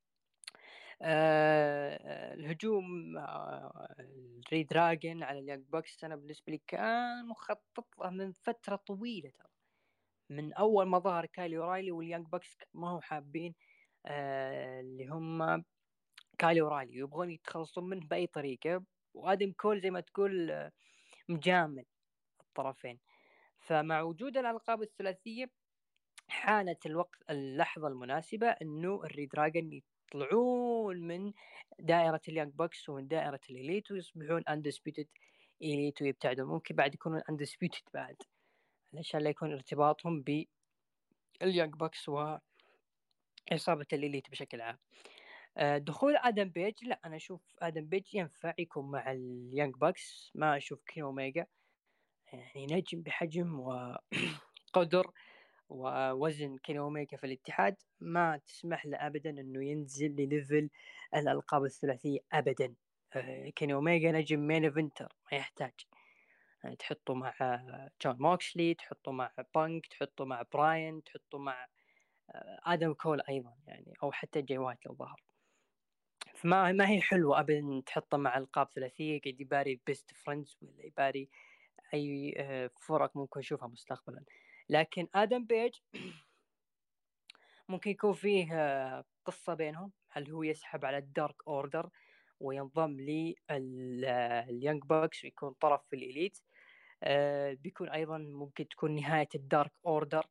الهجوم الري دراجون على اليانج بوكس أنا بالنسبة لي كان مخطط له من فترة طويلة ترى. من أول ما ظهر كايلي أورايلي واليانج بوكس ما هو حابين اللي هم كايلي أورايلي، يبغون يتخلصون منه بأي طريقة. وآدم كول زي ما تقول مجامل الطرفين. فمع وجود الألقاب الثلاثية حانت اللحظة المناسبة إنه الريدراجون يطلعون من دائرة اليانج بوكس ومن دائرة الإليت ويصبحون أندسبيوتد إليت، ويبتعدون. ممكن بعد يكونون أندسبيوتد بعد، علشان لا يكون ارتباطهم باليانج بوكس وعصابة الإليت بشكل عام. دخول آدم بيج، لا أنا أشوف آدم بيج ينفع يكون مع اليانج بوكس. ما أشوف كين أوميجا يعني نجم بحجم وقدر ووزن كين أوميجا في الاتحاد ما تسمح له أبدا أنه ينزل لليفل الألقاب الثلاثية أبدا. كين أوميجا نجم مين إيفنتر، ما يحتاج تحطه مع جون موكسلي، تحطه مع بانك، تحطه مع براين، تحطه مع آدم كول أيضا يعني، أو حتى جاي وايت لو ظهر. فما ما هي حلوة أبدا تحطه مع ألقاب ثلاثية قد يباري بيست فريندز ولا يباري أي فرق ممكن نشوفها مستقبلا. لكن آدم بيج ممكن يكون فيه قصة بينهم. هل هو يسحب على الدارك أوردر وينضم لليانج بوكس ويكون طرف في الإليت؟ بيكون أيضا ممكن تكون نهاية الدارك أوردر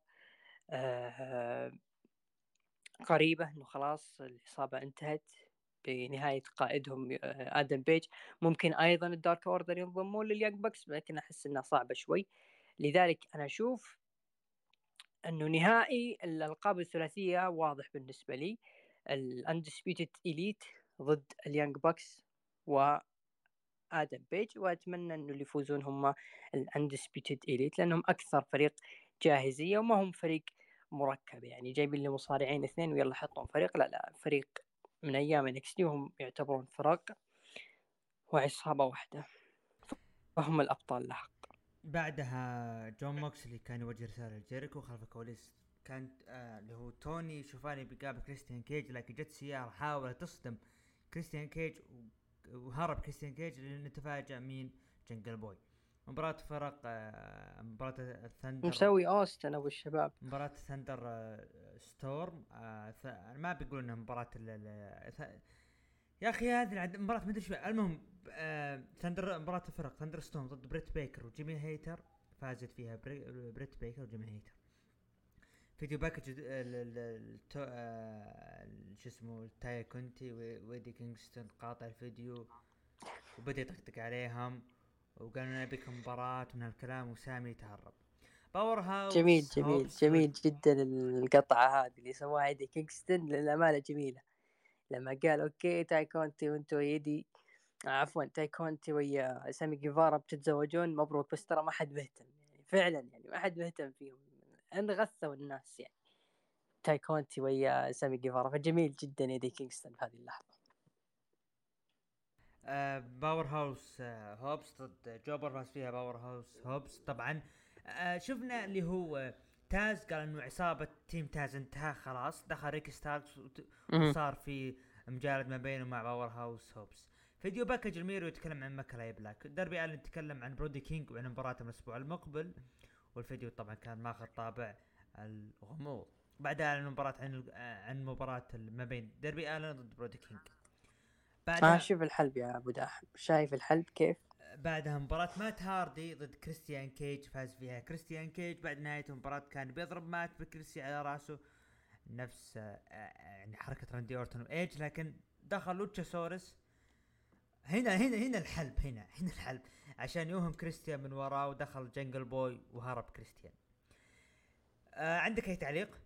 قريبة، إنه خلاص الإصابة انتهت بنهاية قائدهم آدم بيج. ممكن أيضا الدارك أوردر ينضمون لليانج بوكس، لكن أحس إنها صعبة شوي. لذلك أنا أشوف انه نهائي الالقاب الثلاثيه واضح بالنسبه لي، الاندسبيوتد اليت ضد اليانج بوكس وادم بيج. واتمنى انه اللي يفوزون هم الاندسبيوتد اليت، لانهم اكثر فريق جاهزيه وما هم فريق مركب يعني جايبين لي مصارعين اثنين ويلا حطهم فريق. لا فريق من ايام انكس وهم يعتبرون فرق وعصابه واحده، فهم الابطال لحق. بعدها جون موكسلي كان يوجه رسالة لجيريكو خلف الكواليس. كانت اللي هو توني شوفاني بيقابل كريستيان كيج، لكن جت سيارة حاولت تصدم كريستيان كيج وهرب كريستيان كيج لأن تفاجأ مين؟ جنجل بوي. مباراة فرق مباراة الثندر، مسوي اوستن ابو الشباب. مباراة ثندر ستورم. ما بيقولوا انها مباراة يا اخي هذه مباراة ما ادري شو. المهم ثندر، مباراة الفرق ثندر ستورم ضد بريت بيكر وجيمي هيتر. فازت فيها بريت بيكر وجيمي هيتر. فيديو باكج شو اسمه تاي كونتي ويدي كينغستون قاطع الفيديو وبدأ يطقطق عليهم وقالوا نبيك مباراة من هالكلام، وسامي يتهرب. باور جميل هاوس جميل هوبس جميل جدا القطعة هذه اللي سواها ايدي كينغستون، للأمانة جميلة. لما قال اوكي تاي كونتي وانتو ايدي، عفوا تاي كونتي ويا سامي جيفارا بتتزوجون، مبروك، بس ترى ما حد مهتم يعني، فعلا يعني ما حد مهتم فيهم، انغثوا الناس يعني تاي كونتي ويا سامي جيفارا. فجميل جدا ايدي كينغستون في هذه اللحظة. باور هاوس هوبس ضد جوبر، فاز فيها باور هاوس هوبس طبعا. شفنا اللي هو تاز قال انه عصابة تيم تاز انتهى خلاص، دخل ريك ستاركس مهم. وصار في مجالد ما بينه مع باور هاوس هوبس. فيديو باكج الميرو يتكلم عن ماكلاي بلاك، داربي الن يتكلم عن برودي كينج وعن مباراتهم الاسبوع المقبل، والفيديو طبعا كان ماخذ طابع الغموض. بعدها اعلن مباراة عن مباراة ما بين ديربي الن ضد برودي كينج. بعدها شوف الحلب يا ابو داحم، شايف الحلب كيف؟ بعدها مباراة مات هاردي ضد كريستيان كيج، فاز فيها كريستيان كيج. بعد نهاية المباراة كان بيضرب مات بكرسي على راسه، نفس يعني حركة راندي اورتون وايج، لكن دخل لوتشاسورس. هنا الحلب، هنا الحلب عشان يوهم كريستيان من وراه، ودخل جنجل بوي وهرب كريستيان. عندك اي تعليق؟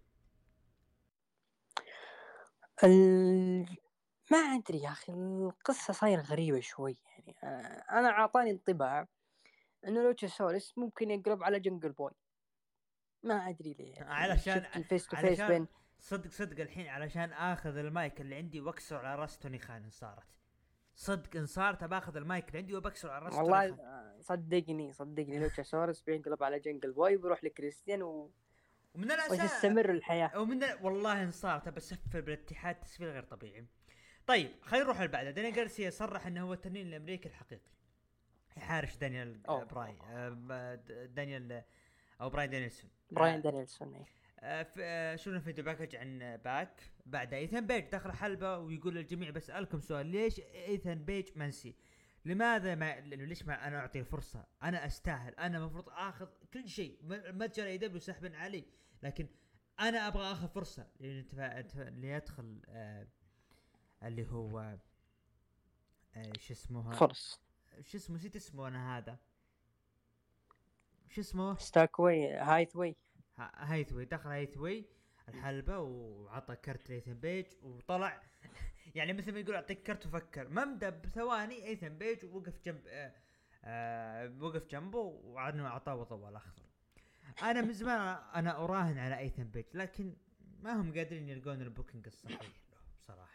ال... ما ادري يا اخي، القصة صايرة غريبة شوي يعني. انا اعطاني انطباع انه لوتشاسورس ممكن يقلب على جنجل بوي، ما ادري ليه يعني. علشان شفت الفيس تو فيس علشان بين، صدق الحين علشان اخذ المايك اللي عندي واكسر على راس توني خان. صارت صدق ان صارت باخذ المايك اللي عندي وبكسر على راس توني والله خان. صدقني لوتشاسورس بينقلب على جنجل بوي وبيروح لكريستيان ومن الاساس وتستمر الحياة. والله ان صارت بسفل بالاتحاد تسفيل غير طبيعي. طيب خلينا نروح للبعده. دانيال جارسيا صرح انه هو التنين الامريكي الحقيقي، يحارش دانيال اوه، براي دانيال او براين دانيلسون. براين دانيلسون إيه. شفنا فيديو باكج عن باك. بعد ايثان بيج دخل حلبة ويقول للجميع بسألكم سؤال، ليش ايثان بيج منسي؟ لماذا ما ليش ما انا اعطي الفرصة؟ انا استاهل، انا المفروض اخذ كل شيء. متجر اي دبليو سحبا علي، لكن انا ابغى اخذ فرصة ليدخل اللي هو شو اسمه فرص شو اسمه نسيت اسمه انا هذا، شو اسمه ستاكوي هايثوي. هايثوي. دخل هايثوي الحلبة وعطى كرت ليثن بيج وطلع. يعني مثل ما يقول اعطيك كرت وفكر، ممدى بثواني ايثن بيج وقف جنب وقف جنبه وعنه اعطاه وضوء الاخضر. انا من زمان انا اراهن على ايثن بيج، لكن ما هم قادرين يلقون البوكينج الصحيح له بصراحة.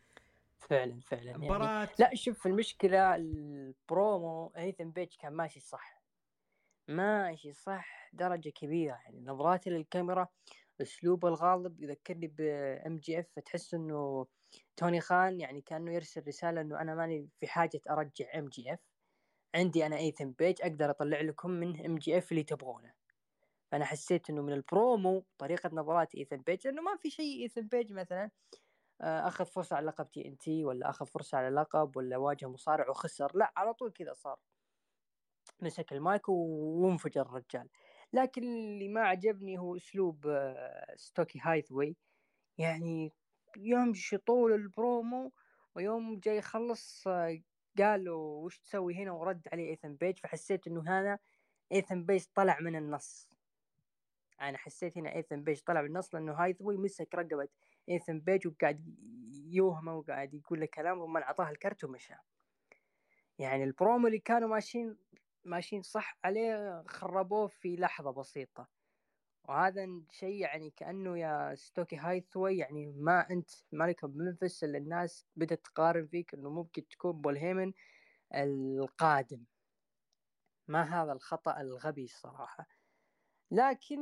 فعلا يعني. مباراة لا شوف المشكلة، البرومو هيثم بيج كان ماشي صح، ماشي صح درجة كبيرة يعني. نظراته للكاميرا، اسلوبه الغالب يذكرني بام جي اف. تحس انه توني خان يعني كانه يرسل رسالة انه انا ماني في حاجة ارجع ام جي اف، عندي انا ايثم بيج اقدر اطلع لكم من ام جي اف اللي تبغونه. فانا حسيت انه من البرومو طريقة نظرات ايثم بيج انه ما في شيء. ايثم بيج مثلا اخذ فرصه على لقب تي ان تي، ولا اخذ فرصه على لقب، ولا واجه مصارع وخسر، لا على طول كذا صار مسك المايك وانفجر الرجال. لكن اللي ما عجبني هو اسلوب ستوكي هايثوي يعني. يمشي طول البرومو ويوم جاي يخلص قالوا وش تسوي هنا، ورد عليه ايثن بيج. فحسيت انه هنا ايثن بيج طلع من النص. انا حسيت هنا ايثن بيج طلع بالنص، لانه هايثوي مسك رقبه ايثن بيج وقاعد يوهمه وقاعد يقول له كلام، ومن اعطاه الكرت ومشى. يعني البرومو اللي كانوا ماشيين صح عليه خربوه في لحظه بسيطه. وهذا شيء يعني كانه يا ستوكي هايثوي يعني ما انت مالك بمنفس، اللي الناس بدات تقارن فيك انه ممكن تكون بول هيمن القادم. ما هذا الخطأ الغبي الصراحه. لكن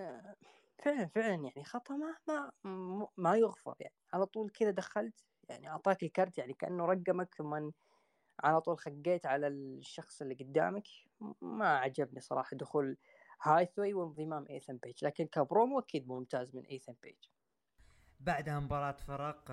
فعلا يعني خطأ ما يغفر يعني. على طول كذا دخلت يعني أعطاك الكرت يعني كأنه رقمك، ثم على طول خقيت على الشخص اللي قدامك. ما عجبني صراحة دخول هايثوي وانضمام ايثن بيج، لكن كبرومو أكيد ممتاز من ايثن بيج. بعدها مباراة فرق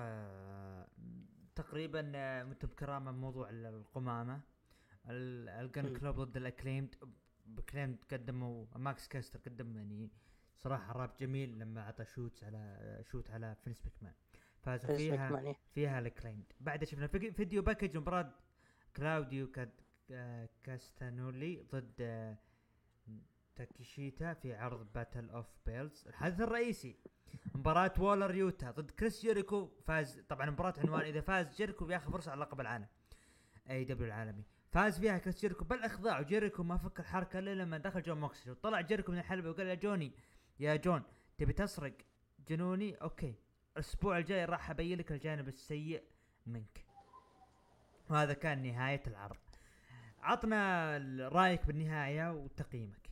تقريبا متى بكرامة موضوع القمامة. الجن كلوب ضد الاكليمد. بكليمد قدموا ماكس كاستر قدم يعني صراحه الراب جميل لما عطى شوت على فينس ماكمان، فازوا فينس فيها ماكمان. فيها الكلايند. بعد شفنا فيديو باكج مباراة كلاوديو كاستانولي ضد تاكيشيتا في عرض باتل اوف بيلز. الحدث الرئيسي مباراة وولر يوتا ضد كريس جيريكو. فاز طبعا مباراة عنوان اذا فاز جيريكو بياخذ فرصة على لقب العالم اي دبليو العالمي. فاز فيها كريس جيريكو بالاخضاع، وجيريكو ما فكر حركة الا لما دخل جون موكسلي وطلع جيريكو من الحلبة وقال يا جوني يا جون تبي تسرق جنوني؟ اوكي الاسبوع الجاي راح ابين لك الجانب السيء منك. وهذا كان نهاية العرض. عطنا رايك بالنهاية وتقييمك.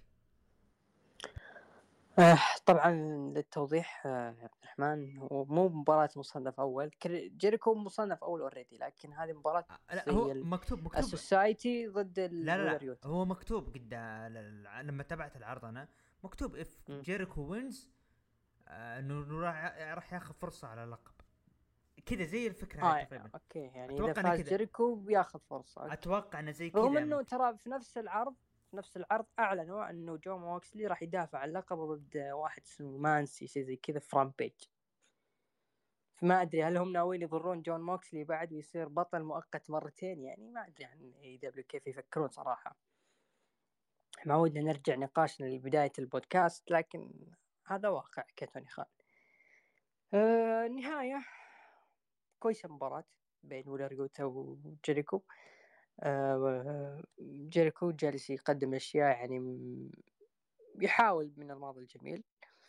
طبعا للتوضيح عبد الرحمن، هو مو مباراة مصنف أول، جيريكو مصنف أول اوريدي، لكن هذه مباراة لا هو مكتوب السوسايتي ضد لا هو مكتوب لما تابعت العرض أنا مكتوب اف جيريكو وينز انه راح ياخذ فرصة على اللقب كذا زي الفكرة هاي تقريبا. اوكي يعني اذا فاز جيريكو بياخذ فرصة. اتوقع انه زي كذا، رغم انه ترى في نفس العرض اعلنوا انه جون موكسلي راح يدافع عن اللقب ضد واحد اسمه مانسي شيء زي كذا فرام بيج. فما ادري هل هم ناويين يضرون جون موكسلي بعد ويصير بطل مؤقت مرتين، يعني ما ادري عن اي دبليو كيف يفكرون صراحة. ما ودنا نرجع نقاشنا لبداية البودكاست، لكن هذا واقع كتوني خان. النهاية كويسة مباراة بين ويلرجوتا وجيريكو. جيريكو جالس يقدم أشياء يعني يحاول من الماضي الجميل.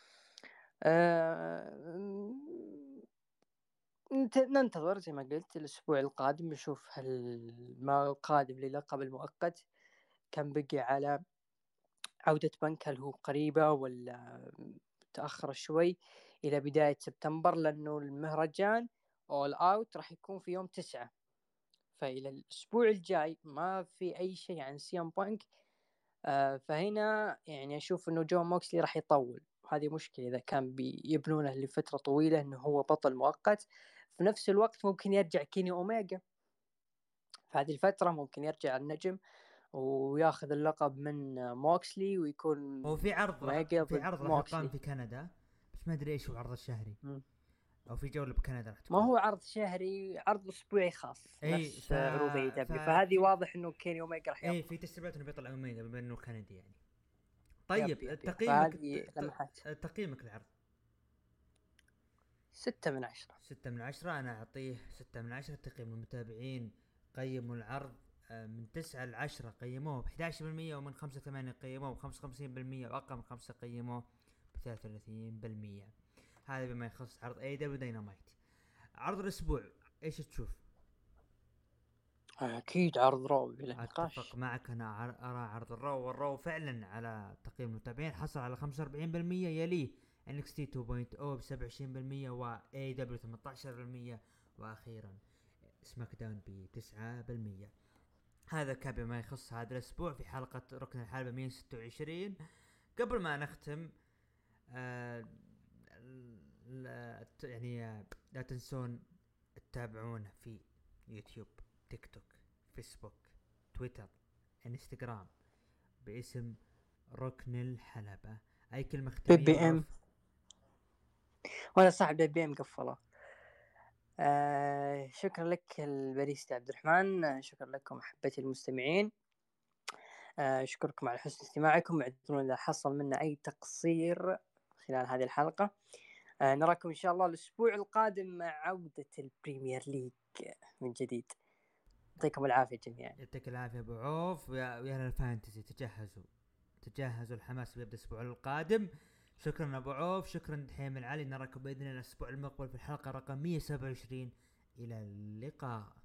ننتظر زي ما قلت الأسبوع القادم نشوف هل ما القادم للقب المؤقت كان بقي على عودة بنك، هل هو قريبة ولا تأخر شوي إلى بداية سبتمبر، لأنه المهرجان All Out راح يكون في يوم 9. فإلى الأسبوع الجاي ما في أي شيء عن سيام بانك. فهنا يعني أشوف أنه جون موكسلي راح يطول. هذه مشكلة إذا كان بيبنونه لفترة طويلة أنه هو بطل مؤقت، في نفس الوقت ممكن يرجع كيني أوميجا في هذه الفترة، ممكن يرجع النجم وياخذ اللقب من موكسلي ويكون هو في عرض راح يقام في كندا، بس ما ادري ايش هو العرض الشهري او في جوله بكندا راح تكون. ما هو عرض شهري، عرض اسبوعي خاص نفس عروض اي دبليو. فهذه واضح انه كيني اوميجا راح في تسريبات انه بيطلع اوميجا بما انه كندي يعني. طيب تقييمك للعرض؟ 6/10. 6/10. انا اعطيه 6/10. تقييم المتابعين قيموا العرض من 9 ل10 قيموه ب11%، ومن 5-8 قيموه ب55%، واقل من 5 قيموه ب33%. هذا بما يخص عرض اي دبليو داينامايت. عرض الاسبوع ايش تشوف؟ اكيد عرض رو بلا نقاش. اتفق معك، انا ارى عرض الرو، والرو فعلا على تقييم المتابعين حصل على 45%، يليه NXT 2.0 ب27%، و AEW 18%، واخيرا سماك داون ب9%. هذا كان ما يخص هذا الاسبوع في حلقة ركن الحلبة 126. قبل ما نختم يعني لا تنسون تتابعونا في يوتيوب، تيك توك، فيسبوك، تويتر، انستغرام باسم ركن الحلبة. اي كلمة ختامية؟ بي ام ولا صاحب بي ام قفله. شكرا لك الباريستا عبد الرحمن، شكرا لكم احبتي المستمعين، اشكركم على حسن استماعكم. اعذرونا اذا حصل منا اي تقصير خلال هذه الحلقة. نراكم ان شاء الله الاسبوع القادم مع عودة البريمير ليج من جديد. يعطيكم العافية جميعا. يعطيك العافية ابو عوف ويا اهل الفانتزي. تجهزوا الحماس بيبدأ الاسبوع القادم. شكرا ابو عوف، شكرا دحيم العلي. نراكم باذن الله الاسبوع المقبل في الحلقة رقم 127. الى اللقاء.